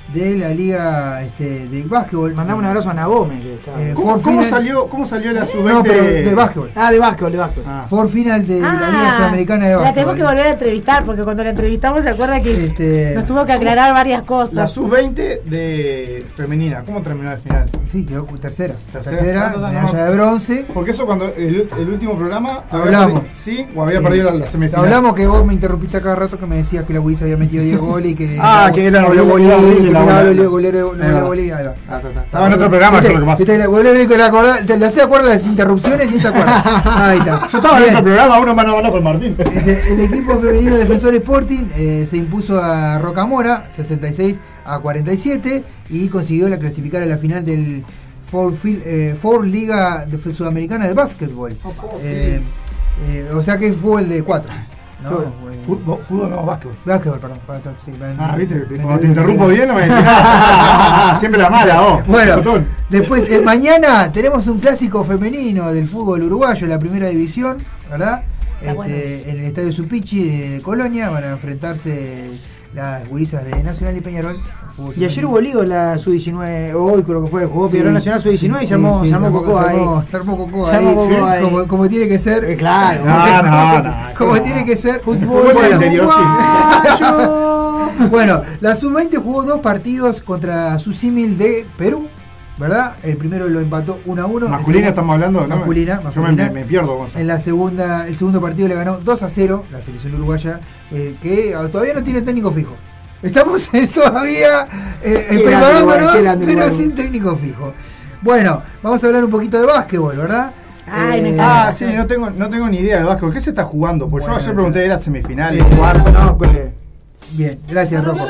de la liga este, de básquetbol. Mandamos un abrazo a Ana Gómez. Que está... eh, ¿Cómo, ¿cómo, salió, ¿Cómo salió la sub veinte? No, pero de básquetbol. Ah, de básquetbol, de básquetbol. Ah. For final de ah, la Liga Sudamericana de Básquetbol. La tenemos que volver a entrevistar porque cuando la entrevistamos se acuerda que este... nos tuvo que aclarar varias cosas. La sub veinte de femenina, ¿cómo terminó el final? Sí, quedó tercera. Tercera, tercera medalla de bronce. Porque eso cuando el, el último programa hablamos. Perdido, ¿sí? ¿O había sí. perdido la, la semifinal? Hablamos que vos me interrumpiste cada rato que me decías que la Gurisa había metido diez goles y que ah, que era el Bolivia, que era el golero de Bolivia. Estaba en otro programa, creo que más. Te le hacía acuerdo de las interrupciones y se acuerda. Ahí está. Yo estaba en otro programa, uno mano a mano con Martín. El equipo femenino Defensor Sporting eh, se impuso a Rocamora sesenta y seis a cuarenta y siete y consiguió la clasificar a la final del Four, eh, Four Liga de Sudamericana de Básquetbol. Eh, eh, o sea que es fútbol de cuatro. No, fútbol, fútbol no, básquetbol. Básquetbol, perdón. Sí, ah, viste, te, cuando te interrumpo bien no me decís nada. Siempre la mala, vos. Bueno, después, eh, mañana tenemos un clásico femenino del fútbol uruguayo, la primera división, ¿verdad? Este, bueno. En el estadio Supichi de Colonia van a enfrentarse las gurisas de Nacional y Peñarol. Y ayer hubo lío la sub diecinueve, hoy creo que fue, jugó Peñarol sí, Nacional sub diecinueve sí, y se armó, sí, se armó Cocoa ahí. Se armó Cocoa ahí, ahí. Sí, como, como tiene que ser. Eh, claro. No, no, no, como no. tiene que ser. Fútbol bueno, interior, sí. Bueno, la sub veinte jugó dos partidos contra su símil de Perú, ¿verdad? El primero lo empató uno a uno. ¿Masculina estamos hablando? Masculina, no, masculina. Yo me, me pierdo, Gonzalo. En la segunda, el segundo partido le ganó dos a cero la selección uruguaya, eh, que todavía no tiene técnico fijo. Estamos todavía eh, preparándonos, pero sin técnico fijo. Bueno, vamos a hablar un poquito de básquetbol, ¿verdad? Ay, eh, me encanta. Ah, sí, no tengo, no tengo ni idea de básquetbol. ¿Qué se está jugando? Pues bueno, yo ayer pregunté, era semifinal, eh, cuarto. No, pues, bien, gracias, Rocco.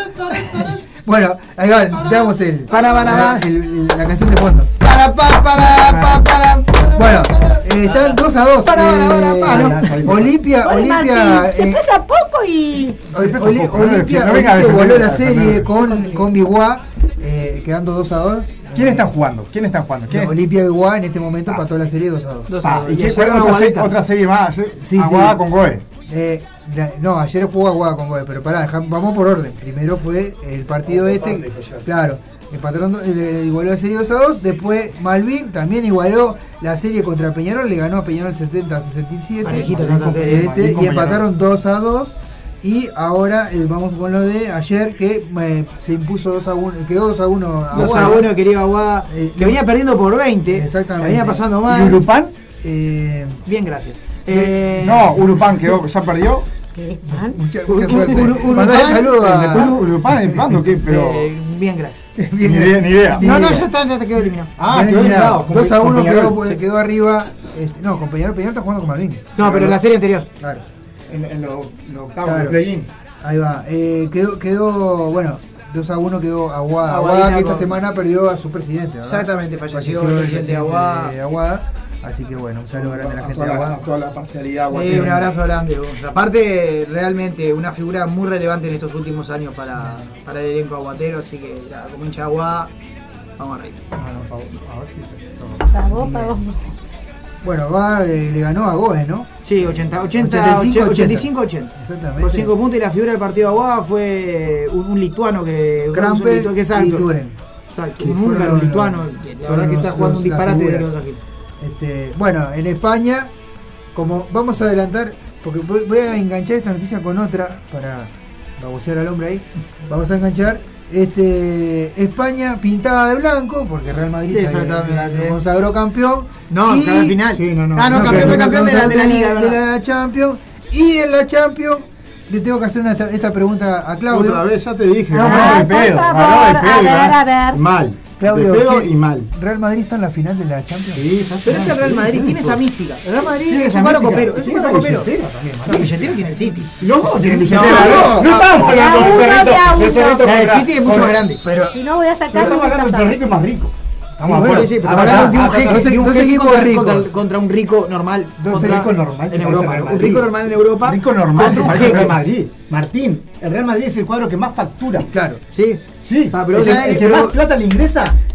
Bueno, ahí va, necesitamos el, para, para, el, el, la canción de fondo. Para, para, para, para, para. Bueno, eh, están dos a dos. Para, para, para, para, para. No, Olimpia, Oye, Olimpia. Martín, se eh, pesa poco y. Olimpia, Olimpia, Olimpia igualó la serie con, con Biguá, eh, quedando dos a dos. ¿Quién están jugando? ¿Quién están jugando? ¿Quién? No, Olimpia Biguá en este momento ah. empató la serie dos a dos. Ah, ¿y qué fue otra, se, otra serie más? Sí, Aguada sí. con Goe. Eh, no, ayer jugó Aguada con Goe, pero pará, dejá, vamos por orden. Primero fue el partido este, claro, empataron, eh, igualó la serie dos a dos. Después Malvin también igualó la serie contra Peñarol, le ganó a Peñarol setenta a sesenta y siete. Parejito, este, y empataron dos a dos. Y ahora eh, vamos con lo de ayer que eh, se impuso dos a uno, quedó dos a uno. dos a uno, querido Aguada, eh, que venía perdiendo por veinte. Exactamente. Venía pasando mal. ¿Y Urupán? Eh, Bien, gracias. Eh, no, Urupán quedó, ya perdió. ¿Qué? ¿Man? Mucha, mucha suerte. Mandale saludos a Urupán empando, ¿qué? Pero. Eh, bien, gracias. Bien, ni, idea, ni idea. No, no, ya está, ya te quedó eliminado. Ah, quedó eliminado. dos a uno quedó, quedó arriba. Este, no, con Peñarol, Peñarol está jugando con Malvin. No, pero en la serie anterior. Claro. En, en los lo octavos claro. de play-in. Ahí va. Eh, quedó, quedó, bueno, dos a uno quedó Aguada. Aguada que esta con... semana perdió a su presidente, ¿verdad? Exactamente, falleció, falleció el presidente de Aguada. De Aguada. Así que bueno, un saludo grande a la gente toda de Aguada. La, toda la parcialidad. Eh, un abrazo grande. Aparte, realmente una figura muy relevante en estos últimos años para, para el elenco aguatero. Así que, ya, como hincha de Aguada, vamos arriba. Ah, no, pa, a ver si para vos, para vos. Bueno, Aguada eh, le ganó a Goes, ¿no? Sí, ochenta, ochenta, ochenta y cinco ochenta. Exactamente. Por cinco puntos y la figura del partido de Aguada fue un, un lituano que. Krampel que exacto. y Turen. Exacto, un húngaro lituano. La verdad que está jugando un disparate de los Este, bueno, en España, como vamos a adelantar, porque voy a enganchar esta noticia con otra para babosear al hombre ahí. Vamos a enganchar este España pintada de blanco, porque Real Madrid sí, se consagró campeón. No, y, cada final. Sí, no, no, ah, no, no campeón fue campeón de la, de la Liga. De la, de la Champions. Y en la Champions le tengo que hacer una, esta pregunta a Claudio. Otra vez, ya te dije. No, no, de pedo. A ver, a ver. Mal. Claudio, de pedo y mal. ¿Real Madrid está en la final de la Champions? Sí, está pero es el Real Madrid, tiene esa mística. El Real Madrid es un cuadro copero. Es un cuadro copero. No, billetero tiene el City. Los dos tienen billetera. No, no estamos hablando de Cerrito. El City es mucho más grande. Si no voy a sacar. Estamos hablando entre rico y más rico. Estamos sí, sí, sí, pero estamos hablando de un jeque, de un jeque contra, contra, contra un rico normal. Dos ricos normal en Europa. Un rico normal en Europa. Rico normal contra un jeque. El Real Madrid. Martín, el Real Madrid es el cuadro que más factura. Claro. Sí. Sí. Ah, pero el, el, el que más plata le ingresa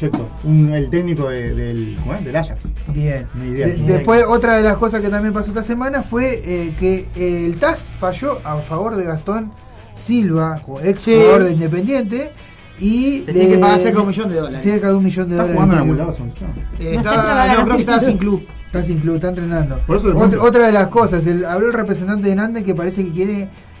proyecto. Un, el técnico de, del, ¿cómo es? Del Ajax. Bien. Ni idea, De- ni idea. después, otra de las cosas que también pasó esta semana fue eh, que eh, el T A S falló a favor de Gastón Silva, ex Sí. jugador de Independiente. Y Le tiene que pagar cerca de un millón de dólares. Cerca de un millón de ¿Está dólares. jugando en Tiene algún que- lado, Samuel? Eh, No sé, está- pero va a no, ganar creo que está título. sin club. Está sin club, está entrenando. Por eso el Otra, monte- otra de las cosas, el, habló el representante de Nández que parece que quiere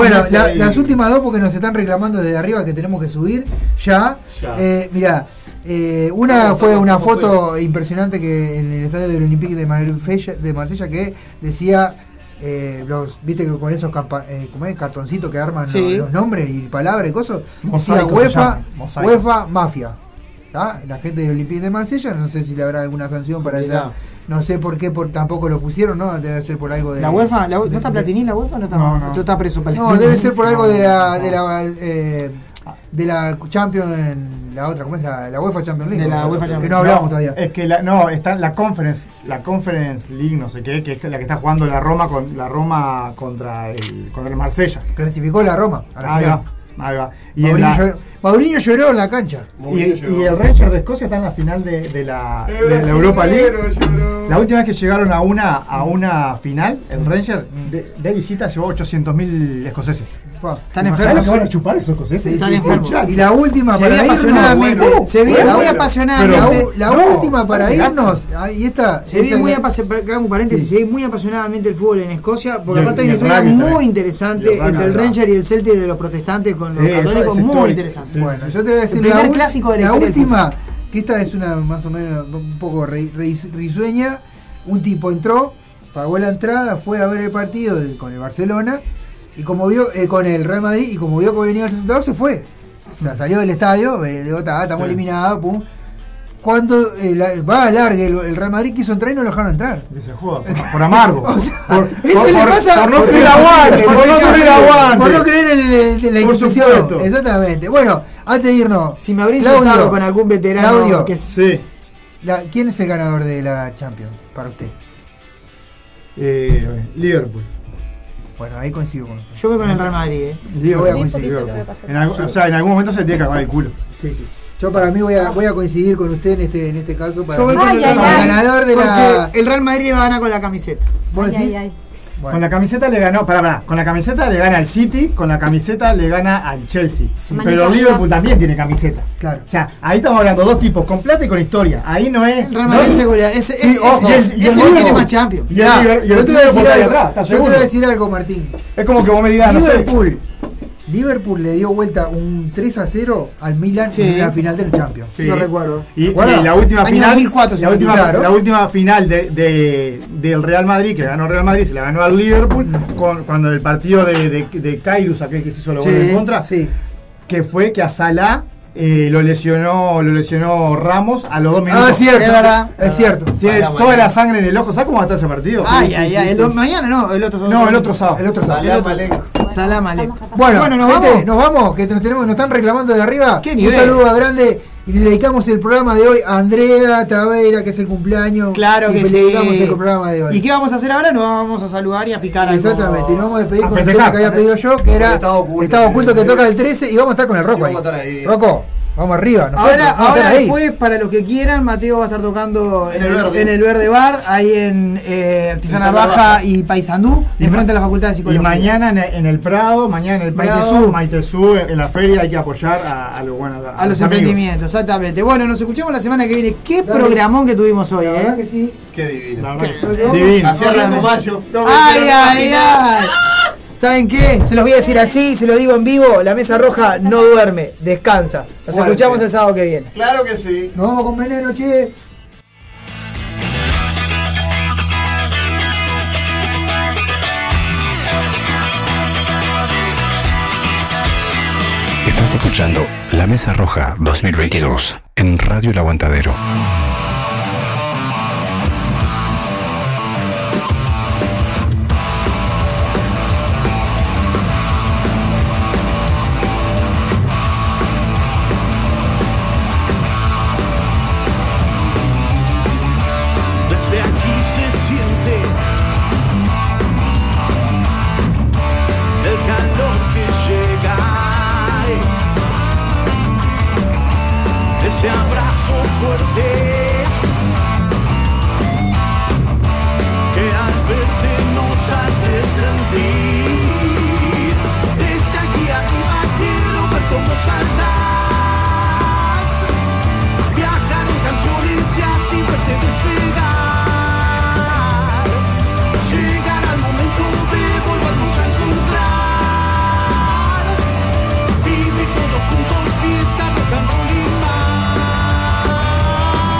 Bueno, meses la, ahí. las últimas dos porque nos están reclamando desde arriba que tenemos que subir ya. Ya. Eh, mirá, eh, una fue una foto impresionante que en el estadio del Olympique de Marsella, de Marsella que decía, eh, los, viste que con esos campa, eh, ¿cómo es? Cartoncitos que arman Sí. los, los nombres y palabras y cosas, decía Mosaicos se UEFA, llaman, mosaicos. UEFA Mafia. ¿Tá? La gente del Olympique de Marsella, no sé si le habrá alguna sanción para esa, No sé por qué por, tampoco lo pusieron, ¿no? Debe ser por algo de... ¿La UEFA? ¿La, ¿No de, está Platini la UEFA? No está, no, no. Esto está preso para No, debe ser por algo de la... De la eh, de la Champions, la otra, ¿cómo es? La, la UEFA Champions League. De la UEFA que Champions. no hablamos no, todavía. Es que la, no, está la Conference, la Conference League, no sé qué, que es la que está jugando la Roma con la Roma contra el contra el Marsella. Clasificó la Roma. Ahí va, ahí va. Y Mourinho, la, lloró, Mourinho lloró en la cancha. Y, y el Rangers de Escocia está en la final de, de, la, de la Europa League. Lloró. La última vez que llegaron a una a una final, el Rangers de, de visita llevó ochocientos mil escoceses. Wow. Están enfermos. ¿Que van a chupar esos escoceses? Sí, Están sí, enfermos. sí. Y la última se para irnos, apasionadamente, bueno, se ve bueno, muy bueno, apasionadamente. La, la no, última para no, irnos, y esta se ve muy apasionadamente, un paréntesis, sí. se ve muy apasionadamente el fútbol en Escocia, porque y aparte el, hay una historia muy también. interesante el entre el Rangers y el Celtic de los protestantes con sí, los católicos, muy histórico. interesante. Sí, bueno, sí. yo te voy a decir el primer la, clásico de la, la historia última, que esta es una más o menos un poco ri, ri, risueña. Un tipo entró, pagó la entrada, fue a ver el partido de, con el Barcelona. Y como vio eh, con el Real Madrid, y como vio que venía el resultado, se fue. O sea, salió del estadio, eh, digo, estamos sí. eliminados, pum. Cuando eh, la, va a largue el, el Real Madrid quiso entrar y no lo dejaron entrar. Que se joda, por, por amargo. O sea, por, eso por, le por, pasa por no creer aguante, por no creer aguante. Por no creer en, en la institución. Exactamente. Bueno, antes de irnos, si me habría Claudio, insultado con algún veterano. Claudio, que sí. La, ¿quién es el ganador de la Champions para usted? Eh, Liverpool. Bueno, ahí coincido con usted. Yo voy con el Real Madrid, ¿eh? Yo voy a coincidir. En algo, o sea, en algún momento se tiene que acabar el culo. Sí, sí. Yo para mí voy a, voy a coincidir con usted en este, en este caso. Para Yo voy mí, con el, el, el ganador de la... El Real Madrid le va a ganar con la camiseta. ¿Vos Ay, decís? ay, ay. Bueno. Con la camiseta le ganó, pará, pará, con la camiseta le gana al City, con la camiseta le gana al Chelsea. Sí. Pero Liverpool también tiene camiseta. Claro. O sea, ahí estamos hablando dos tipos, con plata y con historia. Ahí no es. El Real Madrid no, ese, ese, sí, ojo, y el, y el ese tiene más Champions. Y el, ya, y el, y el yo te voy a decir algo, atrás, yo te voy a decir algo, Martín. Es como que vos me digas, Liverpool. No sé. Liverpool le dio vuelta un tres a cero al Milan sí. en la final del Champions. Sí. Lo recuerdo. Y, y la última Año final, dos mil cuatro, la, última, claro. la última final de, de, del Real Madrid, que ganó Real Madrid, se la ganó al Liverpool, mm. con, cuando el partido de, de, de Kairos, aquel que se hizo lo bueno sí. en contra, sí. que fue que a Salah eh, lo lesionó lo lesionó Ramos a los dos minutos. Ah, es cierto, es verdad, es cierto. Tiene Salah, toda mañana. la sangre en el ojo. ¿Sabes cómo va a estar ese partido? Ay, sí, ay, sí, ay. Sí, el sí. do, mañana no, el otro sábado. No, el otro sábado. El otro sábado. Salam Alek. Salam Alek. Bueno, bueno, nos gente, vamos. Nos vamos, que nos, tenemos, nos están reclamando de arriba. ¿Qué nivel? Un saludo a grande. Y le dedicamos el programa de hoy a Andrea Taveira, que es el cumpleaños. Claro y que le sí. dedicamos el programa de hoy. ¿Y qué vamos a hacer ahora? Nos vamos a saludar y a picar algo. Exactamente, y nos vamos a despedir a con festejar, el tema que había pedido yo, que era Estado Oculto, estado oculto que toca el trece, y vamos a estar con el Rocco ahí. ahí. Rocco, vamos arriba. Nosotros, ahora vamos ahora ahí. después, para los que quieran, Mateo va a estar tocando en, en, el, verde. en el Verde Bar, ahí en eh, Artisana Baja, Baja y Paysandú, enfrente a la Facultad de Psicología. Y mañana en el, en el Prado, mañana en el Prado, Maitezú, en la feria hay que apoyar a, a, lo, bueno, a, a, a los, los emprendimientos, exactamente. Bueno, nos escuchamos la semana que viene. Qué Dale. programón que tuvimos hoy, la ¿eh? verdad que sí. Qué divino. Qué divino. Así arrancó mayo. No ay, ay, ay. ¿Saben qué? Se los voy a decir así, se lo digo en vivo, la mesa roja no duerme, descansa. Nos Fuerte. escuchamos el sábado que viene. Claro que sí. Nos vamos con veneno, che. Estás escuchando La Mesa Roja dos mil veintidós en Radio El Aguantadero. Ese abrazo fuerte que al verte nos hace sentir. Desde aquí arriba quiero ver cómo saltas, viajar en canciones y así verte despegar. Llegará el momento de volvernos a encontrar, vivir todos juntos fiesta rock and roll y más.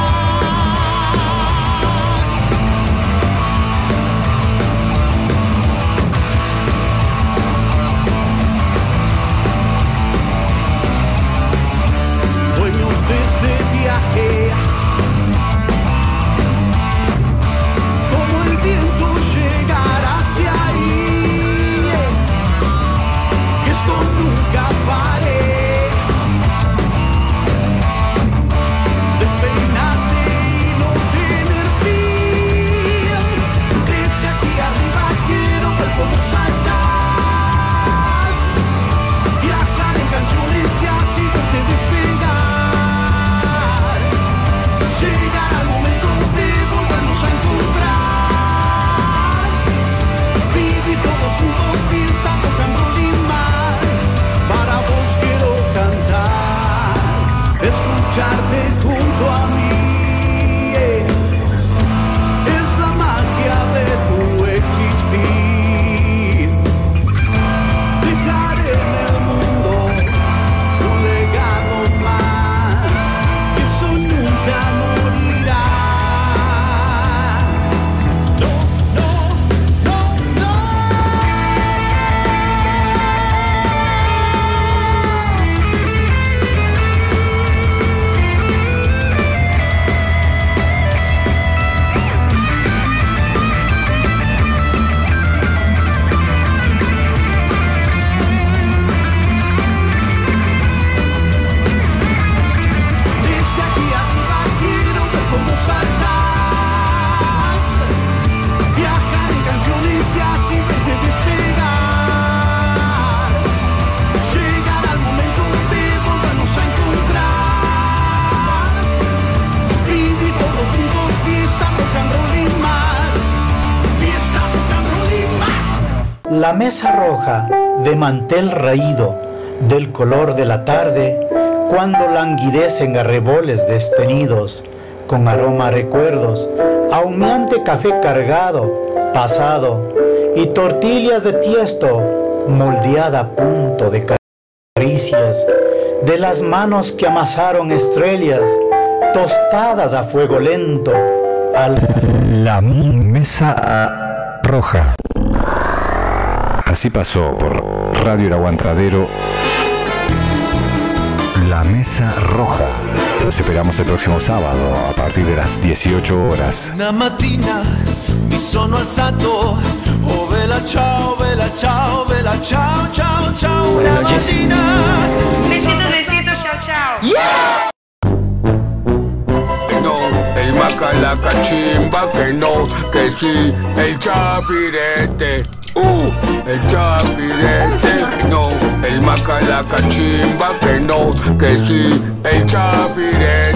La mesa roja de mantel raído, del color de la tarde, cuando languidecen arreboles destenidos, con aroma a recuerdos, a humeante café cargado, pasado, y tortillas de tiesto, moldeada a punto de caricias, de las manos que amasaron estrellas, tostadas a fuego lento, al... La mesa roja. Así pasó por Radio El Aguantadero La Mesa Roja. Los esperamos el próximo sábado a partir de las dieciocho horas. Una mattina mi sono alzato, oh vela ciao, vela ciao, vela ciao, ciao, ciao. Una mattina. Besitos, besitos, chao, chao. Yeah. No, el maca la cachimba, que no, que sí, el chapirete. Uh, el chapirete, no, el maca la cachimba, que no, que sí, el chapirete.